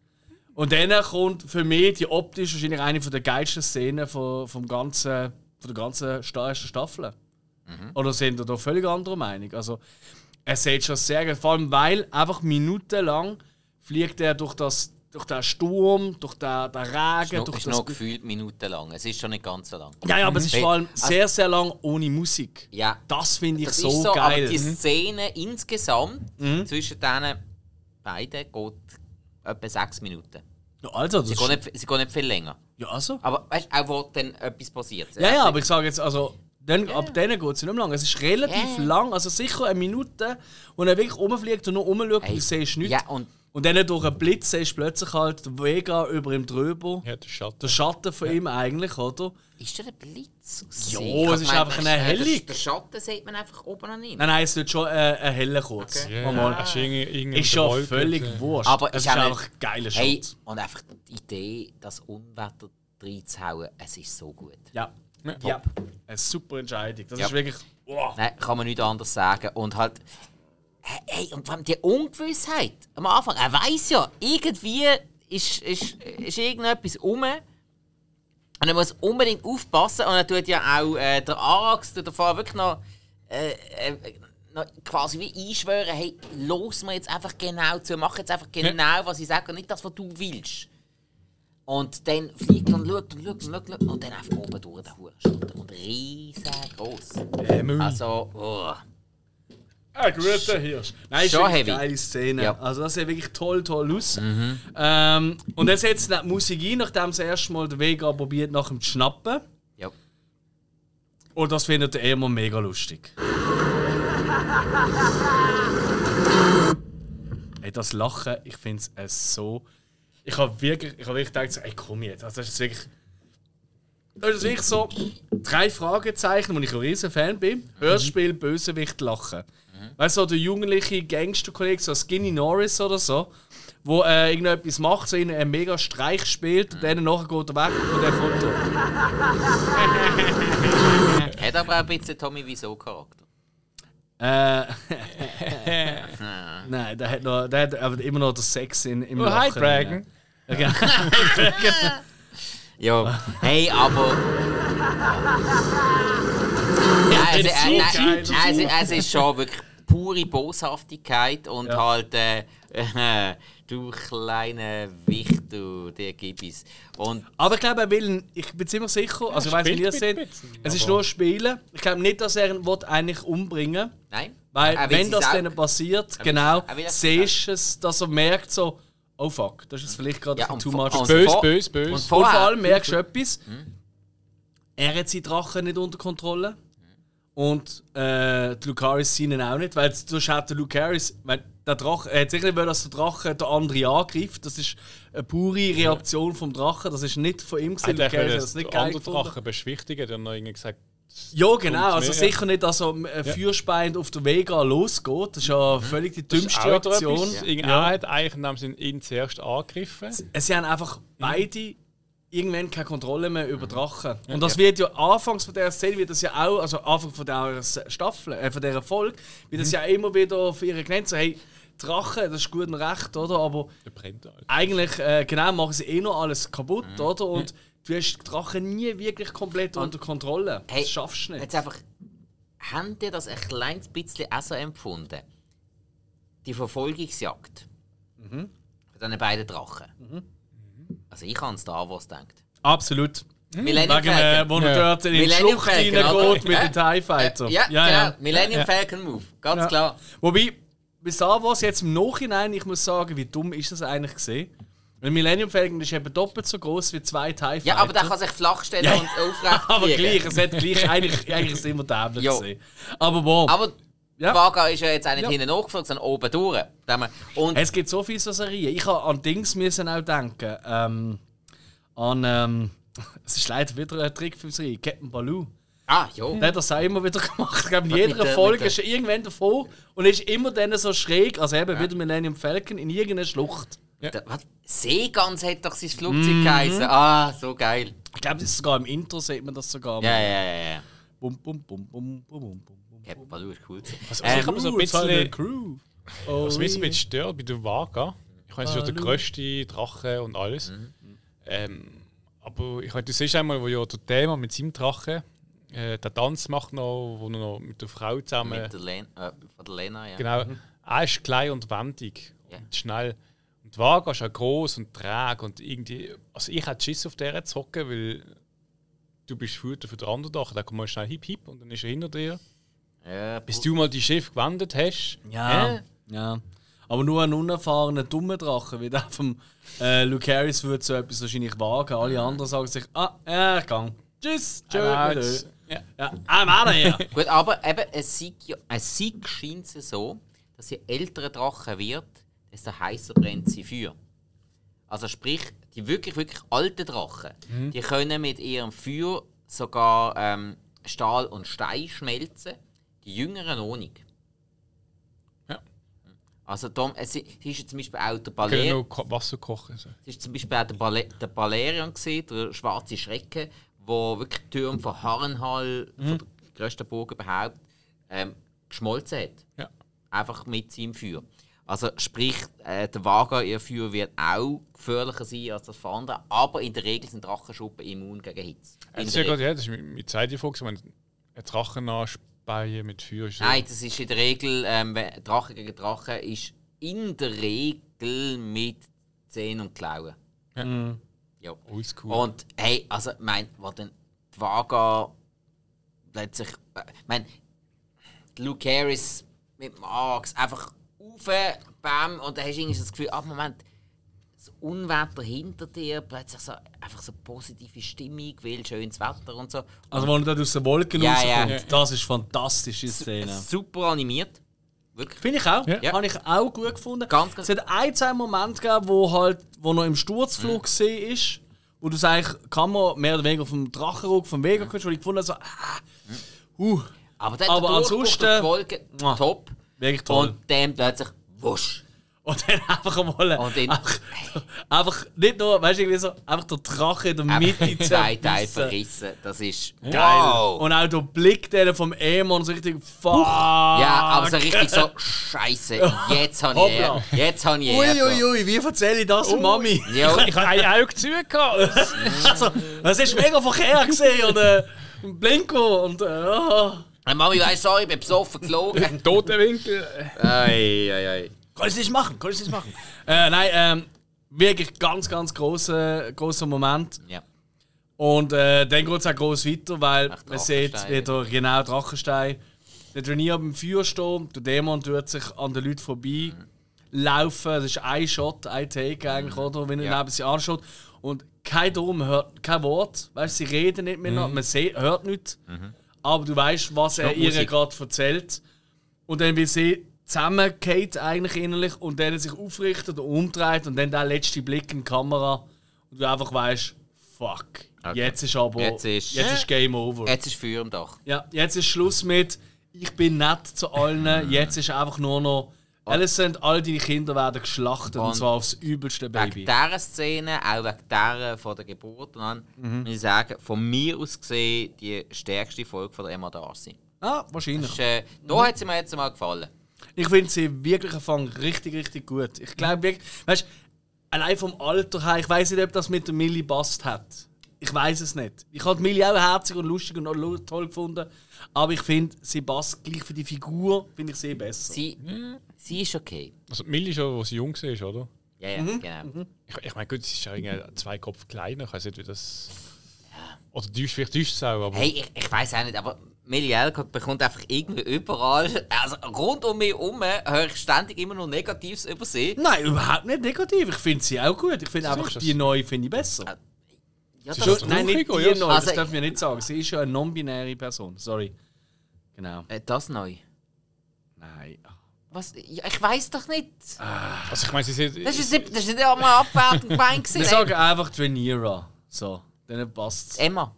Speaker 1: Und dann kommt für mich die optisch wahrscheinlich eine der geilsten Szenen von, vom ganzen, von der ganzen Sta- ersten Staffel. Oder sind wir da völlig anderer Meinung? Also, er sieht schon sehr gut, vor allem weil einfach minutenlang fliegt er durch, das, durch den Sturm, durch den, den Regen,
Speaker 2: ist noch,
Speaker 1: durch
Speaker 2: ist
Speaker 1: das.
Speaker 2: noch gefühlt minutenlang. Es ist schon nicht ganz so lang.
Speaker 1: Ja, ja, aber es ist
Speaker 2: Mhm.
Speaker 1: vor allem sehr, sehr lang ohne Musik.
Speaker 2: Ja.
Speaker 1: Das finde ich
Speaker 2: Das
Speaker 1: so,
Speaker 2: ist so,
Speaker 1: geil.
Speaker 2: aber die Szene insgesamt
Speaker 1: Mhm.
Speaker 2: zwischen diesen beiden geht etwa sechs Minuten.
Speaker 1: Ja, also, das
Speaker 2: Sie
Speaker 1: ist,
Speaker 2: gehen nicht, sie gehen nicht viel länger.
Speaker 1: ja, also.
Speaker 2: Aber weißt du, auch wo dann etwas passiert.
Speaker 1: Ja, ja, aber ich sage jetzt, also, dann,
Speaker 2: Ja.
Speaker 1: ab denen geht es nicht mehr lang. Es ist relativ
Speaker 2: Ja.
Speaker 1: lang, also sicher eine Minute, wo er wirklich rumfliegt und nur rumschaut
Speaker 2: Hey.
Speaker 1: und du siehst nichts.
Speaker 2: Ja, und
Speaker 1: Und dann durch einen Blitz siehst du plötzlich halt der Vega über ihm drüber.
Speaker 3: Ja, der Schatten.
Speaker 1: Der Schatten von ihm eigentlich, oder?
Speaker 2: ist da ein Blitz?
Speaker 1: Ja,
Speaker 2: Ich
Speaker 1: es ist
Speaker 2: hab
Speaker 1: einfach
Speaker 2: gemeint,
Speaker 1: eine
Speaker 2: der-
Speaker 1: Hellung.
Speaker 2: Der Schatten sieht man einfach oben an ihm.
Speaker 1: Nein, nein, es wird schon äh, ein heller kurz.
Speaker 2: Okay.
Speaker 3: Ja,
Speaker 1: Mal.
Speaker 3: ist irgendwie- irgendwie
Speaker 1: Ist
Speaker 3: unter
Speaker 1: schon
Speaker 3: Wolken,
Speaker 1: völlig
Speaker 3: äh,
Speaker 1: wurscht.
Speaker 2: Aber
Speaker 1: es
Speaker 2: ist
Speaker 1: ist
Speaker 2: auch
Speaker 1: einfach ein geiler Shot.
Speaker 2: Hey, und einfach die Idee, das Unwetter reinzuhauen, es ist so gut.
Speaker 1: Ja.
Speaker 3: Ja.
Speaker 1: Ja. Eine super Entscheidung. Das
Speaker 2: Ja.
Speaker 1: ist wirklich. Wow.
Speaker 2: Nein, kann man nichts anderes sagen. Und halt. Hey, und vor allem die Ungewissheit am Anfang. Er weiß ja, irgendwie ist, ist, ist irgendetwas rum. Und er muss unbedingt aufpassen. Und er tut ja auch äh, der Arax, der davor wirklich noch, äh, äh, noch quasi wie einschwören: hey, los mir jetzt einfach genau zu, mach jetzt einfach genau, was ich sage, und nicht das, was du willst. Und dann fliegt er und schaut und schaut und schaut und dann einfach oben durch den Hurenschatten. Und riesengroß.
Speaker 3: Äh, Müll.
Speaker 2: Also, oh.
Speaker 3: Äh,
Speaker 1: Ein guter Hirsch. Nein, ist eine geile Szene.
Speaker 2: Ja.
Speaker 1: Also das sieht wirklich toll, toll aus.
Speaker 2: Mhm.
Speaker 1: Ähm, und dann setzt die Musik ein, nachdem sie erst mal den Vega probiert, nach ihm zu schnappen.
Speaker 2: Ja.
Speaker 1: Und das findet er immer mega lustig. Ey, das Lachen, ich finde es so... Ich habe wirklich, ich hab wirklich gedacht, so, ey komm jetzt, also das ist wirklich... Das ist wirklich so drei Fragezeichen, wo ich ein riesen Fan bin. Hörspiel, Bösewicht, Lachen. Mhm. Weißt du, so der jugendliche Gangsterkollege, so Skinny Norris oder so, wo äh, irgendetwas macht, so einen mega Streich spielt und dann nachher geht er weg und dann kommt er.
Speaker 2: Hat aber auch ein bisschen Tommy Wiseau Charakter.
Speaker 1: Äh. Nein, der hat, noch, der hat aber immer noch den Sex in, im
Speaker 3: oh,
Speaker 1: Lachen.
Speaker 3: Hi Dragon.
Speaker 1: Ja, genau.
Speaker 2: Ja, hey, aber. Ja, also,
Speaker 1: so
Speaker 2: äh,
Speaker 1: geil,
Speaker 2: nein, also, es ist schon wirklich pure Boshaftigkeit und
Speaker 1: Ja.
Speaker 2: halt. Äh, äh, du kleine Wicht, du, der gib es. Und
Speaker 1: Aber ich glaube, er will, ich bin ziemlich sicher, also ich weiß nicht, wie ihr es seht, es ist nur Spielen. Ich glaube nicht, dass er ihn will eigentlich umbringen will.
Speaker 2: nein.
Speaker 1: Weil,
Speaker 2: Er will
Speaker 1: wenn
Speaker 2: sie
Speaker 1: das
Speaker 2: sau-
Speaker 1: dann passiert,
Speaker 2: will-
Speaker 1: genau,
Speaker 2: er will das
Speaker 1: siehst du es, dass er merkt, so, oh fuck, das ist jetzt vielleicht gerade
Speaker 2: Ja,
Speaker 1: ein
Speaker 2: und
Speaker 1: too
Speaker 2: vor-
Speaker 1: much.
Speaker 2: und
Speaker 3: Bös,
Speaker 2: vor-
Speaker 3: bös, bös.
Speaker 2: Und
Speaker 1: Und vor
Speaker 2: vorher,
Speaker 1: allem merkst du etwas, er hat seinen Drachen nicht unter Kontrolle. Und äh, die Lucaris seinen auch nicht, weil du schaust, der Lucaris, weil der Drache, er hat sicher nicht wollen, dass der Drache den anderen angreift. Das ist eine pure Reaktion vom Drachen, das ist nicht von ihm gesehen.
Speaker 3: Hat
Speaker 1: Lucaris
Speaker 3: er
Speaker 1: hat das nicht
Speaker 3: den
Speaker 1: geil
Speaker 3: anderen
Speaker 1: gefunden.
Speaker 3: Drachen beschwichtigen, der noch irgendwie gesagt
Speaker 1: Ja, genau.
Speaker 3: Kommt
Speaker 1: Also
Speaker 3: mehr,
Speaker 1: sicher nicht, dass er äh, feuerspeiend auf der Vega losgeht. Das ist ja völlig die dümmste
Speaker 3: auch wieder
Speaker 1: Aktion.
Speaker 3: etwas. Irgendwie Er hat eigentlich in dem Sinn ihn zuerst angegriffen.
Speaker 1: Sie haben einfach beide irgendwann keine Kontrolle mehr über Drachen. Und das wird ja anfangs von dieser Szene, wird das ja auch, also Anfang von dieser Staffel, äh, von dieser Folge, wird das ja immer wieder auf ihre genannt. So, hey, Drachen, das ist gut und recht, oder? Aber
Speaker 3: Der brennt halt.
Speaker 1: eigentlich, äh, genau, machen sie eh noch alles kaputt, oder? Und du hast die Drachen nie wirklich komplett unter Kontrolle.
Speaker 2: Hey,
Speaker 1: das schaffst du nicht.
Speaker 2: Jetzt einfach, habt ihr das ein kleines bisschen auch so empfunden? Die Verfolgungsjagd von diesen beiden Drachen. Also ich habe an Star Wars gedacht.
Speaker 1: Absolut.
Speaker 2: Millennium
Speaker 1: Wegen, äh,
Speaker 2: Falcon.
Speaker 1: wo er
Speaker 3: Ja.
Speaker 1: dort in die
Speaker 2: Millennium
Speaker 1: Schlucht
Speaker 2: Falcon,
Speaker 1: reingeht
Speaker 2: oder?
Speaker 1: mit
Speaker 2: Ja.
Speaker 1: den TIE Fighter.
Speaker 2: Ja, genau. Millennium
Speaker 1: Ja.
Speaker 2: Falcon Move, ganz
Speaker 1: Ja.
Speaker 2: klar.
Speaker 1: Wobei, bei Star Wars jetzt im Nachhinein, ich muss sagen, wie dumm ist das eigentlich gesehen? Weil Millennium Falcon ist eben doppelt so groß wie zwei TIE Fighter.
Speaker 2: Ja, aber der kann sich flach stellen
Speaker 1: Ja.
Speaker 2: und aufrecht
Speaker 1: Aber
Speaker 2: fliegen.
Speaker 1: gleich, es hat gleich eigentlich, eigentlich ist es immer dämlich
Speaker 2: Jo.
Speaker 1: gesehen. Aber wow.
Speaker 2: Aber
Speaker 1: Ja.
Speaker 2: die Vaga ist ja jetzt auch nicht
Speaker 1: Ja.
Speaker 2: hinten nachgeflogen, sondern oben durch. Und
Speaker 1: Es gibt so viele so Serien. Ich habe an Dings müssen auch denken. Ähm, an, ähm, es ist leider wieder ein Trick für die Serie, Captain Baloo.
Speaker 2: ah, jo.
Speaker 1: Der hat das auch immer wieder gemacht. Ich glaube, in
Speaker 2: Was
Speaker 1: jeder
Speaker 2: mit der-
Speaker 1: Folge
Speaker 2: mit
Speaker 1: ist er irgendwann davor und ist immer dann so schräg, also eben wieder Millennium Falcon, in irgendeiner Schlucht.
Speaker 2: Der, was? Seegans hat doch sein Flugzeug
Speaker 1: Mhm.
Speaker 2: geheißen. Ah, so geil.
Speaker 1: Ich glaube, das ist sogar im Intro, sieht man das sogar.
Speaker 2: Ja, ja, ja, ja.
Speaker 1: Bum, bum, bum, bum, bum, bum, bum.
Speaker 2: Captain Baloo ist cool.
Speaker 3: Also,
Speaker 2: Ähm,
Speaker 3: ich habe so ein
Speaker 1: Crew, it's eine
Speaker 3: bisschen,
Speaker 1: Crew.
Speaker 3: was mich so ein
Speaker 1: Oh,
Speaker 3: bisschen stört bei der Vaga. Ich meine, es ist ja der
Speaker 1: Baloo.
Speaker 3: grösste Drache und alles.
Speaker 2: Mhm.
Speaker 3: Ähm, aber ich meine, du siehst einmal, wo ja der Thema mit seinem Drache äh, den Tanz macht, noch, wo er noch mit der Frau zusammen.
Speaker 2: Mit der Len äh, von der Lena, ja.
Speaker 3: Genau. Er ist klein und wendig
Speaker 2: Ja.
Speaker 3: und schnell. Und die Vaga ist auch groß und träge und irgendwie. Also ich hätte Schiss auf der zu hocken, weil du bist Futter für den anderen Drachen. Dann kommt mal schnell hip hip und dann ist er hinter dir.
Speaker 2: Ja,
Speaker 3: Bis du mal die Schiff gewendet hast.
Speaker 1: Ja,
Speaker 3: äh,
Speaker 1: ja. Aber nur ein unerfahrener, dummer Drache, wie der vom äh, Lucaris würde so etwas wahrscheinlich wagen. Alle anderen sagen sich, ah, ja, ich gang. Tschüss, tschö,
Speaker 3: Ah,
Speaker 1: tschö.
Speaker 3: jetzt- ja.
Speaker 1: Ja, I'm out of here.
Speaker 2: Gut, aber eben, es sieht ja, es sieht scheint es so, dass je ältere Drache wird, desto heißer brennt sie Feuer. Also sprich, die wirklich, wirklich alten Drachen, die können mit ihrem Feuer sogar ähm, Stahl und Stein schmelzen, die jüngeren noch nicht.
Speaker 3: Ja.
Speaker 2: Also darum, es ist es ist ja zum Beispiel auch der
Speaker 3: Können
Speaker 2: Balerion,
Speaker 3: noch Ko- Wasser kochen. So.
Speaker 2: es ist zum Beispiel auch der, Bale der Balerion gesehen, der schwarze Schrecken, wo wirklich die Türme von Harrenhal, von der grössten Burg überhaupt, ähm, geschmolzen hat.
Speaker 3: Ja.
Speaker 2: Einfach mit seinem Feuer. Also sprich, äh, der Vaga, ihr Feuer wird auch gefährlicher sein als das von anderen, aber in der Regel sind Drachenschuppen immun gegen Hitze.
Speaker 3: Das
Speaker 2: In
Speaker 3: ist
Speaker 2: der
Speaker 3: ja gerade,
Speaker 2: Regel.
Speaker 3: ja, das ist mit, mit Zeit Fox, wenn ein Drachen anspeien mit Feuer ist. ja-
Speaker 2: Nein, das ist in der Regel, ähm, wenn- Drache gegen Drache ist in der Regel mit Zähnen und Klauen.
Speaker 3: Ja.
Speaker 1: Mhm.
Speaker 2: Ja.
Speaker 3: Oldschool.
Speaker 2: Und hey, also mein, was denn die Vaga plötzlich, äh, mein, Luke Harris mit Max, einfach rauf, bam, und dann hast du irgendwie das Gefühl, ab Moment, das Unwetter hinter dir, plötzlich so, einfach so positive Stimmung, weil schönes Wetter und so.
Speaker 1: Also, wenn er da aus den Wolken
Speaker 2: Ja,
Speaker 1: rauskommt,
Speaker 2: ja.
Speaker 1: das ist eine fantastische Szene.
Speaker 2: Super animiert. Wirklich.
Speaker 1: Finde ich auch.
Speaker 3: Ja.
Speaker 1: Habe ich auch gut gefunden.
Speaker 2: Ganz, ganz
Speaker 1: es hat ein, zwei Momente gegeben, wo halt, wo noch im Sturzflug
Speaker 2: Mhm.
Speaker 1: gesehen ist, wo du eigentlich Kamera mehr oder weniger vom Drachenruck, vom Vega kommst, wo ich gefunden habe, so, ah, uh,
Speaker 2: Aber, der
Speaker 1: Aber
Speaker 2: Durchbruch
Speaker 1: ansonsten-
Speaker 2: durch die Wolken,
Speaker 1: Mua.
Speaker 2: top.
Speaker 1: wirklich toll.
Speaker 2: Und dann plötzlich, wusch.
Speaker 1: Und dann einfach einmal
Speaker 2: Und dann-
Speaker 1: einfach, einfach nicht nur, weißt du, irgendwie so, einfach der Drache in der Mitte
Speaker 2: Zwei Teile
Speaker 1: zerbissen.
Speaker 2: verrissen. Das ist
Speaker 1: Geil.
Speaker 2: wow.
Speaker 1: Und auch der Blick der vom Eamon so richtig fuck.
Speaker 2: Ja, aber so richtig so, Scheiße, jetzt habe ich
Speaker 1: Hoppla.
Speaker 2: er. Jetzt habe ich er.
Speaker 1: Uiuiui, ui, wie erzähle ich das der Mami?
Speaker 2: Ja,
Speaker 3: Ich habe ein Auge zu gehabt.
Speaker 1: Also, das ist mega verkehrt gesehen und äh, ein Blinko und äh, oh.
Speaker 2: Mami weiss, sorry, ich bin besoffen geflogen.
Speaker 3: Totenwinkel.
Speaker 2: Ei, ei, ei.
Speaker 1: Kann ich nicht machen, kann ich nicht machen. äh, nein, ähm, wirklich ganz, ganz grosser grosser Moment.
Speaker 2: Ja.
Speaker 1: Und äh, dann geht es auch groß weiter, weil
Speaker 2: Ach,
Speaker 1: man sieht
Speaker 2: Drachenstein.
Speaker 1: wieder genau Drachenstein. Der Trainier beim Feuer stehen, der Dämon tut sich an den Leuten vorbei laufen. Das ist ein Shot, ein Take eigentlich, oder? Wenn er
Speaker 2: Ja.
Speaker 1: neben sie anschaut. Und kein Drum, man hört kein Wort. Weißt, sie reden nicht miteinander, man sieht, hört nichts. Aber du weißt, was er
Speaker 2: Noch
Speaker 1: ihr
Speaker 2: Musik.
Speaker 1: gerade erzählt. Und dann will sie zusammengeht eigentlich innerlich und dann sich aufrichtet und umdreht und dann der letzte Blick in die Kamera und du einfach weißt, fuck,
Speaker 2: Okay.
Speaker 1: jetzt ist aber
Speaker 2: Jetzt ist-
Speaker 1: jetzt ist Game Over.
Speaker 2: Jetzt ist Feuer im Dach.
Speaker 1: Ja, jetzt ist Schluss mit ich bin nett zu allen, jetzt ist einfach nur noch Alicent, all deine Kinder werden geschlachtet und,
Speaker 2: Und
Speaker 1: zwar aufs übelste Baby.
Speaker 2: Wegen dieser Szene, auch wegen dieser von der Geburt an, muss ich sagen, von mir aus gesehen die stärkste Folge von der Emma Darcy.
Speaker 1: Ah, wahrscheinlich.
Speaker 2: Das ist, äh, da hat sie mir jetzt mal gefallen.
Speaker 1: Ich finde sie wirklich Anfang richtig, richtig gut. Ich glaube wirklich, weißt, allein vom Alter her, ich weiß nicht, ob das mit der Millie passt hat. Ich weiß es nicht. Ich habe Millie auch herzig und lustig und auch toll gefunden, aber ich finde, sie passt gleich für die Figur, finde ich sie besser.
Speaker 2: Sie, sie ist okay.
Speaker 3: Also Millie schon, als sie jung war, oder?
Speaker 2: Ja, ja, genau.
Speaker 3: Ich, ich meine, gut, sie ist ja irgendwie zwei Kopf kleiner. Ich weiß nicht, wie das. Oder täuscht, vielleicht täuscht es auch, aber.
Speaker 2: Hey, ich, ich weiß auch nicht, aber Millie Alcock bekommt einfach irgendwie überall, also rund um mich herum, höre ich ständig immer noch Negatives über sie.
Speaker 1: Nein, überhaupt nicht negativ. Ich finde sie auch gut. Ich finde einfach
Speaker 3: ist das.
Speaker 1: die neue finde ich besser.
Speaker 2: Ja,
Speaker 3: Sie
Speaker 2: das,
Speaker 3: ist
Speaker 1: Schon, nein, nicht die
Speaker 3: traurig, oder?
Speaker 1: neue,
Speaker 2: Also-
Speaker 1: das dürfen wir nicht sagen. Sie ist ja eine non-binäre Person. Sorry. Genau.
Speaker 2: äh, das neu.
Speaker 1: Nein.
Speaker 2: Was? Ja, ich weiß doch nicht.
Speaker 3: Also ich meine, sie sind.
Speaker 2: Das ist, nicht- das ist nicht einmal abwertend gemeint
Speaker 1: Wir
Speaker 2: gewesen.
Speaker 1: sagen einfach die Rhaenyra. So, dann passt
Speaker 2: Emma.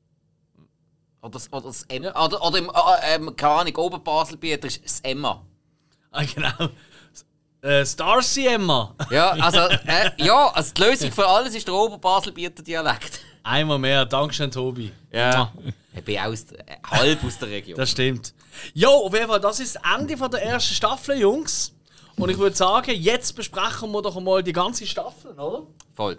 Speaker 2: Oder das, oder das Emma. Oder, oder im, äh, ähm, keine Ahnung, Oberbaselbiet ist das Emma.
Speaker 1: Ah, genau. Äh, Starcy Emma.
Speaker 2: Ja, also, äh, ja, also die Lösung für alles ist der Oberbaselbieter Dialekt.
Speaker 1: Einmal mehr. Dankeschön, Tobi.
Speaker 2: Ja. Ich bin aus, der- äh, halb aus der Region.
Speaker 1: Das stimmt. Jo, auf jeden Fall, das ist das Ende von der ersten Staffel, Jungs. Und ich würde sagen, jetzt besprechen wir doch mal die ganze Staffel, oder?
Speaker 2: Voll.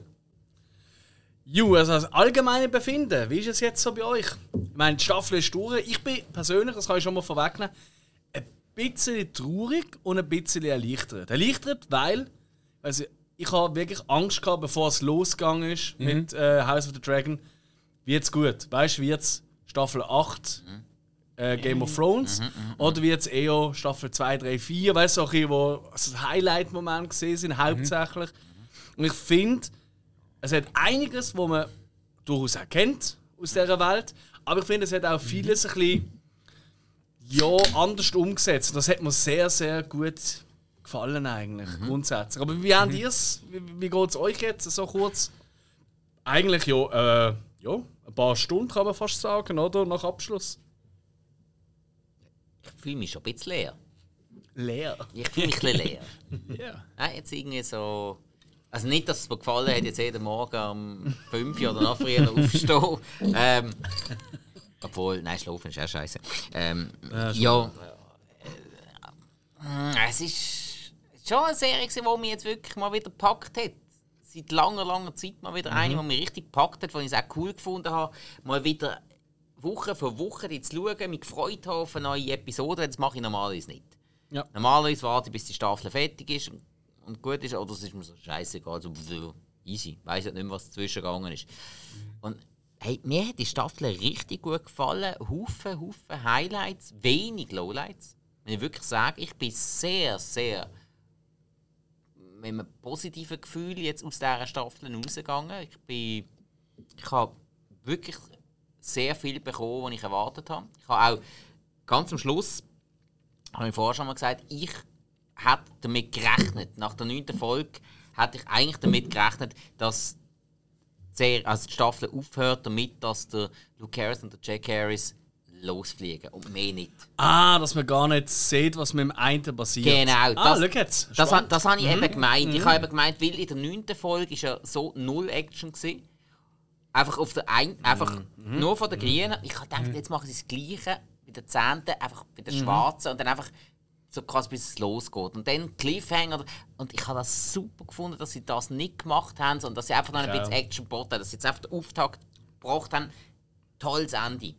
Speaker 1: Ju, also das allgemeine Befinden, wie ist es jetzt so bei euch? Ich meine, die Staffel ist durch. Ich bin persönlich, das kann ich schon mal vorwegnehmen, ein bisschen traurig und ein bisschen erleichtert. Erleichtert, weil also ich habe wirklich Angst gehabt, bevor es losgegangen ist mit äh, House of the Dragon. Wird's gut? Weißt du, wird's Staffel acht äh, Game of Thrones? Oder wird's eher Staffel zwei, drei, vier? Weißt du, so, wo das Highlight-Moment gesehen sind, hauptsächlich. Und ich finde, es hat einiges, was man durchaus erkennt aus dieser Welt, aber ich finde, es hat auch vieles ein bisschen ja, anders umgesetzt. Das hat mir sehr, sehr gut gefallen eigentlich, grundsätzlich. Aber wie habt ihr es? Wie, wie geht es euch jetzt so kurz? Eigentlich ja, äh, ja, ein paar Stunden kann man fast sagen, oder? Nach Abschluss.
Speaker 2: Ich fühle mich schon ein bisschen leer.
Speaker 1: Leer.
Speaker 2: Ich fühle mich ein bisschen leer.
Speaker 3: Ja.
Speaker 2: Nein, jetzt irgendwie so... Also nicht, dass es mir gefallen hat, jetzt jeden Morgen um fünf oder noch früher aufstehen. ähm, obwohl, nein, schlafen ist auch scheiße. Ähm, ja, äh, es ist schon eine Serie, die mich jetzt wirklich mal wieder gepackt hat. Seit langer, langer Zeit mal wieder eine, die mich richtig gepackt hat, die ich es auch cool gefunden habe. Mal wieder Woche für Woche die zu schauen, mich gefreut habe auf eine neue Episode. Das mache ich normalerweise nicht.
Speaker 1: Ja.
Speaker 2: Normalerweise warte ich, bis die Staffel fertig ist und gut ist, oder es ist mir so scheißegal, so easy. Ich weiss nicht mehr, was dazwischen gegangen ist. Und hey, mir hat die Staffel richtig gut gefallen. Haufen, Haufen Highlights, wenig Lowlights. Wenn ich wirklich sage, ich bin sehr, sehr mit einem positiven Gefühl jetzt aus dieser Staffel rausgegangen. Ich bin, ich habe wirklich sehr viel bekommen, was ich erwartet habe. Ich habe auch ganz am Schluss, habe ich vorher schon mal gesagt, ich hätte damit gerechnet, nach der neunten Folge hätte ich eigentlich damit gerechnet, dass die, also die Staffel aufhört damit, dass der Luke Harris und der Jack Harris losfliegen und mehr nicht.
Speaker 1: Ah, dass man gar nicht sieht, was mit dem einen passiert.
Speaker 2: Genau.
Speaker 1: Ah,
Speaker 2: Das,
Speaker 1: schau jetzt.
Speaker 2: das,
Speaker 1: Spannend.
Speaker 2: das habe ich
Speaker 1: Mhm.
Speaker 2: eben gemeint.
Speaker 1: Mhm.
Speaker 2: Ich habe eben gemeint, weil in der neunten Folge war ja so null Action gewesen. Einfach, auf der ein, einfach
Speaker 1: Mhm.
Speaker 2: nur von den Grünen. Ich habe gedacht, jetzt machen sie das Gleiche bei den Zehnten, einfach bei den Schwarzen und dann einfach so krass, bis es losgeht. Und dann Cliffhanger. Und ich habe das super gefunden, dass sie das nicht gemacht haben, sondern dass sie einfach noch ein
Speaker 1: Ja.
Speaker 2: bisschen Action geboten haben, dass sie jetzt einfach den Auftakt gebracht haben. Tolles Ende.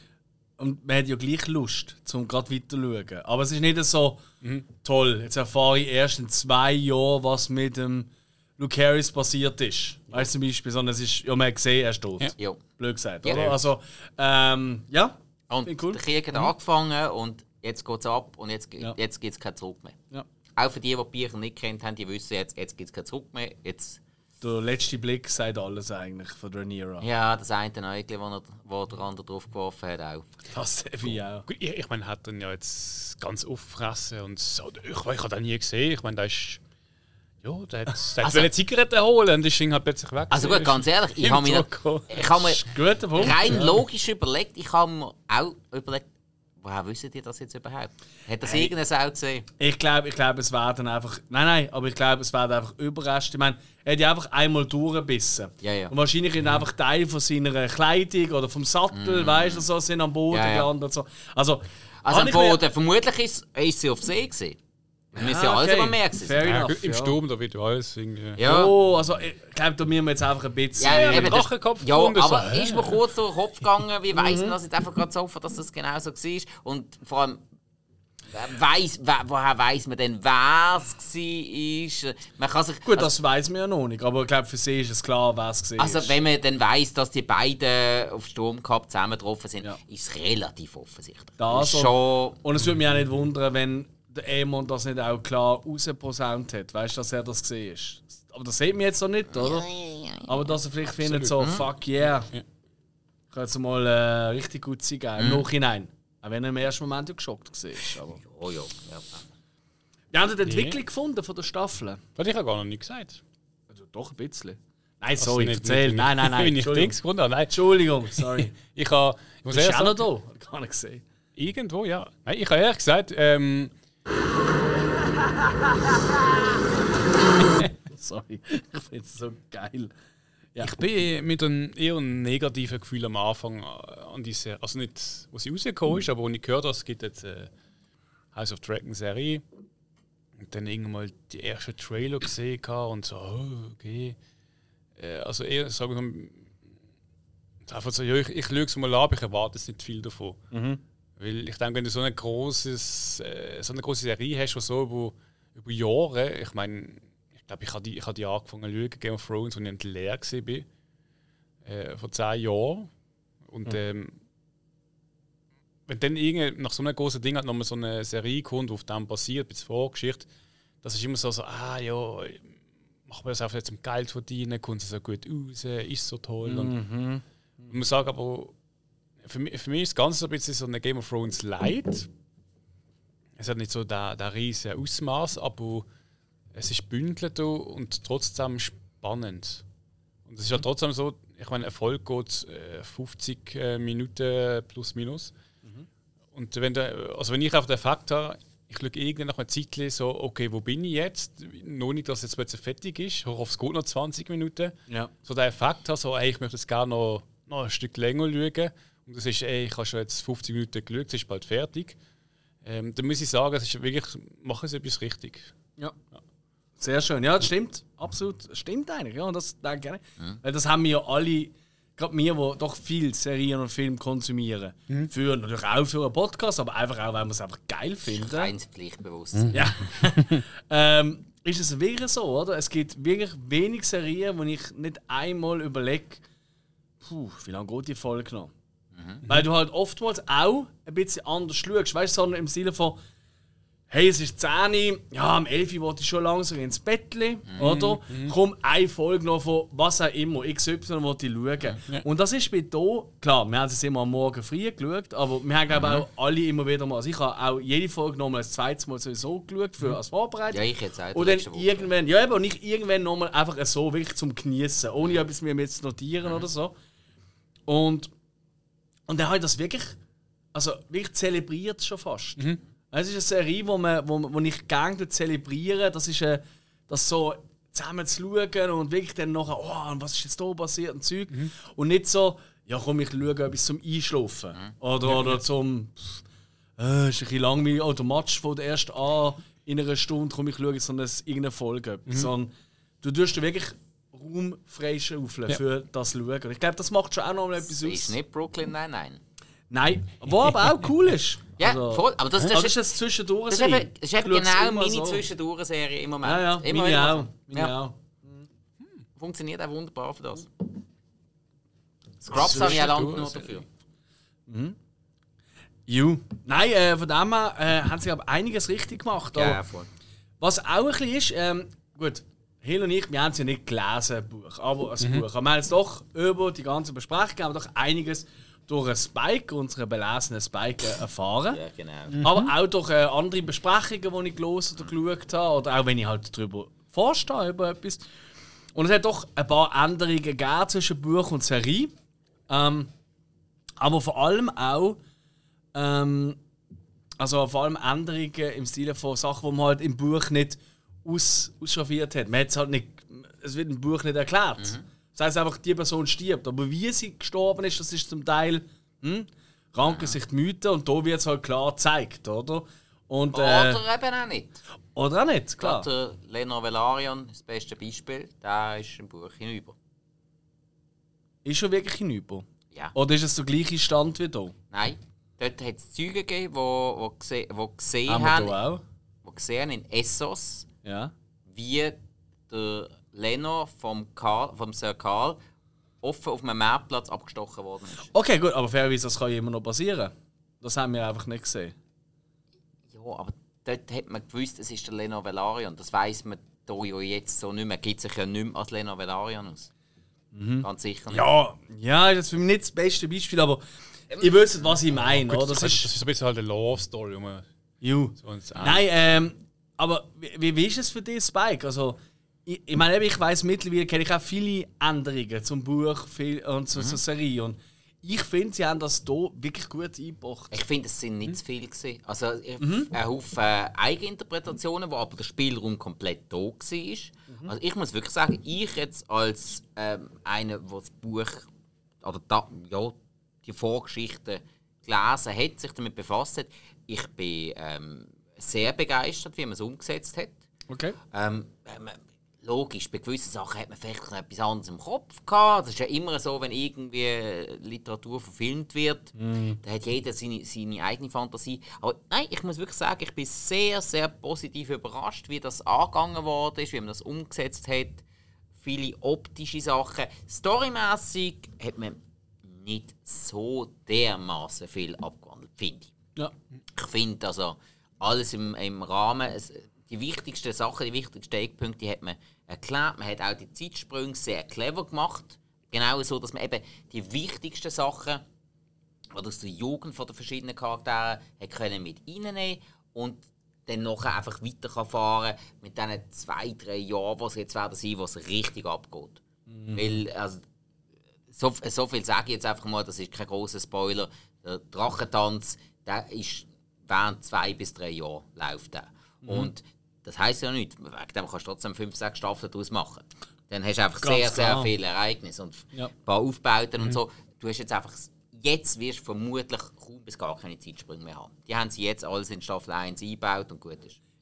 Speaker 1: Und man hat ja gleich Lust, um gerade weiter zu schauen. Aber es ist nicht so toll. Jetzt erfahre ich erst in zwei Jahren, was mit dem Luke Harris passiert ist. Weißt du zum Beispiel, sondern es ist, ja, man hat gesehen, er ist tot.
Speaker 3: Ja.
Speaker 2: Ja.
Speaker 1: Blöd gesagt,
Speaker 2: Ja.
Speaker 1: oder? Also, ähm, ja.
Speaker 2: Und
Speaker 1: Finde ich cool.
Speaker 2: der Krieg hat angefangen und jetzt geht es ab und jetzt,
Speaker 1: Ja.
Speaker 2: jetzt gibt es kein Zurück mehr.
Speaker 1: Ja.
Speaker 2: Auch für die, die die Bücher nicht kennt haben, die wissen jetzt, jetzt gibt es kein Zurück mehr. Jetzt,
Speaker 1: Der letzte Blick sagt alles eigentlich von Rhaenyra.
Speaker 2: ja, das eine Näugel, das wo der andere drauf geworfen hat, auch.
Speaker 1: Das darf ich auch.
Speaker 3: Gut, ich, ich meine, hat dann ja jetzt ganz auffressen und so. Ich, ich habe den nie gesehen. Ich meine, da ist. Ja, der hat, der
Speaker 2: Also-
Speaker 3: hat eine Zigarette holen und ist dann halt plötzlich weg.
Speaker 2: Also gut, ganz ehrlich, ich
Speaker 3: Im
Speaker 2: habe mir,
Speaker 3: Zucker.
Speaker 2: ich habe mir
Speaker 1: Guter Punkt.
Speaker 2: rein
Speaker 1: ja.
Speaker 2: logisch überlegt, ich habe mir auch überlegt, woher wissen die das jetzt überhaupt? Hat das
Speaker 1: Hey.
Speaker 2: irgendeine Sau gesehen?
Speaker 1: Ich glaube, ich glaub, es werden einfach. Nein, nein, aber ich glaube, es werden einfach Überreste. Ich meine, er hat ja einfach einmal durchgebissen.
Speaker 2: Ja, ja.
Speaker 1: Und wahrscheinlich sind einfach Teile von seiner Kleidung oder vom Sattel, weißt du, so sind am Boden
Speaker 2: Ja, ja.
Speaker 1: gelandet. Und so. Also,
Speaker 2: Also
Speaker 1: habe
Speaker 2: am
Speaker 1: ich mir-
Speaker 2: Boden, vermutlich ist, ist sie auf See gesehen. Wir müssen ja
Speaker 1: Ah,
Speaker 2: alles
Speaker 1: okay.
Speaker 2: über Meer gewesen
Speaker 1: Fair
Speaker 2: sein.
Speaker 3: Ja,
Speaker 1: enough,
Speaker 3: gut, Im
Speaker 1: ja.
Speaker 3: Sturm, da wird ja alles irgendwie.
Speaker 2: Ja.
Speaker 1: Oh, also ich glaube, da müssen wir jetzt einfach ein bisschen.
Speaker 2: Ja,
Speaker 3: Ja,
Speaker 2: eben,
Speaker 3: mit
Speaker 2: das-
Speaker 3: Drachenkopf
Speaker 2: ja,
Speaker 3: gefunden,
Speaker 2: aber
Speaker 3: so,
Speaker 2: ist mir kurz durch den Kopf gegangen, wie weiss man das jetzt einfach gerade so, dass das genau so war. Und vor allem, wer weiss, wer, woher weiss man denn, wer es war? Man kann sich,
Speaker 1: Gut,
Speaker 2: also,
Speaker 1: das weiß man ja noch nicht, aber ich glaube, für sie ist es klar, wer es gesehen
Speaker 2: also
Speaker 1: ist.
Speaker 2: wenn man dann weiss, dass die beiden auf Sturm gehabt zusammen getroffen sind,
Speaker 1: Ja.
Speaker 2: ist es relativ offensichtlich.
Speaker 1: Das
Speaker 2: ist
Speaker 1: und-
Speaker 2: schon.
Speaker 1: Und es würde mich auch nicht wundern, wenn der Aemon das nicht auch klar rausposaunt hat. Weißt du, dass er das gesehen ist. Aber das sieht man jetzt noch nicht, oder? Aber dass er vielleicht findet, so, fuck yeah.
Speaker 3: Ja.
Speaker 1: Kann jetzt mal äh, richtig gut sein, gell? Im Nachhinein. Auch wenn er im ersten Moment ja geschockt war. Aber
Speaker 2: Oh ja, ja.
Speaker 1: wir haben die Entwicklung gefunden von der Staffel.
Speaker 3: Das habe ich ja gar noch nicht gesagt.
Speaker 1: Also, doch ein bisschen. Nein, sorry,
Speaker 3: Also nicht-
Speaker 1: erzähl.
Speaker 3: nicht-
Speaker 1: Nein, nein, nein.
Speaker 3: Wenn ich
Speaker 1: Entschuldigung.
Speaker 3: nichts gefunden habe. Nein,
Speaker 1: Entschuldigung, sorry.
Speaker 3: ich habe. Ich muss
Speaker 1: Bist du
Speaker 3: ehrlich
Speaker 1: auch noch
Speaker 3: sagen,
Speaker 1: da? Gar nicht gesehen.
Speaker 3: irgendwo, ja. Nein, ich habe ehrlich gesagt, ähm,
Speaker 1: Sorry, ich finde es so geil. Ja.
Speaker 3: ich bin mit einem eher negativen Gefühl am Anfang an diese. Also nicht, wo sie rausgekommen ist, aber wo ich gehört habe, es gibt jetzt eine House of Dragon Serie. Und dann irgendwann mal die ersten Trailer gesehen hatte und so, oh, okay. Äh, also eher, sagen wir mal, einfach so, ja, ich, ich schaue es mal an, aber ich erwarte jetzt nicht viel davon. Weil ich denke, wenn du so eine, grosses, äh, so eine große Serie hast, die so über, über Jahre, ich meine, ich glaube, ich habe die, ich hab die angefangen zu schauen, Game of Thrones, als ich leer war, äh, vor zehn Jahren. Und ähm, wenn dann irgendwie nach so einem großen Ding halt nochmal so eine Serie kommt, die auf dem basiert, bei der Vorgeschichte, das ist immer so, so ah ja, machen wir das einfach jetzt um Geld verdienen, kommt es so gut raus, ist so toll. Und ich muss sagen, aber für mich, für mich ist das Ganze so ein bisschen so eine Game of Thrones Light. Es hat nicht so den, den riesen Ausmaß, aber es ist bündelt und trotzdem spannend. Und es ist ja trotzdem so, ich meine, Erfolg geht äh, fünfzig äh, Minuten plus minus. Und wenn, der, also wenn ich auf den Effekt habe, ich schaue irgendwann nach einer Zeit so, okay, wo bin ich jetzt? Noch nicht, dass es jetzt plötzlich fertig ist. Hoch auf, es geht noch zwanzig Minuten.
Speaker 1: Ja.
Speaker 3: So der Effekt habe, so, ey, ich möchte jetzt gerne noch, noch ein Stück länger schauen. Und das ist, ey, ich habe schon jetzt fünfzig Minuten geschaut, es ist bald fertig. Ähm, dann muss ich sagen, es ist wirklich, machen sie etwas richtig.
Speaker 1: Ja. Sehr schön. Ja, das stimmt. Absolut. Das stimmt eigentlich. Ja, und das denke ich. Weil das haben wir ja alle, gerade wir, die doch viel Serien und Filme konsumieren. Für, natürlich auch für einen Podcast, aber einfach auch, weil wir es einfach geil finden.
Speaker 2: Reines Pflichtbewusstsein.
Speaker 1: Ja. ähm, ist es wirklich so, oder? Es gibt wirklich wenig Serien, wo ich nicht einmal überlege, puh, wie lange geht die Folge noch? Weil du halt oftmals auch ein bisschen anders schaust. Weißt du, sondern im Sinne von, hey, es ist zehn Uhr, ja, am elf Uhr wollte ich schon langsam ins Bettli, mhm. oder? Mhm. Komm, eine Folge noch von was auch immer, X Y wollte ich schauen. Ja. Und das ist bei hier, klar, wir haben es immer am Morgen früh geschaut, aber wir haben glaube mhm. auch alle immer wieder mal, also ich habe auch jede Folge nochmal ein zweites Mal sowieso geschaut, für, als Vorbereitung.
Speaker 2: Ja, ich jetzt auch.
Speaker 1: Und dann irgendwann, ja eben, und nicht irgendwann nochmal einfach so, wirklich zum Genießen, ohne etwas mir zu notieren mhm. oder so. Und, und dann habe ich das wirklich, also wirklich zelebriert schon fast. Mhm. Es ist eine Serie, wo, man, wo, wo ich gerne zelebriere. Das ist eine, das so zusammen zu schauen und wirklich dann nachher, oh, was ist jetzt hier passiert und Zeug. Mhm. Und nicht so, ja komm, ich schaue etwas zum Einschlafen. Mhm. Oder, oder zum, pff, äh, ist ein bisschen langweilig, oh, der Match von der ersten an in einer Stunde, komm, ich schaue jetzt so eine, irgendeine Folge. Mhm. Sondern du tust dir wirklich Raum freischaufeln ja. für das Schauen. Ich glaube, das macht schon auch noch mal etwas aus.
Speaker 2: Ist nicht Brooklyn Nine-Nine.
Speaker 1: Nein, was aber auch cool ist.
Speaker 2: Ja, also, voll. Aber das, das,
Speaker 1: das ist eine Zwischendurch-Serie.
Speaker 2: Das ist eben genau meine so. Zwischendurch-Serie im Moment.
Speaker 1: Ja, ja,
Speaker 2: immer
Speaker 1: meine
Speaker 2: wieder
Speaker 1: auch. Meine ja. auch.
Speaker 2: Hm. Funktioniert auch wunderbar für das. Scrubs habe ich auch lange genug dafür.
Speaker 1: Mhm. Ju. Nein, äh, von dem her äh, haben sie aber einiges richtig gemacht.
Speaker 2: Ja, ja, voll.
Speaker 1: Was auch ein bisschen ist, ähm, gut, Hill und ich, wir haben es ja nicht gelesen, ein Buch, aber ein mhm. Buch. Aber wir haben jetzt doch über die ganze Besprechung aber doch einiges durch einen Spike, unseren belesenen Spike, äh, erfahren.
Speaker 2: Ja, genau.
Speaker 1: Mhm. Aber auch durch äh, andere Besprechungen, die ich gelesen oder geschaut habe, oder auch wenn ich halt darüber vorstehe, über etwas. Und es hat doch ein paar Änderungen gegeben zwischen Buch und Serie. Ähm, aber vor allem auch ähm, also vor allem Änderungen im Stil von Sachen, die man halt im Buch nicht aus, ausschaffiert hat. Man hat's halt nicht, es wird im Buch nicht erklärt. Mhm. Das heisst einfach, die Person stirbt. Aber wie sie gestorben ist, das ist zum Teil hm, ranken sich die Mythen und da wird es halt klar gezeigt, oder? Und, äh,
Speaker 2: oder eben auch nicht.
Speaker 1: Oder auch nicht, klar.
Speaker 2: Gerade Lenor Velaryon, das beste Beispiel, der ist im Buch hinüber.
Speaker 1: Ist schon wirklich hinüber?
Speaker 2: Ja.
Speaker 1: Oder ist es der gleiche Stand wie hier?
Speaker 2: Nein. Dort hat es Zeugen gegeben, die gese gesehen
Speaker 1: haben,
Speaker 2: haben,
Speaker 1: auch?
Speaker 2: Die gesehen in Essos,
Speaker 1: ja.
Speaker 2: wie der Lenor vom, Karl, vom Sir Karl offen auf einem Marktplatz abgestochen worden ist.
Speaker 1: Okay, gut, aber fairerweise, das kann ja immer noch passieren. Das haben wir einfach nicht gesehen.
Speaker 2: Ja, aber dort hat man gewusst, es ist der Lenor Velaryon. Das weiss man hier ja jetzt so nicht mehr. Gibt sich ja nicht mehr als Lenor Velaryon aus. Mhm. Ganz sicher nicht.
Speaker 1: Ja, ja, das ist für mich nicht das beste Beispiel, aber ihr wisst, was ich meine.
Speaker 3: Gut,
Speaker 1: das,
Speaker 3: das, ist, das ist ein bisschen halt eine Love-Story.
Speaker 1: Jo. So Nein, ähm, aber wie, wie ist es für dich, Spike? Also, ich, ich meine, ich weiss, mittlerweile kenne ich auch viele Änderungen zum Buch viel, und zu, mhm. zur Serie. Und ich finde, sie haben das hier wirklich gut eingebracht.
Speaker 2: Ich finde, es sind nicht mhm. zu viel gewesen. Also, mhm. ein Haufen äh, Eigeninterpretationen, wo aber der Spielraum komplett da war. Mhm. Also, ich muss wirklich sagen, ich jetzt als ähm, einer, der das Buch oder da, ja, die Vorgeschichte gelesen hat, sich damit befasst hat, ich bin ähm, sehr begeistert, wie man es umgesetzt hat.
Speaker 1: Okay.
Speaker 2: Ähm, logisch, bei gewissen Sachen hat man vielleicht noch etwas anderes im Kopf gehabt. Das ist ja immer so, wenn irgendwie Literatur verfilmt wird, mm. dann hat jeder seine, seine eigene Fantasie. Aber nein, ich muss wirklich sagen, ich bin sehr, sehr positiv überrascht, wie das angegangen worden ist, wie man das umgesetzt hat. Viele optische Sachen. Storymäßig hat man nicht so dermaßen viel abgewandelt, finde ich.
Speaker 1: Ja.
Speaker 2: Ich finde also alles im, im Rahmen, es, die wichtigsten Sachen, die wichtigsten Eckpunkte, die hat man erklärt. Man hat auch die Zeitsprünge sehr clever gemacht. Genau so, dass man eben die wichtigsten Sachen oder aus der Jugend von den verschiedenen Charakteren hat können mit reinnehmen und dann nachher einfach weiterfahren mit diesen zwei, drei Jahren, die es jetzt werden sein, wo es richtig abgeht. Mhm. Weil, also, so, so viel sage ich jetzt einfach mal, das ist kein grosser Spoiler. Der Drachentanz, der ist während zwei bis drei Jahren läuft der. Mhm. Und das heisst ja nichts. Wegen dem kannst du trotzdem fünf, sechs Staffeln daraus machen. Dann hast du einfach Ganz sehr, klar. sehr viele Ereignisse und ja. ein paar Aufbauten mhm. und so. Du hast jetzt einfach, jetzt wirst du vermutlich kaum bis gar keine Zeitsprünge mehr haben. Die haben sie jetzt alles in Staffel eins eingebaut und gut ist.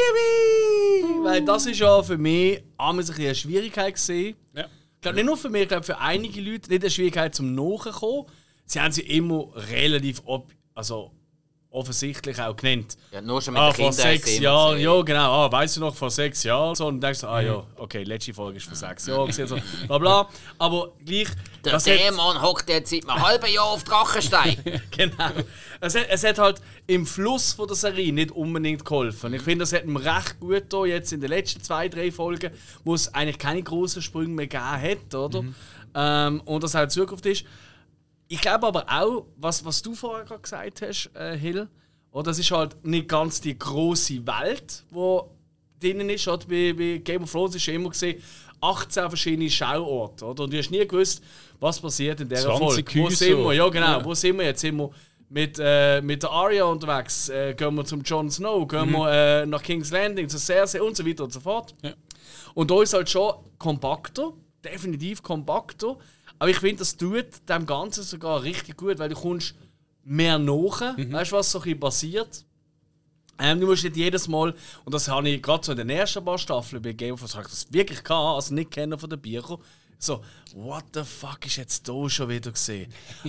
Speaker 1: Yippie! Weil das ist ja für mich ein bisschen eine Schwierigkeit gewesen. Ja. Ich glaube nicht nur für mich, ich glaube für einige Leute nicht eine Schwierigkeit zum Nachkommen. Sie haben sie immer relativ ob, also offensichtlich auch genannt.
Speaker 2: Ja, nur schon mit
Speaker 1: ah,
Speaker 2: den
Speaker 1: vor
Speaker 2: Kindern
Speaker 1: sechs Jahren, ja genau, ah, weißt du noch, vor sechs Jahren. So, und dann denkst du, ah ja, okay, letzte Folge ist vor sechs Jahren, so, bla bla. Aber gleich.
Speaker 2: Der Dämon hockt jetzt seit einem halben Jahr auf Drachenstein.
Speaker 1: Genau. Es hat, es hat halt im Fluss von der Serie nicht unbedingt geholfen. Ich finde, das hat ihm recht gut da jetzt in den letzten zwei, drei Folgen, wo es eigentlich keine großen Sprünge mehr gegeben hat, oder? Mhm. Ähm, und das auch in Zukunft ist. Ich glaube aber auch, was, was du vorher gerade gesagt hast, äh, Hill, oder, das ist halt nicht ganz die grosse Welt, die drinnen ist. Oder? Bei, bei Game of Thrones ist ja immer gesehen, achtzehn verschiedene Schauorte. Oder? Und du hast nie gewusst, was passiert in dieser Folge. Wo sind wir? Ja, genau. Ja. Wo sind wir jetzt? Sind wir mit, äh, mit der Arya unterwegs? Äh, gehen wir zum Jon Snow? Gehen mhm. wir äh, nach King's Landing, zu Cersei und so weiter und so fort? Ja. Und da ist halt schon kompakter, definitiv kompakter. Aber ich finde, das tut dem Ganzen sogar richtig gut, weil du kommst mehr nach, mhm. weißt du, was so ein bisschen passiert. Ähm, du musst nicht jedes Mal, und das habe ich gerade so in den ersten paar Staffeln bei Game of Thrones, habe ich das wirklich gehabt, also nicht kennen von den Büchern. So, what the fuck ist jetzt da schon wieder gesehen?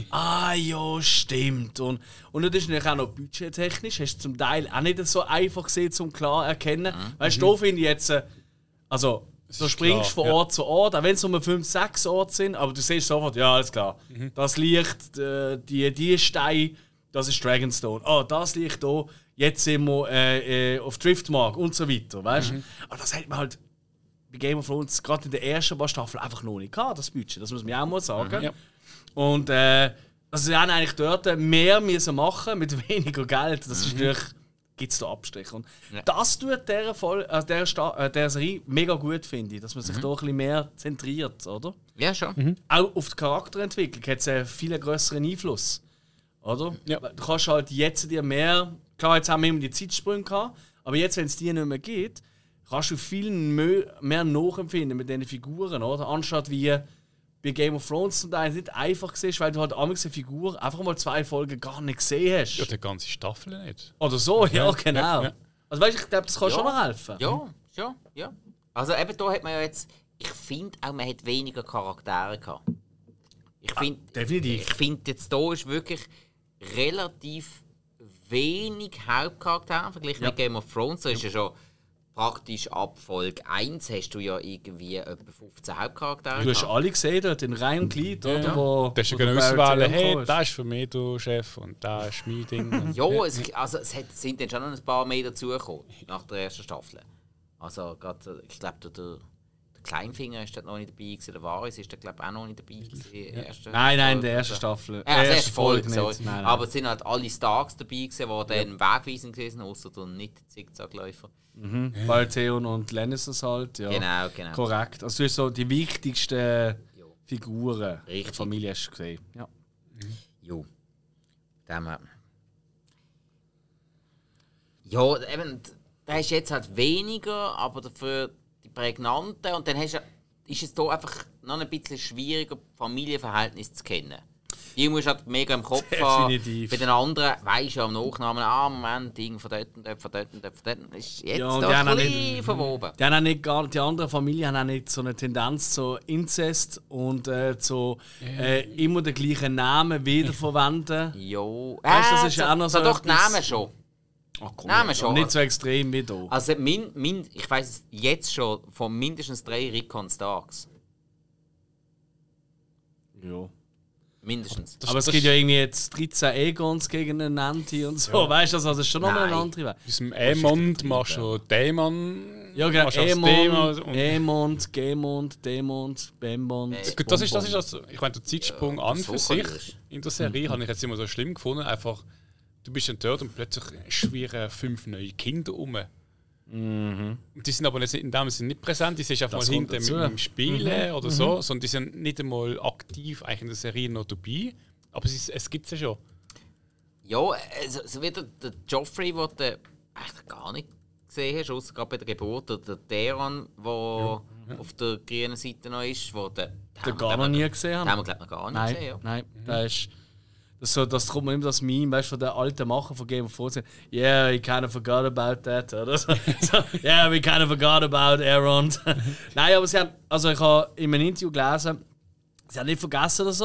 Speaker 1: Ah ja, stimmt. Und, und das ist natürlich auch noch budgettechnisch, hast du zum Teil auch nicht so einfach gesehen, zum klar erkennen. Mhm. Weißt du, da finde ich jetzt, also du springst klar, von Ort ja. zu Ort, auch wenn es nur fünf, sechs Orte sind, aber du siehst sofort, ja, alles klar. Mhm. Das Licht, äh, die, die Steine, das ist Dragonstone. Oh, das Licht hier, jetzt sind wir äh, äh, auf Driftmark und so weiter, weißt du? Mhm. Aber das hat man halt bei Game of Thrones gerade in der ersten paar Staffeln einfach noch nicht gehabt, das Budget, das muss man auch mal sagen. Mhm. Ja. Und äh, also sie haben eigentlich dort mehr müssen machen mit weniger Geld, das ist mhm. natürlich... gibt es da Abstriche. Und ja. das tut dieser, Voll, äh, der, Sta- äh, der Serie mega gut, finde ich. Dass man sich mhm. da ein bisschen mehr zentriert, oder?
Speaker 2: Ja, schon.
Speaker 1: Mhm. Auch auf die Charakterentwicklung hat es einen viel größeren Einfluss. Oder? Ja. Du kannst halt jetzt dir mehr... Klar, jetzt haben wir immer die Zeitsprünge gehabt, aber jetzt, wenn es dir nicht mehr geht, kannst du viel mehr nachempfinden mit diesen Figuren, oder? Anstatt wie bei Game of Thrones zum Teil nicht einfach siehst, weil du halt eine Figur einfach mal zwei Folgen gar nicht gesehen hast.
Speaker 3: Ja, die ganze Staffel nicht.
Speaker 1: Oder so, ja, ja genau. Ja, ja. Also weißt du, ich glaube, das kann ja. schon noch helfen.
Speaker 2: Ja, ja, ja. Also eben da hat man ja jetzt, ich finde auch, man hat weniger Charaktere gehabt. Ich finde,
Speaker 1: ah, definitiv.
Speaker 2: Ich finde jetzt da ist wirklich relativ wenig Hauptcharaktere verglichen ja. mit Game of Thrones. Da ist ja schon praktisch ab Folge eins hast du ja irgendwie etwa fünfzehn Hauptcharaktere.
Speaker 1: Du hast alle gesehen dort in Reih und Glied, oder?
Speaker 3: Ja.
Speaker 1: Wo,
Speaker 3: das ist eine Auswahl, hey, da ist für mich der Chef und da ist mein Ding.
Speaker 2: Ja, es, also, es hat, sind dann schon noch ein paar mehr dazugekommen nach der ersten Staffel. Also gerade, ich glaube, der, der Kleinfinger ist dort noch nicht dabei gewesen, der Varys ist da glaube ich auch noch nicht dabei gewesen.
Speaker 1: Ja. Nein, nein, in der ersten Staffel.
Speaker 2: Ja, also erste Folge, Folge nein, nein. Aber es sind halt alle Starks dabei gewesen, die dann ja. wegweisend gewesen, außer der nicht-Zickzackläufer.
Speaker 1: Mhm. Ja. Baratheon und Lannisters halt, ja.
Speaker 2: Genau, genau.
Speaker 1: Korrekt. Also du hast so die wichtigsten ja. Figuren Richtig. der Familie hast du gesehen. Ja.
Speaker 2: Mhm. Jo. Dem hat Ja, eben, da hast du jetzt halt weniger, aber dafür die prägnanten. Und dann hast du, ist es hier einfach noch ein bisschen schwieriger, Familienverhältnisse zu kennen. Die musst du halt mega im Kopf
Speaker 1: Definitiv.
Speaker 2: haben. Bei den anderen weisst du ja am Nachnamen, ah, Moment, Ding von dort und dort, von dort und dort, von dort. Das ist jetzt ja, da ein bisschen verwoben.
Speaker 1: Die, haben nicht gar, die anderen Familien haben auch nicht so eine Tendenz zu Inzest und äh, zu äh, immer den gleichen Namen wiederverwenden.
Speaker 2: Jo.
Speaker 1: Weißt du, das ist
Speaker 2: äh,
Speaker 1: ja auch noch so.
Speaker 2: Doch, die Namen schon.
Speaker 1: Ach komm, Namen ja, schon. Nicht so extrem wie hier.
Speaker 2: Also, mein, mein, ich weiss es jetzt schon von mindestens drei Rickon Starks.
Speaker 1: Ja.
Speaker 2: Mindestens.
Speaker 1: Das, aber es gibt ja irgendwie jetzt dreizehn Aegons gegen einen Nanti und so. Ja. Weißt du, also das ist schon nochmal eine andere Weg.
Speaker 3: Aus dem Aemond machst du Dämon.
Speaker 1: Ja, genau. Aemond, Aemond, Gemond, Dämond, Bembond.
Speaker 3: Äh, das ist, das ist also, ich meine, der Zeitsprung ja, an für sich in der Serie mhm. habe ich jetzt immer so schlimm gefunden. Einfach, du bist dann dort und plötzlich schwirren fünf neue Kinder um.
Speaker 1: Mhm.
Speaker 3: Die sind aber nicht, in dem Sinne nicht präsent, die sind einfach mal hinten mit dem Spielen mhm. oder so, mhm. sondern die sind nicht einmal aktiv eigentlich in der Serie noch dabei. Aber es, ist, es gibt sie schon.
Speaker 2: Ja, also, so wie der, der Joffrey, den du eigentlich gar nicht gesehen hast, außer gerade bei der Geburt, oder der Daeron, der ja. auf der grünen Seite noch ist, wo der,
Speaker 1: den gar noch nie gesehen haben.
Speaker 2: Den haben wir glaube ich noch gar nicht
Speaker 1: nein,
Speaker 2: gesehen. Ja.
Speaker 1: Nein, mhm. das ist... Das, so, das kommt mir immer das Meme, weißt du, von der alten Macher von Game of Thrones. Yeah, we kind of forgot about that, oder? So, yeah, we kind of forgot about Elrond. Nein, aber sie haben, also ich habe in einem Interview gelesen, sie haben nicht vergessen oder so.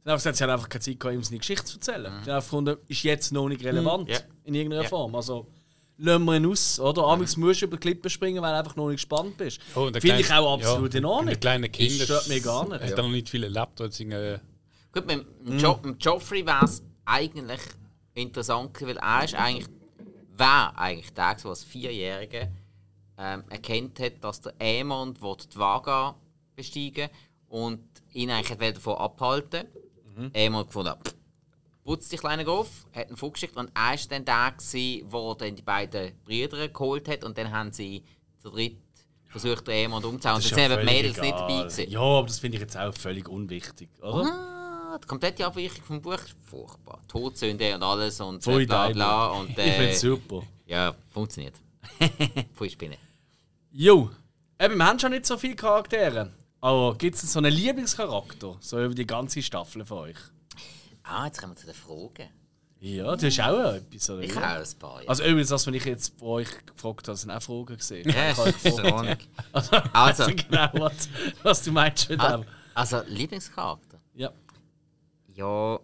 Speaker 1: Dann haben sie einfach keine Zeit gehabt, ihm seine Geschichte zu erzählen. Mhm. Sie haben einfach gefunden, ist jetzt noch nicht relevant
Speaker 2: ja.
Speaker 1: in irgendeiner
Speaker 2: ja.
Speaker 1: Form. Also, lassen wir ihn aus, oder? Amigs musst du über die Klippe springen, weil du einfach noch nicht gespannt bist.
Speaker 3: Oh,
Speaker 1: finde ich auch absolut
Speaker 3: ja,
Speaker 1: in Ordnung.
Speaker 3: Der kleine Kind
Speaker 1: stört mich gar nicht.
Speaker 3: Hat
Speaker 1: Ja.
Speaker 3: noch nicht viel erlebt. Äh
Speaker 2: Gut, mit, mit, jo mit Joffrey wäre es eigentlich interessant, weil er ist eigentlich, wäre eigentlich der, der als Vierjähriger ähm, erkannt hat, dass der Aemond die Vaga besteigen und ihn eigentlich davon abhalten wollte. Mhm. Aemond gefunden hat, putzt die Kleine auf, hat ihn vorgeschickt und er war dann der, der dann die beiden Brüder geholt hat und dann haben sie zu dritt versucht, den Aemond umzuhauen. Und dann sind die Mädels nicht dabei gewesen.
Speaker 1: Ja, aber das finde ich jetzt auch völlig unwichtig, oder?
Speaker 2: Ah, die komplette Abweichung vom Buch ist furchtbar. Todsünde und alles und
Speaker 1: Voll
Speaker 2: bla bla. Und, äh,
Speaker 1: ich finde es super.
Speaker 2: Ja, funktioniert. Voll Spinne.
Speaker 1: Jo, eben, wir haben schon nicht so viele Charaktere. Aber gibt es so einen Lieblingscharakter? So über die ganze Staffel von euch?
Speaker 2: Ah, jetzt kommen wir zu den Fragen.
Speaker 1: Ja, du hast auch etwas, oder?
Speaker 2: Ich habe auch ein paar. Ja.
Speaker 1: Also übrigens, das, was ich jetzt bei euch gefragt habe, sind auch Fragen gesehen.
Speaker 2: Ja,
Speaker 1: ich habe
Speaker 2: ist in Ordnung.
Speaker 1: Also,
Speaker 2: Also.
Speaker 1: genau, was, was du meinst mit
Speaker 2: Ah,
Speaker 1: dem.
Speaker 2: also, Lieblingscharakter?
Speaker 1: Ja.
Speaker 2: Ja.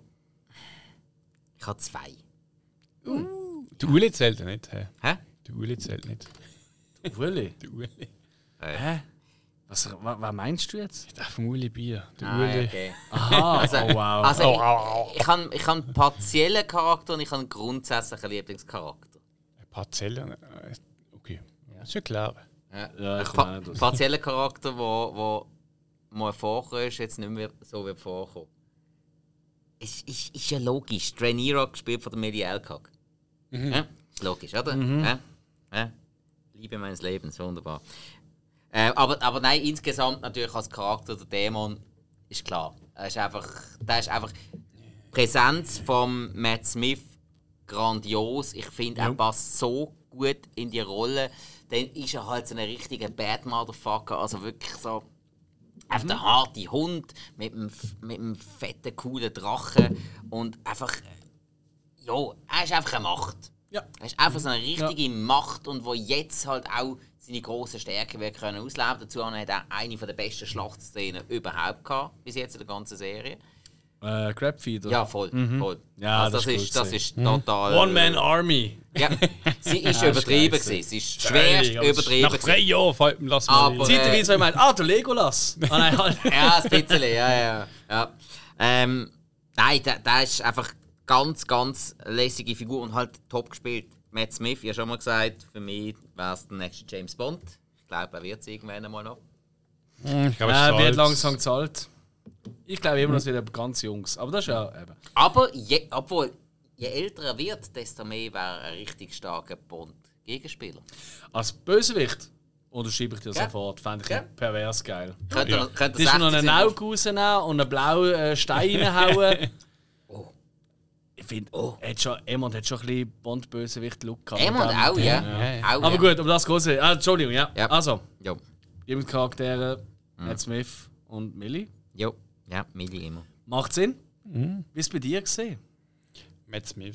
Speaker 2: Ich habe zwei.
Speaker 3: Uh. Der Uli zählt nicht. Hä?
Speaker 2: Hä?
Speaker 3: Der Uli zählt nicht.
Speaker 1: Uli?
Speaker 3: Der Uli.
Speaker 2: Äh.
Speaker 1: Hä? Was, was, was meinst du jetzt?
Speaker 3: Der vom Uli Bier. Der
Speaker 2: Ah,
Speaker 3: Uli.
Speaker 2: okay.
Speaker 1: Aha,
Speaker 2: Also,
Speaker 1: oh wow.
Speaker 2: Also,
Speaker 3: Oh, oh,
Speaker 2: ich, ich habe ich hab einen partiellen Charakter und ich habe einen grundsätzlichen Lieblingscharakter.
Speaker 3: Parzelle. äh, Okay. Das ist ja klar.
Speaker 2: Ja.
Speaker 1: Ja, ich
Speaker 2: Ein pa
Speaker 1: meine das.
Speaker 2: partieller Charakter, wo, wo mal vorkommt, ist jetzt nicht mehr so wie vorkommen. Es ist, ist ja logisch. Rhaenyra gespielt von der Millie Alcock.
Speaker 3: Mhm.
Speaker 2: Ja? Ist logisch, oder?
Speaker 1: Mhm.
Speaker 2: Ja? Ja? Liebe meines Lebens, wunderbar. Äh, aber, aber nein, insgesamt natürlich als Charakter der Dämon ist klar. Er ist einfach, der ist einfach die Präsenz von Matt Smith grandios. Ich finde,
Speaker 1: Ja.
Speaker 2: er passt so gut in die Rolle. Dann ist er halt so ein richtiger Bad Motherfucker. Also wirklich so einfach der harte Hund mit einem, mit einem fetten, coolen Drachen. Und einfach. Ja, er ist einfach eine Macht.
Speaker 1: Ja.
Speaker 2: Er ist einfach so eine richtige Macht und wo jetzt halt auch seine grossen Stärken wird können ausleben. Dazu hat er eine der besten Schlachtszenen überhaupt gehabt, bis jetzt in der ganzen Serie.
Speaker 1: Äh, Crabfeeder.
Speaker 2: Ja, voll. voll.
Speaker 1: Ja,
Speaker 2: also
Speaker 1: das
Speaker 2: das,
Speaker 1: ist
Speaker 2: ist,
Speaker 1: gut
Speaker 2: das
Speaker 1: gewesen.
Speaker 2: ist total.
Speaker 1: One-Man-Army.
Speaker 2: Ja, sie ist
Speaker 1: Ja,
Speaker 2: übertrieben.
Speaker 1: ist
Speaker 2: gewesen. Sie ist
Speaker 1: Völlig,
Speaker 2: schwerst
Speaker 1: aber
Speaker 2: übertrieben.
Speaker 3: Nach drei Jahren fällt mir das mal
Speaker 2: Aber-
Speaker 3: ein.
Speaker 1: Zeitweise habe ich gemeint, ah, der Legolas. Ah, nein, halt.
Speaker 2: Ja, ein bisschen, ja, ja. ja. Ähm, nein, der, der ist einfach ganz, ganz lässige Figur und halt top gespielt. Matt Smith, ich habe schon mal gesagt, für mich wäre es der nächste James Bond. Ich glaube, er wird es irgendwann einmal noch.
Speaker 3: Ich glaube,
Speaker 1: Er
Speaker 3: es
Speaker 1: wird
Speaker 3: ist
Speaker 1: langsam zahlt. Ich glaube immer, das wird aber ganz Jungs. Aber das ist ja eben.
Speaker 2: Aber je, obwohl, je älter er wird, desto mehr wäre er ein richtig starker Bond-Gegenspieler.
Speaker 1: Als Bösewicht unterschreibe ich dir
Speaker 2: Ja.
Speaker 1: sofort. Fände ich
Speaker 2: Ja.
Speaker 1: pervers geil.
Speaker 2: Könnte
Speaker 3: Ja.
Speaker 2: er, könnte
Speaker 1: Du
Speaker 2: er
Speaker 1: hast noch einen
Speaker 2: sechzig
Speaker 1: Auge rausnehmen und einen blauen äh, Stein reinhauen.
Speaker 2: Oh.
Speaker 1: Ich finde, oh. Emond hat schon ein bisschen Bond-Bösewicht-Look gehabt.
Speaker 2: Emond
Speaker 1: mit dem-
Speaker 2: auch, ja.
Speaker 3: Ja, ja.
Speaker 2: Auch,
Speaker 1: Aber
Speaker 2: ja.
Speaker 1: gut, um das große. Ah, Entschuldigung, ja.
Speaker 2: Ja.
Speaker 1: Also,
Speaker 2: Jo.
Speaker 1: Lieblingscharaktere, Matt Smith und Millie.
Speaker 2: Jo. Ja, Millie immer.
Speaker 1: Macht Sinn?
Speaker 3: Mhm.
Speaker 1: Wie ist es bei dir gesehen?
Speaker 3: Matt Smith.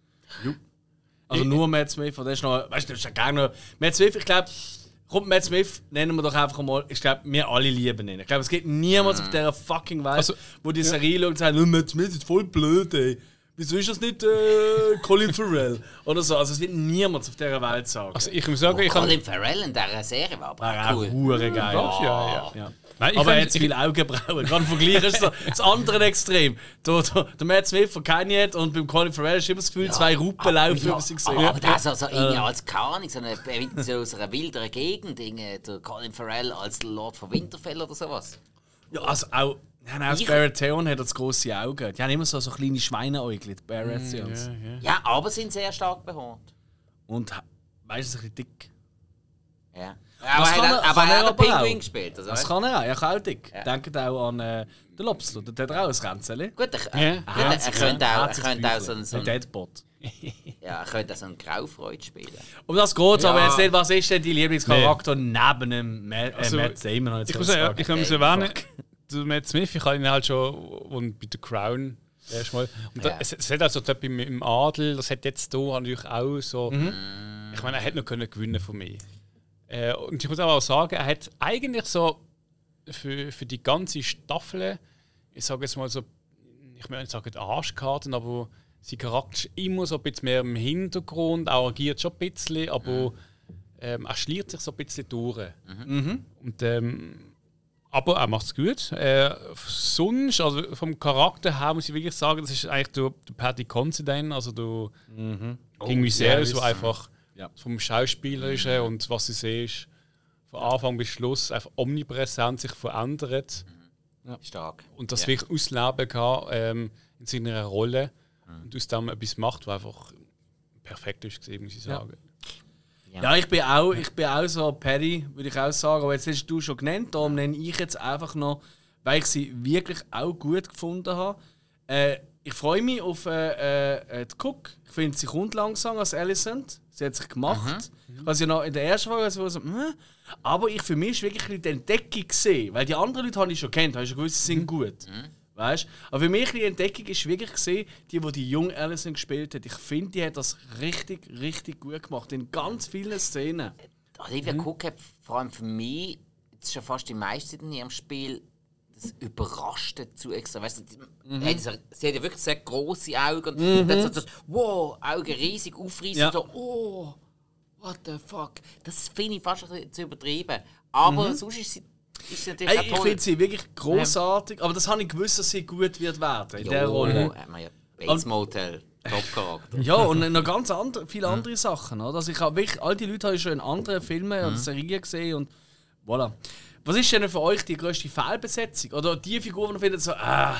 Speaker 1: Also
Speaker 3: Ich-
Speaker 1: nur Matt Smith, oder ist noch, weißt du, das ist ja gerne noch. Matt Smith, ich glaube, kommt Matt Smith, nennen wir doch einfach mal, ich glaube, wir alle lieben ihn. Ich glaube, es gibt niemals auf dieser fucking Welt,
Speaker 3: Also,
Speaker 1: wo die Serie schaut und sagt, oh, Matt Smith ist voll blöd, ey. Wieso ist das nicht äh, Colin Farrell? Oder so. Also es wird niemals auf dieser Welt sagen.
Speaker 3: Also ich muss sagen, ich habe...
Speaker 2: Colin Farrell in dieser Serie war aber
Speaker 1: Wäre
Speaker 2: auch
Speaker 1: auch
Speaker 2: cool.
Speaker 1: hure geil.
Speaker 3: Ja, ja.
Speaker 1: Ja.
Speaker 3: Nein, ich
Speaker 1: Aber er
Speaker 3: kann-
Speaker 1: hat zu viele Augenbrauen. Gerade im Vergleich ist so das andere Extrem. Der, der, der Matt Smith von Kanye hat und beim Colin Farrell ist immer das Gefühl, zwei Ruppen laufen über sie gesehen.
Speaker 2: Aber, aber der ist also irgendwie als keine so, eine, so aus einer wilderen Gegend, irgendwie, der Colin Farrell als Lord von Winterfell oder sowas.
Speaker 1: Ja, also auch, ja, auch das
Speaker 2: Ich-
Speaker 1: Baratheon hat das grosse Augen. Die haben immer so, so kleine Schweineäugel, die Baratheons.
Speaker 3: Ja, ja.
Speaker 2: Ja, aber sind sehr stark behaart.
Speaker 1: Und weißt du, ein bisschen dick.
Speaker 2: Ja. Aber
Speaker 1: Das
Speaker 2: er
Speaker 1: kann
Speaker 2: hat,
Speaker 1: er-
Speaker 2: aber
Speaker 1: kann
Speaker 2: er
Speaker 1: er
Speaker 2: hat
Speaker 1: aber
Speaker 2: den Pinguin
Speaker 1: auch.
Speaker 2: gespielt. Also,
Speaker 1: Das
Speaker 2: weißt?
Speaker 1: kann er auch, er kann auch dick.
Speaker 2: Ja.
Speaker 1: Denkt auch an äh, den Lobster, der hat auch ein Ränzeli.
Speaker 2: Gut, er,
Speaker 3: Ja.
Speaker 2: gut, er, er könnte auch, er könnte auch so einen, so
Speaker 1: Ein
Speaker 2: einen,
Speaker 1: Deadbot.
Speaker 2: ja, er könnte auch so einen Graufreud spielen.
Speaker 1: Um das geht
Speaker 2: Ja.
Speaker 1: aber jetzt nicht, was ist denn dein Lieblingscharakter neben dem Ma äh,
Speaker 3: Also,
Speaker 1: Matt Damon? habe
Speaker 3: Ich
Speaker 1: jetzt
Speaker 3: muss
Speaker 1: gesagt.
Speaker 3: sagen, ich kann es
Speaker 2: Okay,
Speaker 3: erwähnen, der Matt Smith, ich habe ihn halt schon und bei The Crown erstmal. Und da,
Speaker 2: Ja.
Speaker 3: es, es hat also dort im, im Adel, das hat jetzt hier natürlich auch so.
Speaker 1: Mhm.
Speaker 3: Ich meine, er hätte noch können gewinnen von mir. Äh, und ich muss aber auch sagen, er hat eigentlich so für, für die ganze Staffel, ich sage jetzt mal so ich möchte nicht sagen Arschkarten, aber sein Charakter ist immer so ein bisschen mehr im Hintergrund, auch agiert schon ein bisschen, aber ähm, er schliert sich so ein bisschen durch.
Speaker 1: Mhm.
Speaker 3: Und, ähm, aber er macht es gut. Äh, sonst, also vom Charakter her muss ich wirklich sagen, das ist eigentlich der, der Paddy Considine, also der
Speaker 1: Mhm.
Speaker 3: King Viserys,
Speaker 1: ja,
Speaker 3: der einfach
Speaker 1: ja.
Speaker 3: vom Schauspielerischen mhm. und was sie siehst, von Anfang bis Schluss einfach omnipräsent sich verändert.
Speaker 2: Ja. Stark.
Speaker 3: Und das
Speaker 2: ja.
Speaker 3: wirklich ausleben kann ähm, in seiner Rolle mhm. und aus dem etwas macht, was einfach perfekt ist, gesehen, muss ich sagen.
Speaker 1: Ja. ja, ich bin auch, ich bin auch so Paddy, würde ich auch sagen. Aber jetzt hast du schon genannt, darum nenne ich jetzt einfach noch, weil ich sie wirklich auch gut gefunden habe. Äh, ich freue mich auf äh, äh, die Cook. Ich finde, sie kommt langsam als Alicent. Sie hat sich gemacht. Mhm. Ich habe sie noch in der ersten Folge so, so mm. aber ich für mich ist wirklich die Entdeckung gesehen, weil die anderen Leute habe ich schon kennt, habe ich schon gewusst, sie sind mhm. gut. Mhm. Weißt? Aber für mich die Entdeckung ist wirklich gesehen, die, die die junge Alicent gespielt hat. Ich finde, die hat das richtig, richtig gut gemacht in ganz vielen Szenen.
Speaker 2: Olivia mhm. Cook hat vor allem für mich, das ist schon fast die meiste Zeit in ihrem Spiel, das Überraschte zu extra. Weißt du, mhm. sie, sie hat ja wirklich sehr große Augen und mhm. dann so das, wow, Augen riesig aufreißen, ja. so, oh, what the fuck. Das finde ich fast ein bisschen zu übertrieben. Aber mhm. sonst ist sie, ist sie natürlich
Speaker 1: hey, ich finde sie wirklich großartig, aber das habe ich gewusst, dass sie gut wird werden in
Speaker 2: jo,
Speaker 1: der Rolle.
Speaker 2: Ja, Bates Motel, Top-Charakter.
Speaker 1: Ja, und noch ganz andere, viele andere mhm. Sachen. Oder? Also ich habe wirklich, all die Leute habe ich schon in anderen Filmen mhm. oder Serien gesehen und voilà. Was ist denn für euch die grösste Fehlbesetzung? Oder die Figur, die ihr findet so, ah,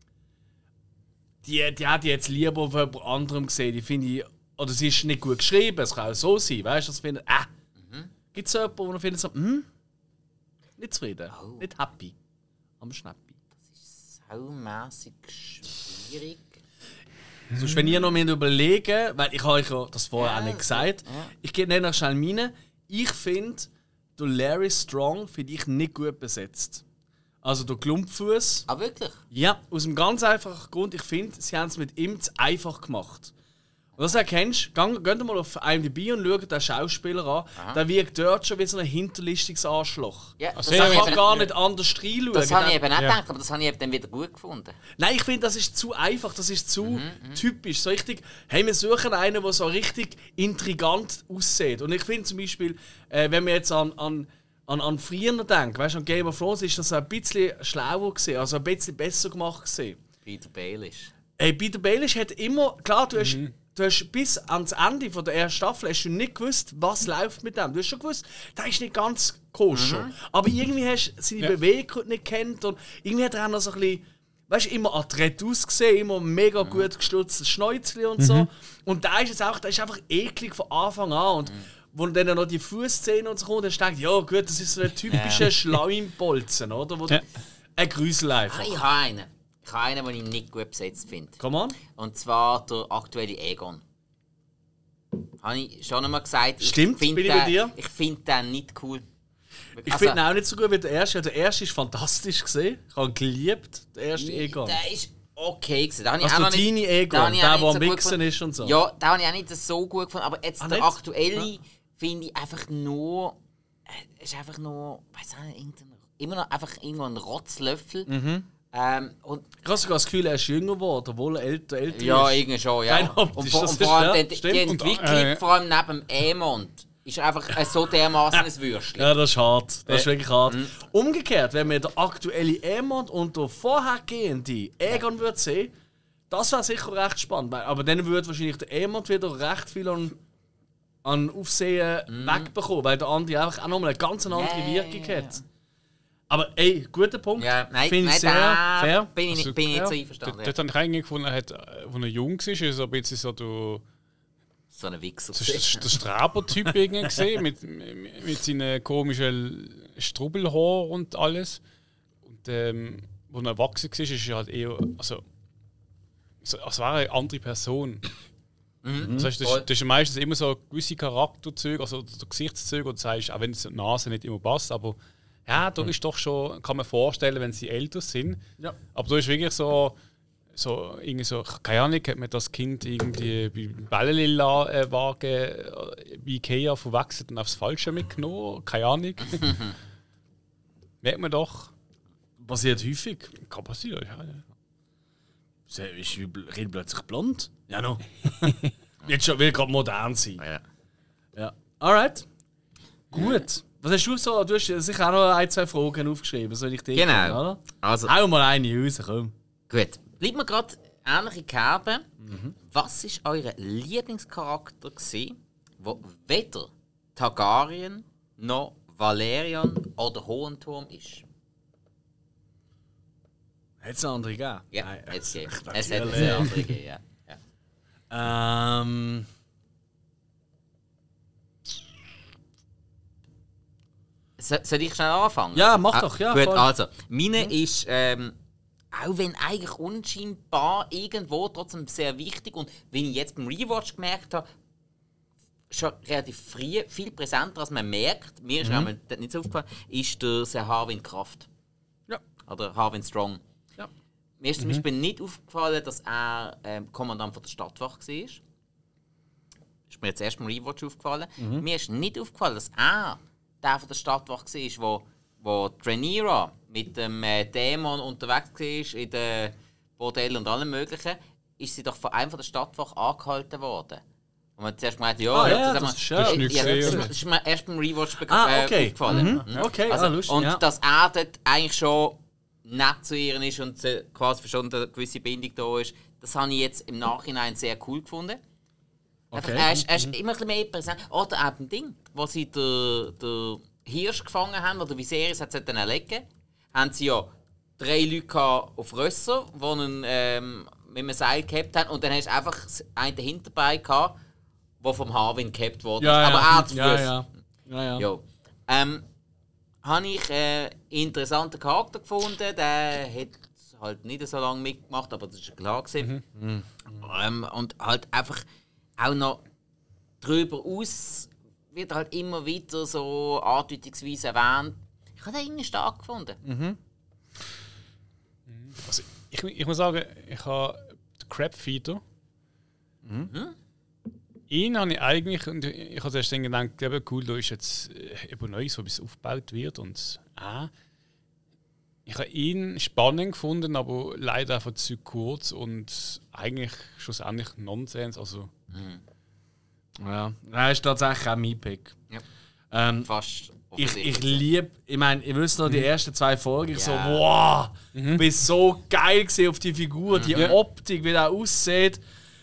Speaker 1: die, die hätte ich jetzt lieber von jemand anderem gesehen, die finde ich, oder sie ist nicht gut geschrieben, es kann auch so sein, weißt du, dass ihr findet, ah, mhm. gibt es jemanden, wo ihr findet so, hm, nicht zufrieden, oh. nicht happy, am Schnappi.
Speaker 2: Das ist saumässig schwierig.
Speaker 1: Sonst, wenn ihr noch mehr überlegen, weil ich habe euch ja das vorher ja, auch nicht gesagt, ja. ich gehe nicht nach schnell meine, ich finde, der Larry Strong finde ich nicht gut besetzt. Also der Klumpfuß.
Speaker 2: Ah, wirklich?
Speaker 1: Ja, aus einem ganz einfachen Grund. Ich finde, sie haben es mit ihm zu einfach gemacht. Und das erkennst du, geh mal auf I M D B und schau den Schauspieler an. Aha. Der wirkt dort schon wie so ein hinterlistiges Arschloch. Ja, das der kann gar nicht anders reinschauen.
Speaker 2: Das habe ich eben auch ja. gedacht, aber das habe ich eben dann wieder gut gefunden.
Speaker 1: Nein, ich finde, das ist zu einfach, das ist zu mhm, typisch. So richtig, hey, wir suchen einen, der so richtig intrigant aussieht. Und ich finde zum Beispiel, äh, wenn wir jetzt an, an, an, an früher denken, weißt du, an Game of Thrones ist das ein bisschen schlauer gewesen, also ein bisschen besser gemacht gewesen.
Speaker 2: Peter Baelish.
Speaker 1: Hey, Peter Baelish hat immer, klar, du hast... Mhm. Du hast bis ans Ende von der ersten Staffel hast du nicht gewusst, was läuft mit dem. Du hast schon gewusst, der ist nicht ganz koscher. Mhm. Aber irgendwie hast du seine ja. Bewegung nicht gekannt und irgendwie hat er auch noch so ein bisschen, weißt du, immer adrett ausgesehen, immer mega mhm. gut gestutztes Schnäuzchen und so. Mhm. Und da ist es auch, der ist einfach eklig von Anfang an. Und mhm. wo dann noch die Fußszene und so kommt, dann denkst du, ja gut, das ist so ein typischer ja. Schleimbolzen, oder? Wo ja. Ein Grüsel einfach.
Speaker 2: Ah, ich habe einen. Ich habe einen, den ich nicht gut besetzt finde.
Speaker 1: Come on.
Speaker 2: Und zwar der aktuelle Aegon. Habe ich schon einmal gesagt.
Speaker 1: Stimmt,
Speaker 2: ich
Speaker 1: bin ich
Speaker 2: den,
Speaker 1: bei dir?
Speaker 2: Ich finde den nicht cool.
Speaker 1: Ich also, finde ihn auch nicht so gut wie der erste. Der erste ist fantastisch gesehen. Ich habe ihn geliebt, der erste Aegon.
Speaker 2: Der ist okay gewesen.
Speaker 1: Also der Teenie Aegon, der, der, der am Wichsen ist und so.
Speaker 2: Ja, den habe ich auch nicht so gut gefunden. Aber jetzt ah, der nicht? aktuelle ja. finde ich einfach nur... Es ist einfach nur... Weiss nicht, immer noch einfach irgendwo ein Rotzlöffel. Mhm. Ähm, und
Speaker 1: ich habe sogar das Gefühl, er ist jünger geworden, obwohl er älter, älter
Speaker 2: ja,
Speaker 1: ist.
Speaker 2: Ja, irgendwie schon, ja.
Speaker 1: Und,
Speaker 2: und, vor, und vor allem die, die Entwicklung, äh, vor allem neben dem Aemond, ist einfach so dermaßen ein Würstchen.
Speaker 1: Ja, das ist hart. Das ist wirklich hart. Mhm. Umgekehrt, wenn wir den aktuellen Aemond und den vorhergehenden Aegon würde sehen, das wäre sicher recht spannend. Aber dann würde wahrscheinlich der Aemond wieder recht viel an, an Aufsehen mhm. wegbekommen, weil der andere einfach auch nochmal eine ganz andere yeah, Wirkung yeah, hat. Aber ey, guter Punkt.
Speaker 2: Ja, nein,
Speaker 1: finde ich sehr fair.
Speaker 2: Bin ich, also, bin ich nicht so einverstanden.
Speaker 3: Dort, dort habe ich eigentlich gefunden, er hat, als er jung war, ist so ein bisschen so der...
Speaker 2: So ein Wichser.
Speaker 3: Der Straber-Typ gesehen, mit, mit, mit seinen komischen Strubbelhaar und alles. Und ähm, als er erwachsen war, ist er halt eher... Also, so, als wäre er eine andere Person. Mhm. Das heißt, das, das ist meistens immer so gewisse Charakterzüge, also so Gesichtszüge, und du sagst, auch wenn die Nase nicht immer passt, aber... Ja, da ist doch schon, kann man vorstellen, wenn sie älter sind. Ja. Aber da ist wirklich so, so, irgendwie so, keine Ahnung, hat man das Kind irgendwie beim Bällelila-Wagen äh, bei Ikea verwechselt und aufs Falsche mitgenommen. Keine Ahnung. Merkt man doch.
Speaker 1: Passiert häufig.
Speaker 3: Kann passieren, ja.
Speaker 1: Sie ist wie plötzlich blond. Ja, no. Wird schon will gerade modern sein.
Speaker 2: Ja.
Speaker 1: Ja. Alright. Gut. Was hast du so? Du hast sicher auch noch ein, zwei Fragen aufgeschrieben, soll ich dir
Speaker 2: Genau.
Speaker 1: geben, oder?
Speaker 2: Also,
Speaker 1: Hau mal eine raus, komm.
Speaker 2: gut. Bleibt mir gerade ähnliche Kerbe.
Speaker 1: Mhm.
Speaker 2: Was war euer Lieblingscharakter, gewesen, der weder Targaryen noch Valerian oder Hohenturm ist?
Speaker 1: Hat es eine andere gegeben?
Speaker 2: Ja,
Speaker 1: Nein.
Speaker 2: jetzt gegeben.
Speaker 1: Ach,
Speaker 2: Es hat
Speaker 1: natürlich.
Speaker 2: eine andere gegeben, ja. ja.
Speaker 1: Ähm.
Speaker 2: So, soll ich schnell anfangen?
Speaker 1: Ja, mach doch, ja,
Speaker 2: Gut,
Speaker 1: voll.
Speaker 2: also, meine ist, ähm, auch wenn eigentlich unscheinbar irgendwo trotzdem sehr wichtig und wie ich jetzt beim Rewatch gemerkt habe, schon relativ früh, viel präsenter als man merkt, mir ist
Speaker 1: Mhm.
Speaker 2: auch nicht so aufgefallen, ist der Sir Harwin Kraft.
Speaker 1: Ja.
Speaker 2: Oder Harwin Strong.
Speaker 1: Ja.
Speaker 2: Mir ist zum Beispiel nicht aufgefallen, dass er ähm, Kommandant von der Stadtwache war. Ist mir jetzt erst beim Rewatch aufgefallen. Mir ist nicht aufgefallen, dass er der von der Stadtwache war, wo, wo Rhaenyra mit dem äh, Dämon unterwegs war, in den Bordellen und allem Möglichen, ist sie doch von einem von der Stadtwache angehalten worden. Und man zuerst gemeint, ja,
Speaker 1: Ah,
Speaker 2: ja,
Speaker 1: ja,
Speaker 2: das,
Speaker 1: das
Speaker 2: haben
Speaker 1: ist
Speaker 2: wir-
Speaker 1: schön.
Speaker 3: Das ist nicht
Speaker 2: ja,
Speaker 3: gesehen,
Speaker 2: das
Speaker 3: oder?
Speaker 2: ist mir erst beim Rewatch be-
Speaker 1: Ah,
Speaker 2: äh,
Speaker 1: okay.
Speaker 2: aufgefallen.
Speaker 1: Mhm. Okay,
Speaker 2: Also,
Speaker 1: ah, lustig.
Speaker 2: und
Speaker 1: ja.
Speaker 2: dass er dort eigentlich schon nett zu ihr ist und sie quasi schon eine gewisse Bindung da ist, das habe ich jetzt im Nachhinein sehr cool gefunden. Einfach,
Speaker 1: Okay.
Speaker 2: Er ist, er ist immer ein bisschen mehr präsent. Oder eben ein Ding, wo sie den, den Hirsch gefangen haben, oder Viserys hat es dann erlegen, haben sie ja drei Leute gehabt auf Rösser, die ihn ähm, mit einem Seil gehabt haben, und dann hast du einfach einen Hinterbei gehabt, der vom Harwin gehabt wurde.
Speaker 1: Ja, ja.
Speaker 2: Aber er hat es
Speaker 1: ja,
Speaker 2: gewusst.
Speaker 1: ja. ja, ja.
Speaker 2: Ja. Ähm, habe ich äh, einen interessanten Charakter gefunden. Der hat halt nicht so lange mitgemacht, aber das ist klar gewesen.
Speaker 1: Mhm.
Speaker 2: Ähm, und halt einfach auch noch darüber aus wird halt immer wieder so andeutungsweise erwähnt. Ich habe den irgendwie stark gefunden.
Speaker 1: Mhm.
Speaker 3: Also, ich, ich muss sagen, ich habe den Crabfeeder.
Speaker 1: Mhm.
Speaker 3: Ihn habe ich eigentlich, und ich habe zuerst dann gedacht, eben, cool, da ist jetzt äh, eben neu, so wie es aufgebaut wird. Und ah, ich habe ihn spannend gefunden, aber leider einfach zu kurz und eigentlich schlussendlich Nonsens. Also,
Speaker 1: Ja, das ist tatsächlich auch mein Pick.
Speaker 2: Ja.
Speaker 1: Ähm,
Speaker 2: Fast
Speaker 1: ich
Speaker 2: offensichtlich.
Speaker 1: ich liebe, ich meine, ihr wisst noch, die ersten zwei Folgen, ich so,
Speaker 2: Ja.
Speaker 1: wow, du bist so geil gewesen auf die Figur, die Optik, wie der aussieht.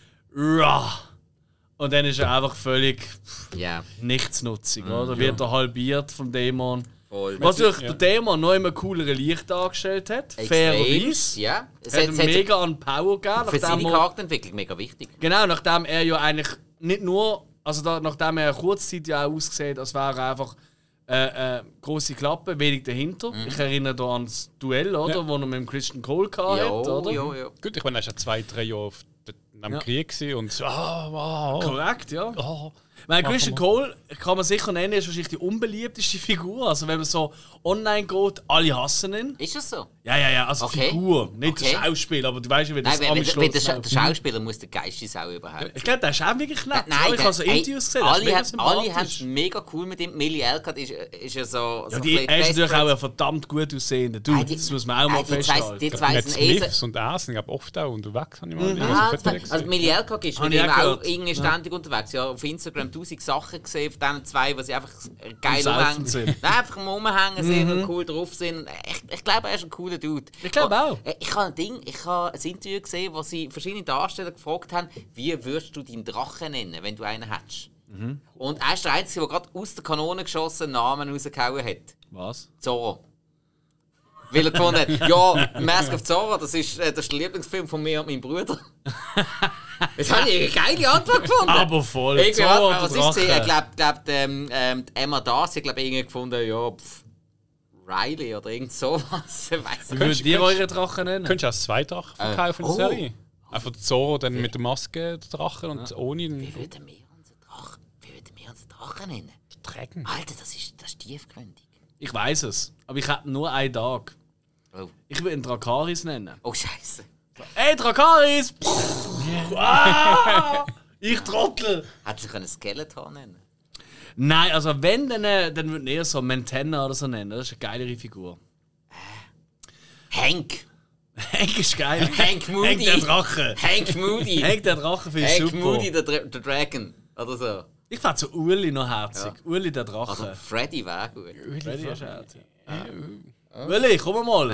Speaker 1: Rah. Und dann ist er einfach völlig
Speaker 2: Ja,
Speaker 1: nichtsnutzig, oder? Wird er halbiert vom Dämon.
Speaker 2: voll.
Speaker 1: Was natürlich
Speaker 3: Ja.
Speaker 1: der Dämon noch immer coolere Licht dargestellt hat, fairerweise.
Speaker 2: Ja. Es
Speaker 1: Hat
Speaker 2: hat,
Speaker 1: ihm
Speaker 2: es hat
Speaker 1: mega an Power gegeben.
Speaker 2: für seine
Speaker 1: nachdem er-
Speaker 2: Charakterentwicklung mega wichtig.
Speaker 1: Genau, nachdem er ja eigentlich nicht nur, also da, nachdem er kurzzeitig ja auch aussieht, als wäre er einfach äh, äh, große Klappe, wenig dahinter. Ich erinnere da an das Duell, oder,
Speaker 3: Ja.
Speaker 1: wo er mit dem Christian Cole gehabt hat,
Speaker 2: Jo,
Speaker 1: oder?
Speaker 2: jo, jo.
Speaker 3: gut, ich war erst zwei, drei Jahre auf der, am
Speaker 1: Ja.
Speaker 3: Krieg gewesen und so, ah, wow,
Speaker 1: Korrekt, ja.
Speaker 3: oh.
Speaker 1: Ich meine,
Speaker 3: Machen
Speaker 1: Christian
Speaker 3: wir.
Speaker 1: Cole kann man sicher nennen, ist wahrscheinlich die unbeliebteste Figur. Also wenn man so online geht, alle hassen ihn.
Speaker 2: Ist das so?
Speaker 1: Ja, ja, ja, also
Speaker 2: Okay.
Speaker 1: Figur, nicht
Speaker 2: Okay.
Speaker 1: der Schauspieler, aber du weißt ja, wie das
Speaker 2: Nein, wenn,
Speaker 1: am
Speaker 2: wenn,
Speaker 1: Schluss
Speaker 2: wenn der, Scha
Speaker 1: läuft.
Speaker 2: der Schauspieler muss der geilste Sau überhaupt.
Speaker 1: Ich glaube, der ist auch wirklich nett.
Speaker 2: Nein,
Speaker 1: ja, ich habe so
Speaker 2: ey,
Speaker 1: Interviews gesehen, der ist
Speaker 2: alle,
Speaker 1: mega
Speaker 2: haben, alle haben es
Speaker 1: sympathisch.
Speaker 2: mega cool mit ihm. Millie Elcott ist, ist ja so. so
Speaker 1: Ja,
Speaker 2: ein
Speaker 1: die,
Speaker 2: bisschen
Speaker 1: er ist natürlich auch
Speaker 2: desperate.
Speaker 1: ein verdammt gut aussehender Dude,
Speaker 2: Nein, die-
Speaker 1: das muss man auch mal
Speaker 2: nein, die zwei-
Speaker 1: festhalten.
Speaker 2: die
Speaker 3: Matt
Speaker 2: zwei sind eh
Speaker 3: Smiths
Speaker 2: so-
Speaker 3: und er sind aber oft auch unterwegs, habe ich mal
Speaker 2: Ah,
Speaker 3: also,
Speaker 2: das- also Millie Elcott ist
Speaker 1: Habe
Speaker 2: mit
Speaker 1: ich
Speaker 2: ihm
Speaker 1: auch
Speaker 2: auch
Speaker 1: gehört.
Speaker 2: irgendwie ständig unterwegs. Ja, auf Instagram tausend Sachen gesehen von diesen zwei, wo sie einfach geil
Speaker 1: Am
Speaker 2: umhängen.
Speaker 1: Saufen sind.
Speaker 2: Nein, einfach am Umhängen sind und cool drauf sind. Ich, ich glaube, er ist ein cooler Dude.
Speaker 1: Ich glaube auch.
Speaker 2: Äh, Ich habe ein Ding, ich habe ein Interview gesehen, wo sie verschiedene Darsteller gefragt haben, wie würdest du deinen Drachen nennen, wenn du einen hättest. Und er ist der Einzige, der gerade aus der Kanone geschossen einen Namen rausgehauen hat.
Speaker 1: Was?
Speaker 2: Zorro. Weil er gefunden hat, ja, Mask of Zorro, das ist, äh, das ist der Lieblingsfilm von mir und meinem Bruder. Jetzt habe ich eine geile Antwort gefunden.
Speaker 1: Aber voll.
Speaker 2: Irgendwie
Speaker 1: Zorro
Speaker 2: hat,
Speaker 1: oder
Speaker 2: was ist sie? Ich
Speaker 1: Drache?
Speaker 2: glaube, glaub, ähm, ähm, die Emma Darcy hat glaub, irgendwie gefunden, ja, pff, Riley oder irgend sowas. Ich weiss
Speaker 1: Wie
Speaker 2: nicht.
Speaker 1: würdet ihr eure Drachen nennen?
Speaker 3: könntest du auch zwei Drachen verkaufen in
Speaker 2: oh.
Speaker 3: der Serie. Einfach Zorro dann mit der Maske, der Drachen, und ohne den
Speaker 2: Wie würden wir unseren Drachen, wie würden wir unseren Drachen nennen?
Speaker 3: Drachen.
Speaker 2: Alter, das ist, das ist tiefgründig.
Speaker 1: Ich weiß es, aber ich hätte nur einen Tag.
Speaker 2: Oh,
Speaker 1: Ich würde ihn Drakaris nennen.
Speaker 2: oh Scheiße.
Speaker 1: Ey, Drakaris! Ah, ich trottel!
Speaker 2: Hättest du einen Skeletor nennen?
Speaker 1: Nein, also wenn, dann, äh, dann würde ich eher so Mantenna oder so nennen. Das ist eine geilere Figur.
Speaker 2: Hank.
Speaker 1: Hank ist geil.
Speaker 2: Hank Moody.
Speaker 1: Hank der Drache.
Speaker 2: Hank Moody.
Speaker 1: Hank der Drache finde ich
Speaker 2: Hank
Speaker 1: super.
Speaker 2: Moody, der, Dra der Dragon. Oder so.
Speaker 1: Ich fand so Uli noch herzig.
Speaker 2: Ja.
Speaker 1: Uli der Drache.
Speaker 2: Also Freddy wäre gut.
Speaker 1: Freddy ist herzig. Uli, komm mal.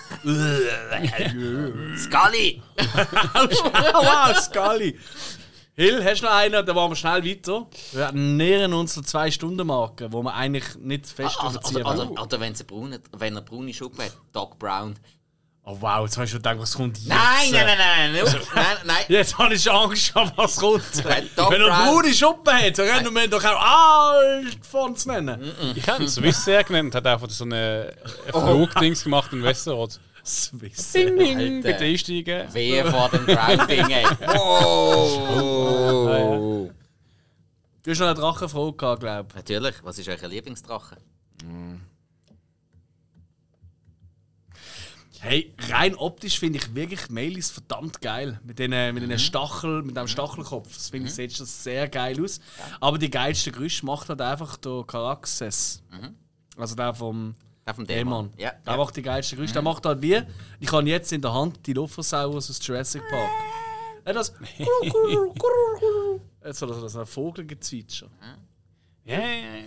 Speaker 2: Scully!
Speaker 1: Wow, Scully. Hill, hast du noch einen? Dann machen wir schnell weiter. Wir nähern uns zur zwei Stunden Marke, wo wir eigentlich nicht fest
Speaker 2: Also,
Speaker 1: überziehen
Speaker 2: oder,
Speaker 1: wollen.
Speaker 2: oder, oder wenn er braune, wenn er braune Schuppe hat, Doc Brown.
Speaker 1: Oh wow, jetzt hast du schon gedacht, was kommt jetzt?
Speaker 2: Nein, nein, nein, nein, nein, nein, nein.
Speaker 1: Jetzt habe ich Angst, was kommt.
Speaker 2: Doc
Speaker 1: Wenn er
Speaker 2: Brown.
Speaker 1: braune Schuppen hat, dann können wir doch auch alt von zu nennen.
Speaker 3: Ich habe ihn Swissair genannt, hat einfach so eine, ein Flugdings gemacht in Westerrot.
Speaker 1: Swiss.
Speaker 3: Ding, ding,
Speaker 2: Alter.
Speaker 3: bitte einsteigen.
Speaker 2: Wehe vor dem Grounding, ey. Wow.
Speaker 1: Du hast noch eine Drachenfrage gehabt, glaube ich.
Speaker 2: Natürlich, was ist euer Lieblingsdrache?
Speaker 1: Hey, rein optisch finde ich wirklich Melis verdammt geil. Mit den, mit den Stachel, mit dem Stachelkopf. Das finde ich, sieht schon sehr geil aus. Aber die geilsten Geräusche macht halt einfach der Caraxes. Also der vom
Speaker 2: Der vom
Speaker 1: Dämon.
Speaker 2: Dämon. Ja,
Speaker 1: Der
Speaker 2: ja.
Speaker 1: macht die geilsten Geräusche. Der macht halt wie, ich habe jetzt in der Hand die Luffersaurus aus Jurassic Park. Ja, das. Jetzt soll das ein Vogelgezwitscher.
Speaker 3: Ja, ja, ja.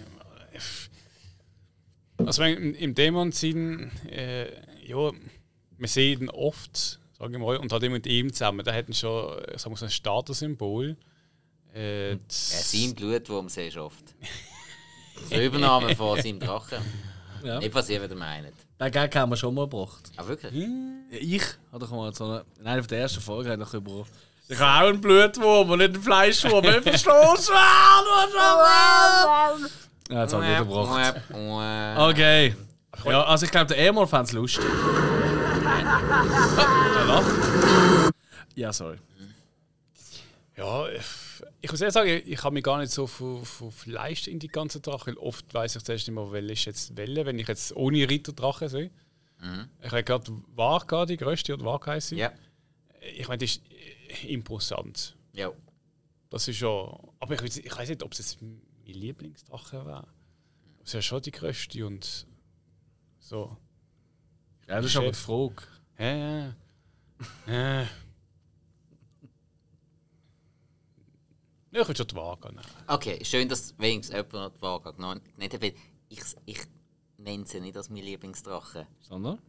Speaker 3: Also wenn im, im Dämon-Sinn, äh, ja, wir sehen ihn oft, sage ich mal, und hat immer mit ihm zusammen. Da hätten schon, sagen wir so ein Statussymbol. Äh,
Speaker 2: Ja, sein Blutwurm siehst du oft. So Übernahme von seinem Drachen.
Speaker 1: Ja.
Speaker 2: Nicht, was ihr wieder meint.
Speaker 1: Den Gag haben wir schon mal gebracht.
Speaker 2: Ah, wirklich?
Speaker 1: Ich hatte doch mal so eine, in einer der ersten Folgen habe ich über. Ich habe auch einen Blutwurm und nicht einen Fleischwurm. Ich verstehe es. Ja, jetzt habe ich wieder gebracht. Okay. Ja, also ich glaube, der Emil fand es lustig. Er lacht. Ja, sorry.
Speaker 3: Ja, ich muss ehrlich sagen, ich habe mich gar nicht so auf, auf Fleisch in die ganze Drache, weil oft weiss ich zuerst nicht mehr, welche ist jetzt Welle, wenn ich jetzt ohne Ritterdrache sehe.
Speaker 2: Mhm.
Speaker 3: Ich habe gerade Varga, die grösste, oder Varga heisst sie.
Speaker 2: Ja.
Speaker 3: Ich meine, das ist imposant.
Speaker 2: Ja.
Speaker 3: Das ist schon. Aber ich, weiß- ich weiß nicht, ob es jetzt mein Lieblingsdrache wäre. Es ist ja schon die grösste und so.
Speaker 1: Ja, das ist aber die Frage.
Speaker 3: Ja, ja. ja. Ja, ich würde schon die Waage nehmen.
Speaker 2: Okay, schön, dass wenigstens jemand noch die Waage genommen hat. Weil ich, ich nenne sie nicht als mein Lieblingsdrache.
Speaker 1: Sondern?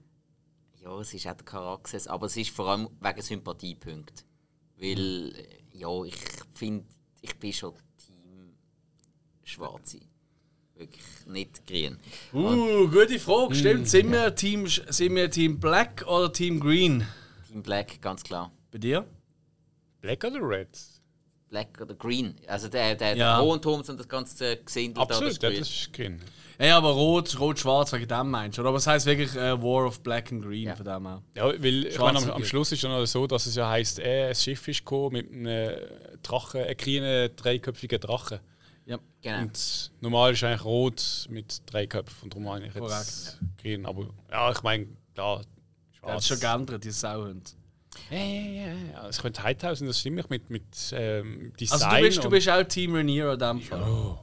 Speaker 2: Ja, es ist auch der Caraxes, aber es ist vor allem wegen Sympathiepunkten. Weil, ja, ich finde, ich bin schon Team Schwarze. Wirklich nicht grün.
Speaker 1: Uh, gute Frage. Stimmt. Sind wir, Team, sind wir Team Black oder Team Green?
Speaker 2: Team Black, ganz klar.
Speaker 1: Bei dir?
Speaker 3: Black oder Red?
Speaker 2: Black oder Green. Also der, der,
Speaker 1: Ja.
Speaker 2: der Hohenturms und das ganze Gesindel da,
Speaker 3: Absolut,
Speaker 2: das
Speaker 3: ja,
Speaker 2: Grün.
Speaker 3: das ist grün.
Speaker 1: Ja, ja, aber rot, rot-schwarz wegen dem meinst du? Oder? Aber es heisst wirklich äh, War of Black and Green
Speaker 2: Ja.
Speaker 1: von dem her.
Speaker 3: Ja, weil ich
Speaker 1: Schwarz
Speaker 3: meine, am,
Speaker 1: und
Speaker 3: am
Speaker 1: grün.
Speaker 3: Schluss ist es noch so, dass es ja heisst, äh, ein Schiff ist gekommen mit einem Drachen, einem grünen, dreiköpfigen Drachen.
Speaker 1: Ja.
Speaker 2: Genau.
Speaker 3: Und normal ist eigentlich rot mit drei Köpfen. Und darum meine ich jetzt
Speaker 1: Korrekt.
Speaker 3: grün. Aber ja, ich meine, klar,
Speaker 1: Der hat
Speaker 3: schwarz.
Speaker 1: schon geändert, die Sauhund.
Speaker 3: Ja, ja, ja, ja. Es könnte Highthouse, das stimmt mich mit, mit ähm, Design.
Speaker 1: Also du bist, du
Speaker 3: und-
Speaker 1: bist auch Team Rhaenyra in dem Fall.
Speaker 3: Oh.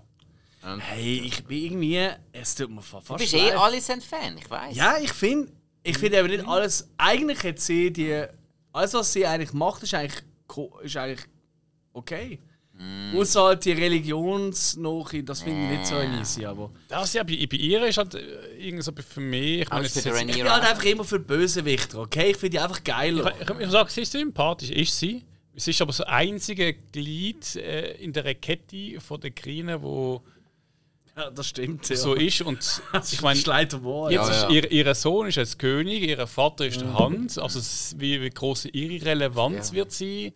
Speaker 1: Hey, ich bin irgendwie... Es tut mir fa-
Speaker 2: Du
Speaker 1: fast
Speaker 2: bist eh
Speaker 1: leid.
Speaker 2: Alicent-Fan, ich weiß.
Speaker 1: Ja, ich finde ich find eben nicht alles... Eigentlich hat sie die... Alles, was sie eigentlich macht, ist eigentlich, ko- ist eigentlich okay. Mm. Außer halt die Religionsnoche, das finde ich nicht so easy, aber...
Speaker 3: Das ja, bei, bei ihr ist halt äh, irgendwie so für mich. Ich
Speaker 2: Aber
Speaker 3: meine,
Speaker 2: ist
Speaker 3: es
Speaker 2: für
Speaker 3: ist
Speaker 2: den
Speaker 3: jetzt-
Speaker 1: Ich bin halt einfach immer für Bösewichter, okay? Ich finde die einfach geiler.
Speaker 3: Ich, ich, ich sage, sie ist sympathisch, ist sie. Es ist aber so das einzige Glied äh, in der Kette von der Grinen, wo
Speaker 1: Ja, das stimmt, ja.
Speaker 3: so ist. Und ich meine,
Speaker 1: ist leider wahr.
Speaker 3: jetzt
Speaker 2: Ja,
Speaker 3: ist
Speaker 2: ja.
Speaker 3: ihr, ihr Sohn ist jetzt König, ihr Vater ist der Hans. Also es- wie, wie groß ihre Relevanz
Speaker 2: Ja.
Speaker 3: wird sein.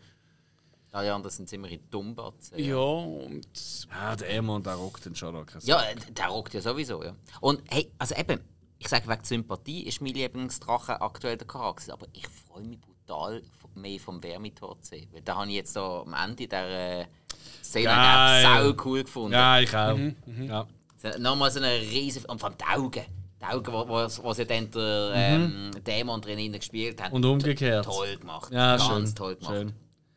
Speaker 2: Alle anderen sind ziemlich Dummbatzen.
Speaker 3: Ja, und
Speaker 1: Ja, der Emma, der rockt den schon noch.
Speaker 2: Ja, äh, der rockt ja sowieso, ja. Und hey, also eben, ich sage wegen Sympathie ist mein Lieblingsdrache aktuell der Charakter, aber ich freue mich brutal mehr vom Vermithor zu sehen. Weil da habe ich jetzt da am Ende der äh, Szene
Speaker 1: Geil.
Speaker 2: sau cool gefunden.
Speaker 1: Ja, ich auch. Ja.
Speaker 2: So, nochmal so eine riesige... Und vor allem die Augen. Die Augen, wo, wo, wo sie dann der ähm, Dämon drin gespielt haben.
Speaker 1: Und umgekehrt.
Speaker 2: Toll gemacht.
Speaker 1: Ja,
Speaker 2: Ganz
Speaker 1: schön.
Speaker 2: toll gemacht.
Speaker 1: Schön.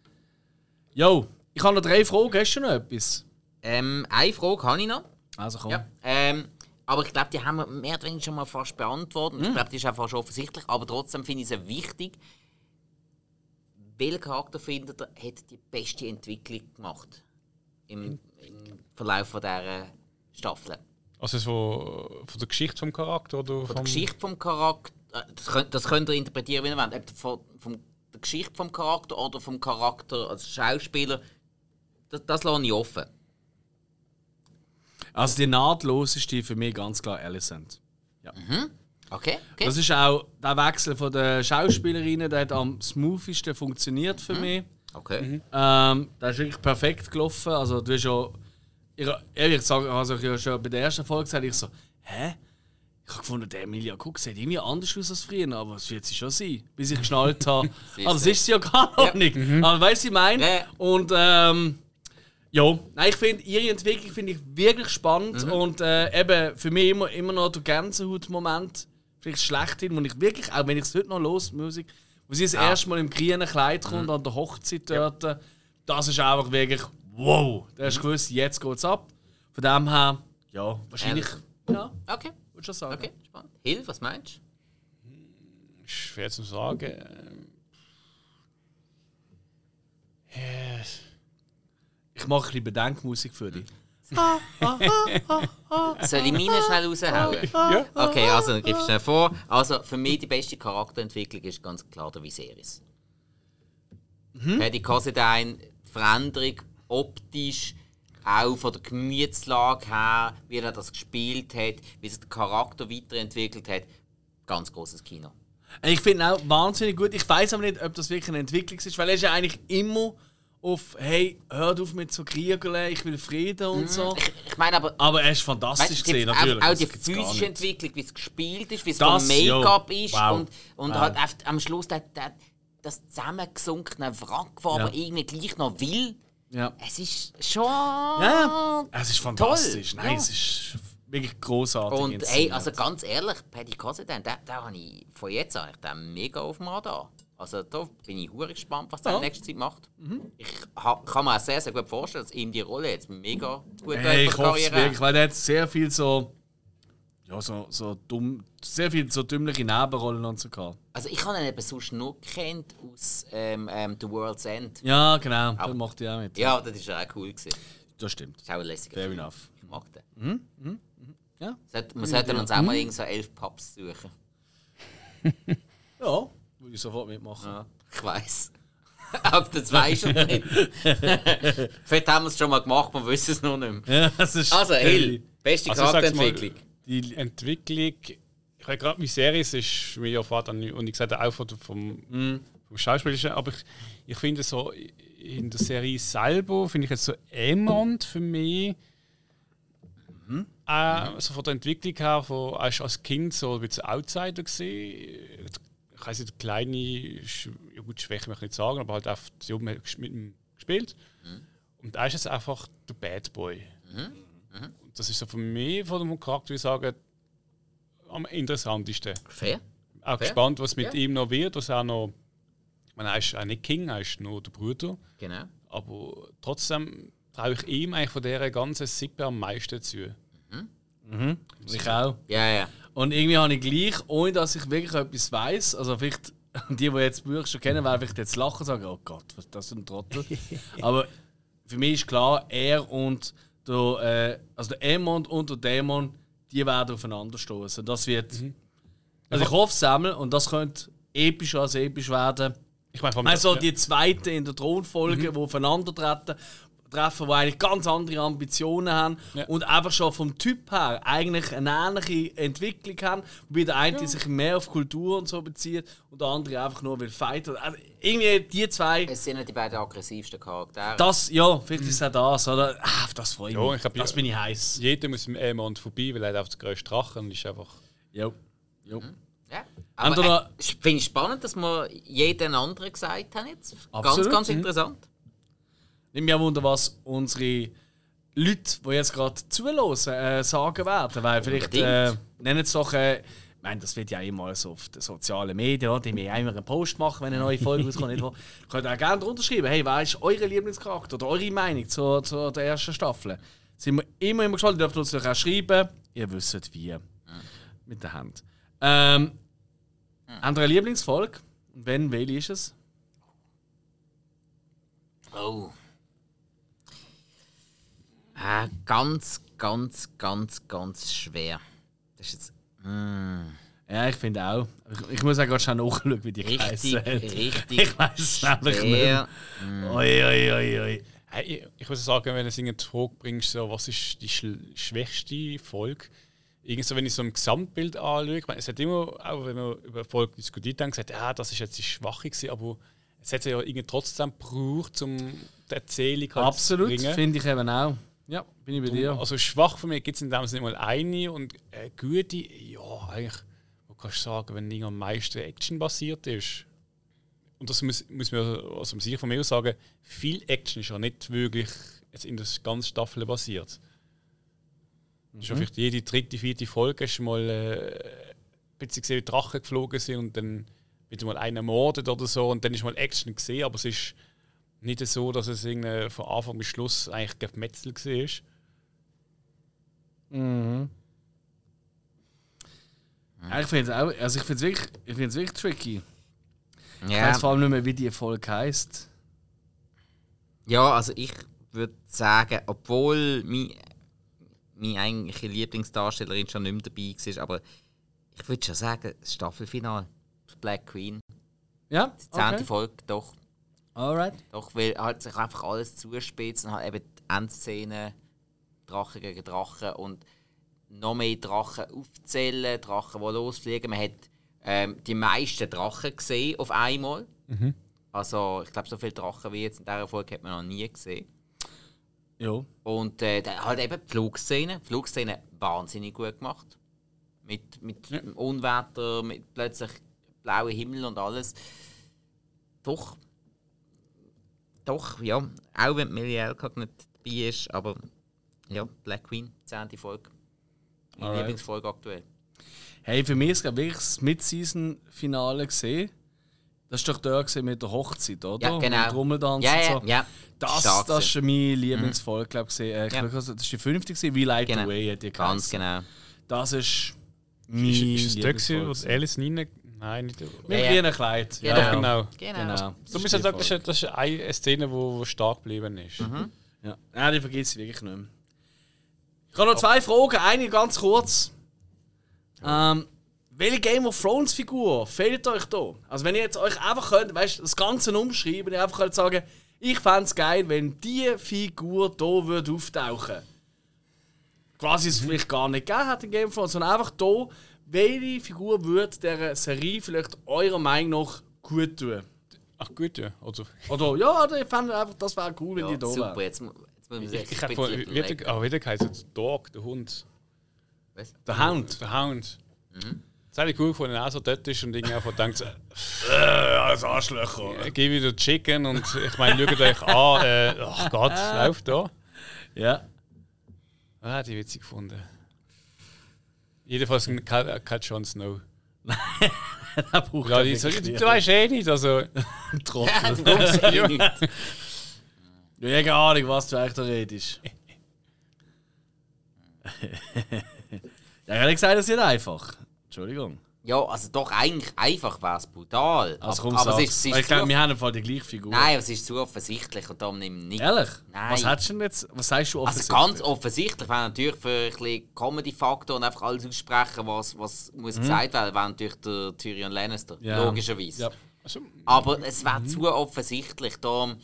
Speaker 1: Jo, ich habe noch drei Fragen. Hast du noch etwas?
Speaker 2: Ähm, eine Frage habe ich noch.
Speaker 1: Also komm.
Speaker 2: Ja. Ähm, Aber ich glaube, die haben wir mehr oder weniger schon mal fast beantwortet. Mm. Ich glaube, das ist auch fast offensichtlich. Aber trotzdem finde ich es wichtig, welcher Charakter findet ihr, hat die beste Entwicklung gemacht im, im Verlauf von dieser Staffel?
Speaker 3: Also so von der Geschichte vom Charakter? Oder
Speaker 2: von
Speaker 3: vom
Speaker 2: der Geschichte vom Charakter. Das könnt, das könnt ihr interpretieren, wie ihr wollt. Ob von, von der Geschichte vom Charakter oder vom Charakter als Schauspieler. Das, das lasse ich offen.
Speaker 1: Also die nahtloseste für mich ganz klar Alicent. Ja.
Speaker 2: Mhm. Okay, okay.
Speaker 1: Das ist auch der Wechsel von den Schauspielerinnen, der hat am smoothiesten funktioniert für mhm. mich.
Speaker 2: Okay. Mhm.
Speaker 1: Ähm, der ist wirklich perfekt gelaufen. Also du hast ja, ich, ehrlich gesagt, also ich ja schon bei der ersten Folge gesagt, ich so, hä? Ich habe gefunden, der Emilia Cook sieht irgendwie anders aus als früher, aber es wird sie schon sein, bis ich geschnallt habe. Aber das ist sie ja gar noch ja. nicht. Mhm. Aber weißt du, was ich meine? Ja. Und ähm, ja, nein, ich finde ihre Entwicklung finde ich wirklich spannend mhm. und äh, eben für mich immer, immer noch der Gänsehaut-Moment, vielleicht schlechthin, wo ich wirklich, auch wenn ich es heute noch los Musik, wo sie das ja. erste Mal im grünen Kleid kommt, mhm. an der Hochzeit dort, ja. das ist einfach wirklich wow, da hast du gewusst, jetzt geht es ab. Von dem her, ja, wahrscheinlich, ähm. ja,
Speaker 2: okay.
Speaker 1: würde schon sagen.
Speaker 2: Okay, spannend. Hilf, was meinst du?
Speaker 3: Schwer zu sagen. Yes.
Speaker 1: Ich mache ein bisschen Bedenkmusik für dich.
Speaker 2: Soll ich meine schnell raushauen?
Speaker 3: Ja.
Speaker 2: Okay, also dann griff schnell vor. Also für mich die beste Charakterentwicklung ist ganz klar der Viserys. Mhm. Paddy Considine, die Veränderung optisch, auch von der Gemütslage her, wie er das gespielt hat, wie sich der Charakter weiterentwickelt hat. Ganz großes Kino.
Speaker 1: Ich finde auch wahnsinnig gut. Ich weiß aber nicht, ob das wirklich eine Entwicklung ist, weil er ist ja eigentlich immer auf «Hey, hört auf mit so Kriegerle, ich will Frieden» und so.
Speaker 2: Ich, ich meine aber...
Speaker 1: Aber er ist fantastisch
Speaker 2: weißt,
Speaker 1: gesehen, natürlich.
Speaker 2: Auch, auch die physische Entwicklung, wie es gespielt ist, wie es vom Make-up ist wow. und, und wow. halt auf, am Schluss der, der, das zusammengesunkene Wrack, das ja. aber irgendwie gleich noch will.
Speaker 1: Ja.
Speaker 2: Es ist schon...
Speaker 1: Ja, ja. Es ist fantastisch.
Speaker 2: Toll.
Speaker 1: Nein,
Speaker 2: ja.
Speaker 1: es ist wirklich großartig.
Speaker 2: Und hey, also ganz ehrlich, Paddy Considine, den, den habe ich von jetzt an den mega auf dem Radar. Also da bin ich hure gespannt, was er ja. in nächster Zeit macht. Mhm. Ich ha, kann mir auch sehr, sehr gut vorstellen, dass ihm die Rolle jetzt mega gut
Speaker 1: hey, ich hoffe es wirklich, weil er hat sehr viel so... Ja, so, so dumm... Sehr viel so dümmliche Nebenrollen und so gehabt.
Speaker 2: Also ich habe ihn eben sonst nur gekannt aus ähm, ähm, The World's End.
Speaker 1: Ja, genau. Da macht er auch mit.
Speaker 2: Ja, das war auch cool gewesen.
Speaker 1: Das stimmt.
Speaker 2: Das ist auch ein lässiger
Speaker 1: Fair
Speaker 2: Film.
Speaker 1: enough.
Speaker 2: Ich mag den.
Speaker 1: Mhm. Mhm. Mhm. Ja.
Speaker 2: Sollte, wir sollten uns auch mal irgend so elf Pubs suchen.
Speaker 1: Ja, würde ich sofort mitmachen.
Speaker 2: Ja, ich weiss. Ob du das weißt oder nicht. Vielleicht haben wir es schon mal gemacht, wir wissen es noch nicht mehr.
Speaker 1: Ja, das ist
Speaker 2: also, Hill, beste
Speaker 3: also,
Speaker 2: Charakterentwicklung.
Speaker 3: Die Entwicklung, ich habe gerade Viserys ist mir ja Vater und ich sagte auch vom, vom, mm. vom Schauspielerischen, aber ich, ich finde so in der Serie selber finde ich jetzt so Aemond für mich mhm. äh, also von der Entwicklung her, von als, als Kind so ein bisschen Outsider gesehen. Ich weiß nicht, der kleine ja gut, Schwäche möchte ich nicht sagen, aber halt auch so mit ihm gespielt. Mhm. Und er ist jetzt einfach der Bad Boy. Mhm. Mhm. Das ist so für mich von dem Charakter, wie ich sage, am interessantesten.
Speaker 2: Fair.
Speaker 3: Auch
Speaker 2: Fair.
Speaker 3: gespannt, was mit
Speaker 2: ja.
Speaker 3: ihm noch wird. Was er noch, ich meine, er ist auch nicht King, er ist nur der Bruder.
Speaker 2: Genau.
Speaker 3: Aber trotzdem traue ich ihm eigentlich von dieser ganzen Sippe am meisten zu.
Speaker 1: Mhm. Mhm. Ich auch.
Speaker 2: Ja, ja.
Speaker 1: Und irgendwie habe ich gleich, ohne dass ich wirklich etwas weiss, also vielleicht die, die jetzt das Buch schon kennen, werden vielleicht jetzt lachen und sagen, oh Gott, was ist das für ein Trottel. Aber für mich ist klar, er und der, äh, also der Aemond und der Dämon, die werden aufeinander stoßen. Das wird. Mhm. Also ich hoffe es einmal und das könnte epischer als episch werden.
Speaker 3: Ich meine,
Speaker 1: also
Speaker 3: ja.
Speaker 1: die zweite in der Thronfolge, mhm. die aufeinandertreten, treffen, die eigentlich ganz andere Ambitionen haben ja. und einfach schon vom Typ her eigentlich eine ähnliche Entwicklung haben, wobei der eine ja. sich mehr auf Kultur und so bezieht und der andere einfach nur will fighten. Also irgendwie die zwei.
Speaker 2: Es sind ja die beiden aggressivsten Charaktere.
Speaker 1: Das, ja, vielleicht ist es auch das, oder? Ah, das freue ich mich.
Speaker 3: Ja, ich glaub,
Speaker 1: das bin ich heiß.
Speaker 3: Jeder muss mit dem Aemond vorbei, weil er hat einfach den grössten Drachen und ist einfach.
Speaker 1: Jo. Jo.
Speaker 2: Mhm. Ja. Aber äh, ich finde es spannend, dass wir jeden anderen gesagt haben jetzt. Absolut. Ganz, ganz mhm. interessant.
Speaker 1: Nimm mich auch Wunder, was unsere Leute, die jetzt gerade zuhören, äh, sagen werden. Weil vielleicht äh, nennen es doch. Äh, ich meine, das wird ja immer so auf den sozialen Medien, oder? Die mir immer einen Post machen, wenn eine neue Folge rauskommt. Nicht wahr? Könnt ihr auch gerne drunter schreiben, hey, wer ist euer Lieblingscharakter oder eure Meinung zur, zur der ersten Staffel? Sind wir immer, immer gespannt. Ihr dürft uns auch schreiben ihr wisst wie. Mhm. Mit der Hand. Ähm, mhm. Habt ihr eine Lieblingsfolge? Und wenn, welche ist es?
Speaker 2: Oh. Äh, ganz, ganz, ganz, ganz schwer. Das ist jetzt. Mm.
Speaker 1: Ja, ich finde auch. Ich, ich muss auch gerade schon nachschauen, wie die
Speaker 2: richtig,
Speaker 1: heißen.
Speaker 2: Richtig.
Speaker 1: Ich weiß es nämlich nicht.
Speaker 2: Mm.
Speaker 1: Oi, oi, oi, oi.
Speaker 3: Hey, ich, ich muss sagen, wenn du in die Frage bringst, so, was ist die schl- schwächste Folge? Irgendwie so, wenn ich so ein Gesamtbild anschaue, ich meine, es hat immer, auch wenn wir über Folge diskutiert haben, gesagt, ja, das ist jetzt die Schwache gewesen, aber es hat ja irgendwie trotzdem gebraucht, um die Erzählung halt
Speaker 1: Absolut,
Speaker 3: zu bringen.
Speaker 1: finde ich eben auch. Ja, bin ich bei dir.
Speaker 3: Also schwach für mich gibt es in dem Sinne nicht mal eine und äh, gute, ja, eigentlich, wo kannst du sagen, wenn irgendwie am meisten Action basiert ist. Und das muss, muss man also sicher von mir aus sagen, viel Action ist ja nicht wirklich jetzt in der ganzen Staffel basiert. Mhm. Das ist ja vielleicht jede dritte, vierte Folge hast du mal äh, ein bisschen gesehen, wie Drachen geflogen sind und dann wird mal einer mordet oder so und dann ist mal Action gesehen, aber es ist nicht so, dass es von Anfang bis Schluss eigentlich Gemetzel war.
Speaker 1: Mhm. Ja, ich finde es auch, also ich finde es wirklich, ich finde es wirklich tricky.
Speaker 2: Ja.
Speaker 1: Ich weiß vor allem nicht mehr, wie die Folge heisst.
Speaker 2: Ja, also ich würde sagen, obwohl meine, meine eigentliche Lieblingsdarstellerin schon nicht mehr dabei war, aber ich würde schon sagen, das Staffelfinale, Black Queen.
Speaker 1: Ja,
Speaker 2: Die zehnte
Speaker 1: okay.
Speaker 2: Folge, doch.
Speaker 1: Alright.
Speaker 2: Doch, weil halt sich einfach alles zuspitzt und halt eben die Endszene Drachen gegen Drachen und noch mehr Drachen aufzählen, Drachen, die losfliegen. Man hat ähm, die meisten Drachen gesehen auf einmal.
Speaker 3: Mhm.
Speaker 2: Also ich glaube, so viele Drachen wie jetzt in dieser Folge hat man noch nie gesehen.
Speaker 1: Ja.
Speaker 2: Und äh, dann halt eben die Flugszene. Die Flugszene wahnsinnig gut gemacht. Mit, mit
Speaker 3: Ja.
Speaker 2: Unwetter, mit plötzlich blauem Himmel und alles. Doch. Doch, ja. Auch wenn Millie Alcock nicht dabei ist, aber ja, Black Queen, zehnte Folge. Meine
Speaker 1: Alright.
Speaker 2: Lieblingsfolge aktuell.
Speaker 1: Hey, für mich ist es wirklich das Mid-Season-Finale gesehen. Das war doch der gewesen mit der Hochzeit, oder?
Speaker 2: Ja, genau.
Speaker 1: Mit Trommeltanz
Speaker 2: Ja,
Speaker 1: und
Speaker 2: ja,
Speaker 1: so.
Speaker 2: ja.
Speaker 1: Das,
Speaker 2: Stark
Speaker 1: das
Speaker 2: gewesen.
Speaker 1: ist meine Lieblingsfolge, glaube ich. Äh, ich
Speaker 2: Ja.
Speaker 1: glaub, das war die fünfte, gewesen, wie Light
Speaker 2: Genau.
Speaker 1: Away hat die
Speaker 2: Ganz
Speaker 1: geheißen.
Speaker 2: genau.
Speaker 1: Das ist meine
Speaker 3: Ist, ist es der, gewesen,
Speaker 1: Lieblingsfolge.
Speaker 3: was Alice Nine. Nein, nicht.
Speaker 1: Mit
Speaker 2: Ja, ja.
Speaker 1: grünem Kleid.
Speaker 2: Genau.
Speaker 1: Ja,
Speaker 3: Genau.
Speaker 2: Genau.
Speaker 1: genau.
Speaker 3: Du musst ja sagen, das ist, das ist eine Szene, die stark geblieben ist.
Speaker 2: Mhm.
Speaker 1: Ja. Nein, die vergisst ich wirklich nicht mehr. Ich habe noch zwei Fragen, eine ganz kurz. Ähm, welche Game of Thrones Figur fehlt euch da? Also wenn ihr jetzt euch einfach könnt, weißt, das Ganze umschreiben, ihr einfach könnt sagen, ich fände es geil, wenn diese Figur hier würde auftauchen. Quasi es vielleicht gar nicht gegeben hat in Game of Thrones, sondern einfach hier, welche Figur würde dieser Serie vielleicht eurer Meinung nach gut tun?
Speaker 3: Ach gut, ja. Also,
Speaker 1: Oder ja, ich fände einfach, das wäre cool, wenn
Speaker 2: Ja,
Speaker 1: die da
Speaker 2: super,
Speaker 1: wären.
Speaker 2: jetzt, mu- jetzt müssen wir
Speaker 3: ich
Speaker 2: sich
Speaker 3: ich
Speaker 2: ein
Speaker 3: habe
Speaker 2: bisschen
Speaker 3: von. Wie
Speaker 2: überlegen.
Speaker 3: hat der geheißen? Der Dog, der Hund.
Speaker 2: Was?
Speaker 1: Der Hound.
Speaker 3: Der Hound.
Speaker 2: Mhm.
Speaker 3: Das habe ich cool gefunden, er auch so dort ist und irgendwie einfach denkt, so,
Speaker 1: Äh, als Arschlöcher.
Speaker 3: äh, geh wieder Chicken und ich meine, schaut euch an, äh, ach Gott, läuft da.
Speaker 1: Ja.
Speaker 3: Ah, die witzig gefunden. Jedenfalls kein kein Jon Snow.
Speaker 1: Der braucht
Speaker 3: Ja,
Speaker 1: er
Speaker 3: die, so,
Speaker 1: wirklich
Speaker 3: die,
Speaker 1: nicht.
Speaker 3: du weißt eh nicht, also.
Speaker 1: Trottel.
Speaker 2: Darum sage ich nichts.
Speaker 1: Ja, ich habe keine Ahnung, was du eigentlich da redest. Ja, ich habe gesagt, das ist nicht einfach. Entschuldigung.
Speaker 2: Ja, also doch, eigentlich einfach wäre es brutal.
Speaker 1: Also
Speaker 2: aber
Speaker 1: komm,
Speaker 2: aber es
Speaker 1: sag's.
Speaker 2: ist, es
Speaker 1: ich
Speaker 2: ist zu,
Speaker 1: glaube, wir haben im Fall die gleiche Figur.
Speaker 2: nein, aber es ist zu offensichtlich und darum nehmen wir nicht.
Speaker 1: Ehrlich?
Speaker 2: Nein.
Speaker 1: Was hättest du denn jetzt? Was sagst du
Speaker 2: Also
Speaker 1: offensichtlich?
Speaker 2: ganz offensichtlich wäre natürlich für ein bisschen Comedy-Faktor und einfach alles aussprechen, was, was muss gesagt werden, wäre natürlich der Tyrion Lannister,
Speaker 1: Mhm. Ja.
Speaker 2: logischerweise.
Speaker 1: Ja.
Speaker 3: also
Speaker 2: Aber es wäre zu offensichtlich. Darum,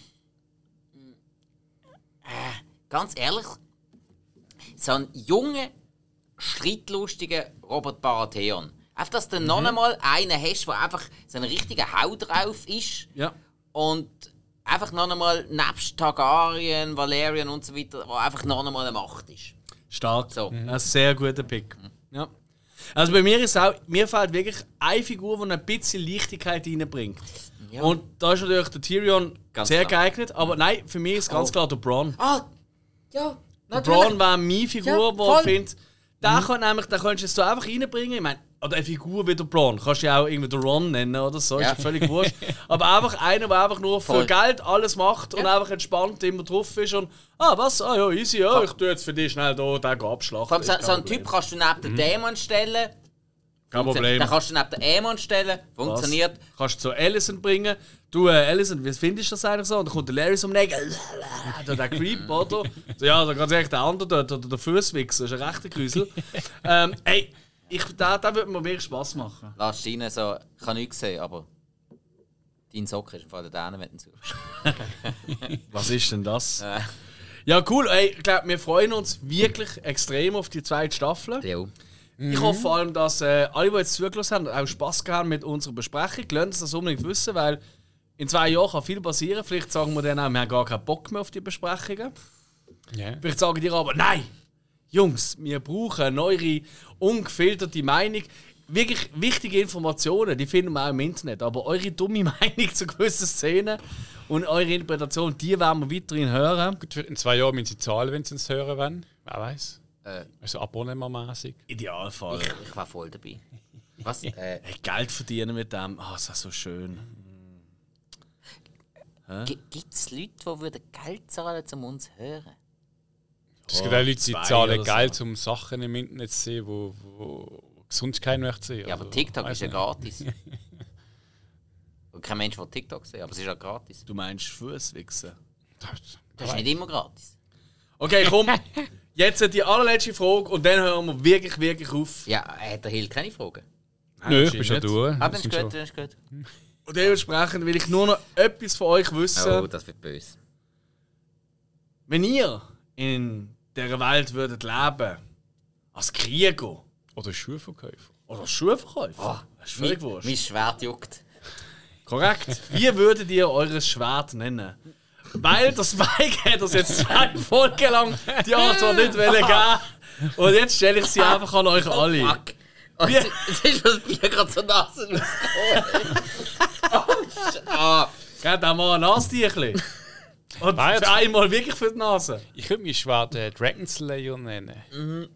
Speaker 2: äh, ganz ehrlich, so ein junger, streitlustiger Robert Baratheon. Einfach, dass du noch einmal einen hast, der einfach so ein richtiger Hau drauf ist
Speaker 1: Ja.
Speaker 2: und einfach noch einmal nebst Targaryen, Valerian und so weiter, der einfach noch einmal eine Macht ist.
Speaker 1: Stark.
Speaker 2: So.
Speaker 1: Ein sehr guter Pick. Ja. Also bei mir ist auch, mir fehlt wirklich eine Figur, die ein bisschen Leichtigkeit reinbringt.
Speaker 2: Ja.
Speaker 1: Und da ist natürlich der Tyrion
Speaker 2: Ganz
Speaker 1: sehr
Speaker 2: klar.
Speaker 1: geeignet, aber nein, für mich ist ganz
Speaker 2: Oh.
Speaker 1: klar der Bronn.
Speaker 2: Ah! Ja,
Speaker 1: Der
Speaker 2: natürlich.
Speaker 1: Bronn wäre meine Figur,
Speaker 2: Ja,
Speaker 1: die
Speaker 2: voll.
Speaker 1: ich finde, den, kann nämlich, den könntest du einfach reinbringen. Ich meine, oder eine Figur wie der Braun, kannst du ja auch irgendwie den Ron nennen oder so,
Speaker 2: Ja.
Speaker 1: ist ja völlig wurscht. Aber einfach einer, der einfach nur für
Speaker 2: Voll.
Speaker 1: Geld alles macht und einfach entspannt immer drauf ist und ah, was? Ah ja, easy, ja, ich tue jetzt für dich schnell da den abschlachten.
Speaker 2: Vor allem so,
Speaker 1: Ist kein
Speaker 2: so einen
Speaker 1: Problem.
Speaker 2: Typ kannst du neben den Dämon stellen.
Speaker 1: Kein Problem.
Speaker 2: Den kannst du neben den Dämon stellen. Funktioniert.
Speaker 1: Was? Kannst du zu Allison bringen. Du, äh, Allison, wie findest du das eigentlich so? Und dann kommt der Larry so um den Eck. Da der Creep, oder? So, ja, da ganz ehrlich, der andere dort, oder der Fußwichser, ist ein rechter Grüsel. ähm, ey, ich, da, da würde mir wirklich Spass machen.
Speaker 2: Lass dich rein, so, ich habe nichts gesehen, aber dein Socken ist im Fall der Dänen, wenn du suchst.
Speaker 1: Was ist denn das?
Speaker 2: Äh,
Speaker 1: Ja, cool. Ey, ich glaube, wir freuen uns wirklich extrem auf die zweite Staffel.
Speaker 2: ja.
Speaker 1: Ich hoffe vor allem, dass äh, alle, die jetzt zugelassen haben, auch Spass gehabt haben mit unserer Besprechung. Lasst uns das unbedingt wissen, weil in zwei Jahren kann viel passieren. Vielleicht sagen wir dann auch, wir haben gar keinen Bock mehr auf die Besprechungen.
Speaker 3: Yeah.
Speaker 1: Vielleicht sagen die aber, nein, Jungs, wir brauchen eure ungefilterte Meinung. Wirklich wichtige Informationen, die finden wir auch im Internet. Aber eure dumme Meinung zu gewissen Szenen und eure Interpretation, die werden wir weiterhin hören.
Speaker 3: Gut, in zwei Jahren müssen sie zahlen, wenn sie uns hören wollen. Wer weiß.
Speaker 2: Äh,
Speaker 3: Also abonnementmäßig.
Speaker 1: Idealfall.
Speaker 2: ich, ich war voll dabei. Was? Äh,
Speaker 1: Hey, Geld verdienen mit dem, ah, oh, das ist so schön.
Speaker 2: Gibt es Leute, die würden Geld zahlen, um uns zu hören?
Speaker 3: Es gibt auch Leute, die
Speaker 1: zwei
Speaker 3: zahlen
Speaker 1: oder
Speaker 3: Geld,
Speaker 1: so.
Speaker 3: um Sachen im Internet zu sehen, wo, wo sonst keiner möchte sehen.
Speaker 2: Ja, aber
Speaker 3: Also,
Speaker 2: TikTok
Speaker 3: weiss
Speaker 2: ist ja
Speaker 3: nicht.
Speaker 2: gratis. Und kein Mensch will TikTok sehen, aber es ist ja gratis.
Speaker 1: Du meinst Fußwichsen?
Speaker 2: Das ist nicht immer gratis.
Speaker 1: Okay, komm. Jetzt die allerletzte Frage und dann hören wir wirklich, wirklich auf.
Speaker 2: Ja, hat der Hill keine Fragen?
Speaker 3: Nö, ich bin schon
Speaker 1: nicht.
Speaker 3: durch.
Speaker 2: Ah, dann
Speaker 3: Das
Speaker 2: ist
Speaker 3: sind
Speaker 2: gut,
Speaker 3: schon-
Speaker 2: dann ist gut.
Speaker 1: Und dementsprechend will ich nur noch etwas von euch wissen.
Speaker 2: Oh, das wird böse.
Speaker 1: Wenn ihr in dieser Welt würdet leben, als Krieger
Speaker 3: Oder Schuhverkäufer.
Speaker 1: oder Schuhverkäufer, das ist völlig
Speaker 2: Mein,
Speaker 1: wurscht.
Speaker 2: mein Schwert juckt.
Speaker 1: Korrekt. Wie würdet ihr eures Schwert nennen? Weil das Mike hat das jetzt zwei Folgen lang die Antwort nicht wollen geben. Und jetzt stelle ich sie einfach an euch alle.
Speaker 2: Fuck. Und jetzt jetzt ist das Bier gerade so nass rausgekommen. Oh, Sch- ah.
Speaker 1: Geht auch mal ein Nasentüchli. Und
Speaker 3: Nein, jetzt-
Speaker 1: für einmal wirklich für die Nase.
Speaker 3: Ich könnte mich Schwert äh, Dragon Slayer nennen.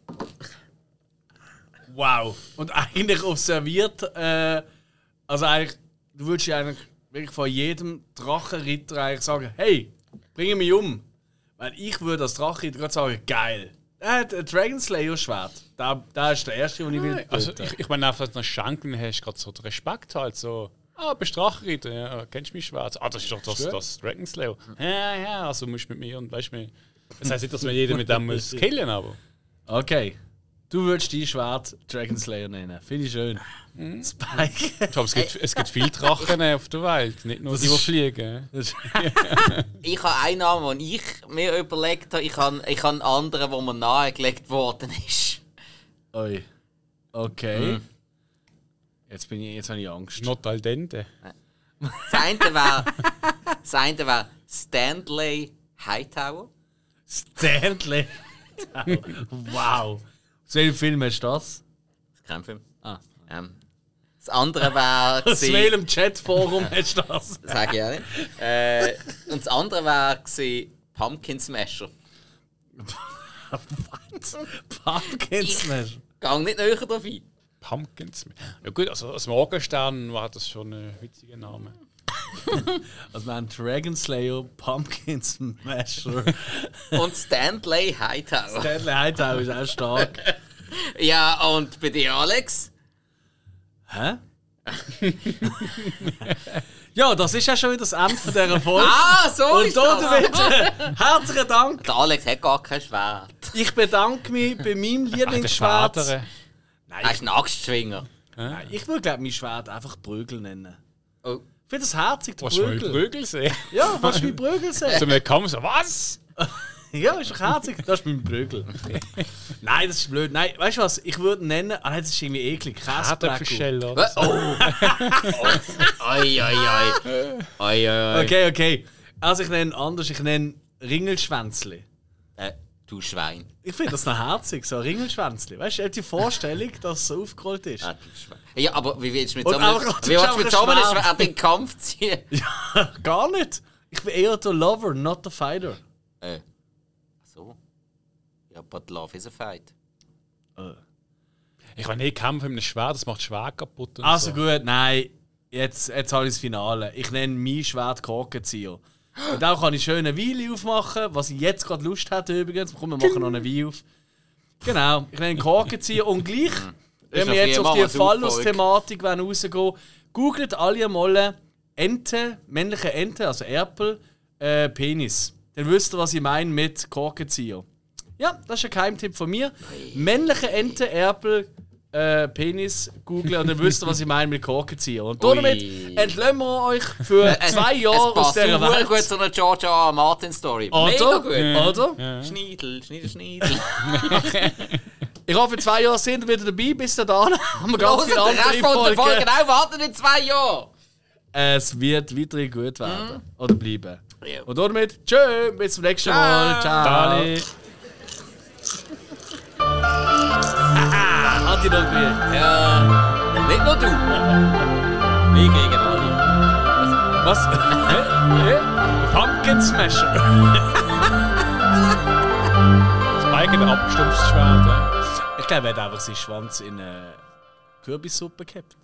Speaker 1: Wow. Und eigentlich observiert, äh, also eigentlich, du würdest ja eigentlich wirklich von jedem Drachenritter eigentlich sagen, hey, bring mich um. Weil ich würde als Drachenritter gerade sagen, geil. Er hat ein Dragon Slayer Schwert. Da, da ist der erste, den ich will.
Speaker 3: Also
Speaker 1: töten.
Speaker 3: ich, ich meine, einfach, dass du noch Schenken hast, gerade so den Respekt halt so. Ah, bist Drachenritter, ja, kennst du mich schwarz? Ah, das ist doch das,
Speaker 1: Schön.
Speaker 3: das Dragon Slayer. Ja, ja, also musst du mit mir und weißt du, das heisst nicht, dass wir jeden mit dem muss killen, aber.
Speaker 1: Okay. Du würdest dein Schwert Dragon Slayer nennen. Finde ich schön. Spike.
Speaker 3: Ich glaube, es gibt, es gibt viele Drachen auf der Welt, nicht nur die, die fliegen.
Speaker 2: Ich habe einen Namen, den ich mir überlegt habe. Ich habe, ich habe einen anderen, der mir nahegelegt worden ist.
Speaker 1: Oi. Okay. Jetzt, bin ich, jetzt habe ich Angst.
Speaker 3: Not al dente.
Speaker 2: Das eine wäre das eine wäre Stanley Hightower.
Speaker 1: Stanley. Wow. Aus welchem Film hast du das?
Speaker 2: Das ist kein Film.
Speaker 1: Ah.
Speaker 2: Ähm, das andere wäre.
Speaker 1: Aus
Speaker 2: gewesen-
Speaker 1: welchem Chatforum hast du das?
Speaker 2: Das sage ich auch nicht. Äh, und das andere wäre gewesen Pumpkin Smasher.
Speaker 1: Was? Pumpkin Smash.
Speaker 2: Gang nicht näher drauf ein.
Speaker 3: Pumpkins. Ja gut, also als Morgenstern war das schon ein witziger Name.
Speaker 1: Also wir haben Dragon Slayer, Pumpkin Smasher.
Speaker 2: Und Stanley Hightower.
Speaker 1: Stanley Hightower ist auch stark.
Speaker 2: Ja, und bei dir, Alex?
Speaker 1: Hä? Ja, das ist ja schon wieder das Ende von dieser Folge.
Speaker 2: Ah, so
Speaker 1: Und
Speaker 2: ist das.
Speaker 1: damit äh, herzlichen Dank.
Speaker 2: Der Alex hat gar kein Schwert.
Speaker 1: Ich bedanke mich bei meinem
Speaker 3: Ach, der
Speaker 1: Lieblingsschwert.
Speaker 3: Schwert.
Speaker 2: Er ist ein Axtschwinger.
Speaker 1: Nein, ich würde glaube mein Schwert einfach Prügel nennen.
Speaker 2: Oh.
Speaker 1: Ich finde das herzig, der
Speaker 3: Was du mal
Speaker 1: Prügel.
Speaker 3: Prügel sehen?
Speaker 1: Ja, was du mein Prügel sehen?
Speaker 3: Zu mir kam so, was?
Speaker 1: Ja, ist doch herzig. Das ist mein Prügel. Nein, das ist blöd. Nein, weißt du was? Ich würde ihn nennen. Ah, das ist irgendwie eklig. Käseblöckel.
Speaker 3: Kartoffelschelle oder
Speaker 2: Was?
Speaker 3: so.
Speaker 2: Oh. Oi, oi, oi. Oi, oi, oi.
Speaker 1: Okay, okay. Also ich nenne anders. Ich nenne Ringelschwänzli.
Speaker 2: Äh, du Schwein.
Speaker 1: Ich finde das noch herzig, so ein Ringelschwänzli. Weißt du, die Vorstellung, dass es so aufgerollt ist.
Speaker 2: Ah, du Schwein. Ja, aber wie willst du mit
Speaker 1: Und
Speaker 2: so einem,
Speaker 1: einfach-
Speaker 2: wie willst du
Speaker 1: einfach
Speaker 2: mit so einem
Speaker 1: ein Schwert.
Speaker 2: Schwert in den Kampf ziehen?
Speaker 1: Ja, gar nicht. Ich bin eher der Lover, not the fighter.
Speaker 2: Äh. So. Ja, but love is a fight.
Speaker 1: Äh.
Speaker 3: Ich will nicht kämpfen mit einem Schwert, das macht das Schwert kaputt. Und
Speaker 1: Also
Speaker 3: so.
Speaker 1: gut, nein. Jetzt, jetzt habe ich das Finale. Ich nenne mein Schwert Korkenzieher. Und auch kann ich schön eine Weile aufmachen, was ich jetzt gerade Lust hätte übrigens. Komm, wir machen noch eine Weile auf. Genau, ich nenne Korkenzieher. Und gleich, wenn wir jetzt auf die Phallus-Thematik rausgehen, googelt alle mal Ente, männliche Ente, also Erpel, äh, Penis. Dann wisst ihr, was ich meine mit Korkenzieher. Ja, das ist ein Geheimtipp von mir. Männliche Ente, Erpel, äh, Penis googeln und dann wisst ihr, was ich meine mit Korkenzieher. Und damit entlösen wir euch für zwei Jahre aus dieser Welt.
Speaker 2: Es passt gut zu einer George R. R. Martin-Story. Mega gut.
Speaker 1: Ja. Oder?
Speaker 2: Ja. Schneidel, Schneidel, Schneidel.
Speaker 1: Ich hoffe, in zwei Jahren sind wir wieder dabei. Bis dahin haben wir ganz viele andere
Speaker 2: Folgen.
Speaker 1: Folgen.
Speaker 2: Genau, warten in zwei Jahren.
Speaker 1: Es wird weiterhin gut werden. Mhm. Oder bleiben.
Speaker 2: Ja.
Speaker 1: Und damit, tschö, bis zum nächsten Mal. Ciao.
Speaker 3: Dali.
Speaker 1: Haha, hat die noch gekriegt?
Speaker 2: Ja. Nicht nur du. Wir kriegen alle.
Speaker 1: Was? Pumpkin Smasher.
Speaker 3: Spike hat abgestumpftes Schwert. Ja.
Speaker 1: Ich glaube, er hat einfach seinen Schwanz in eine Kürbissuppe gehabt.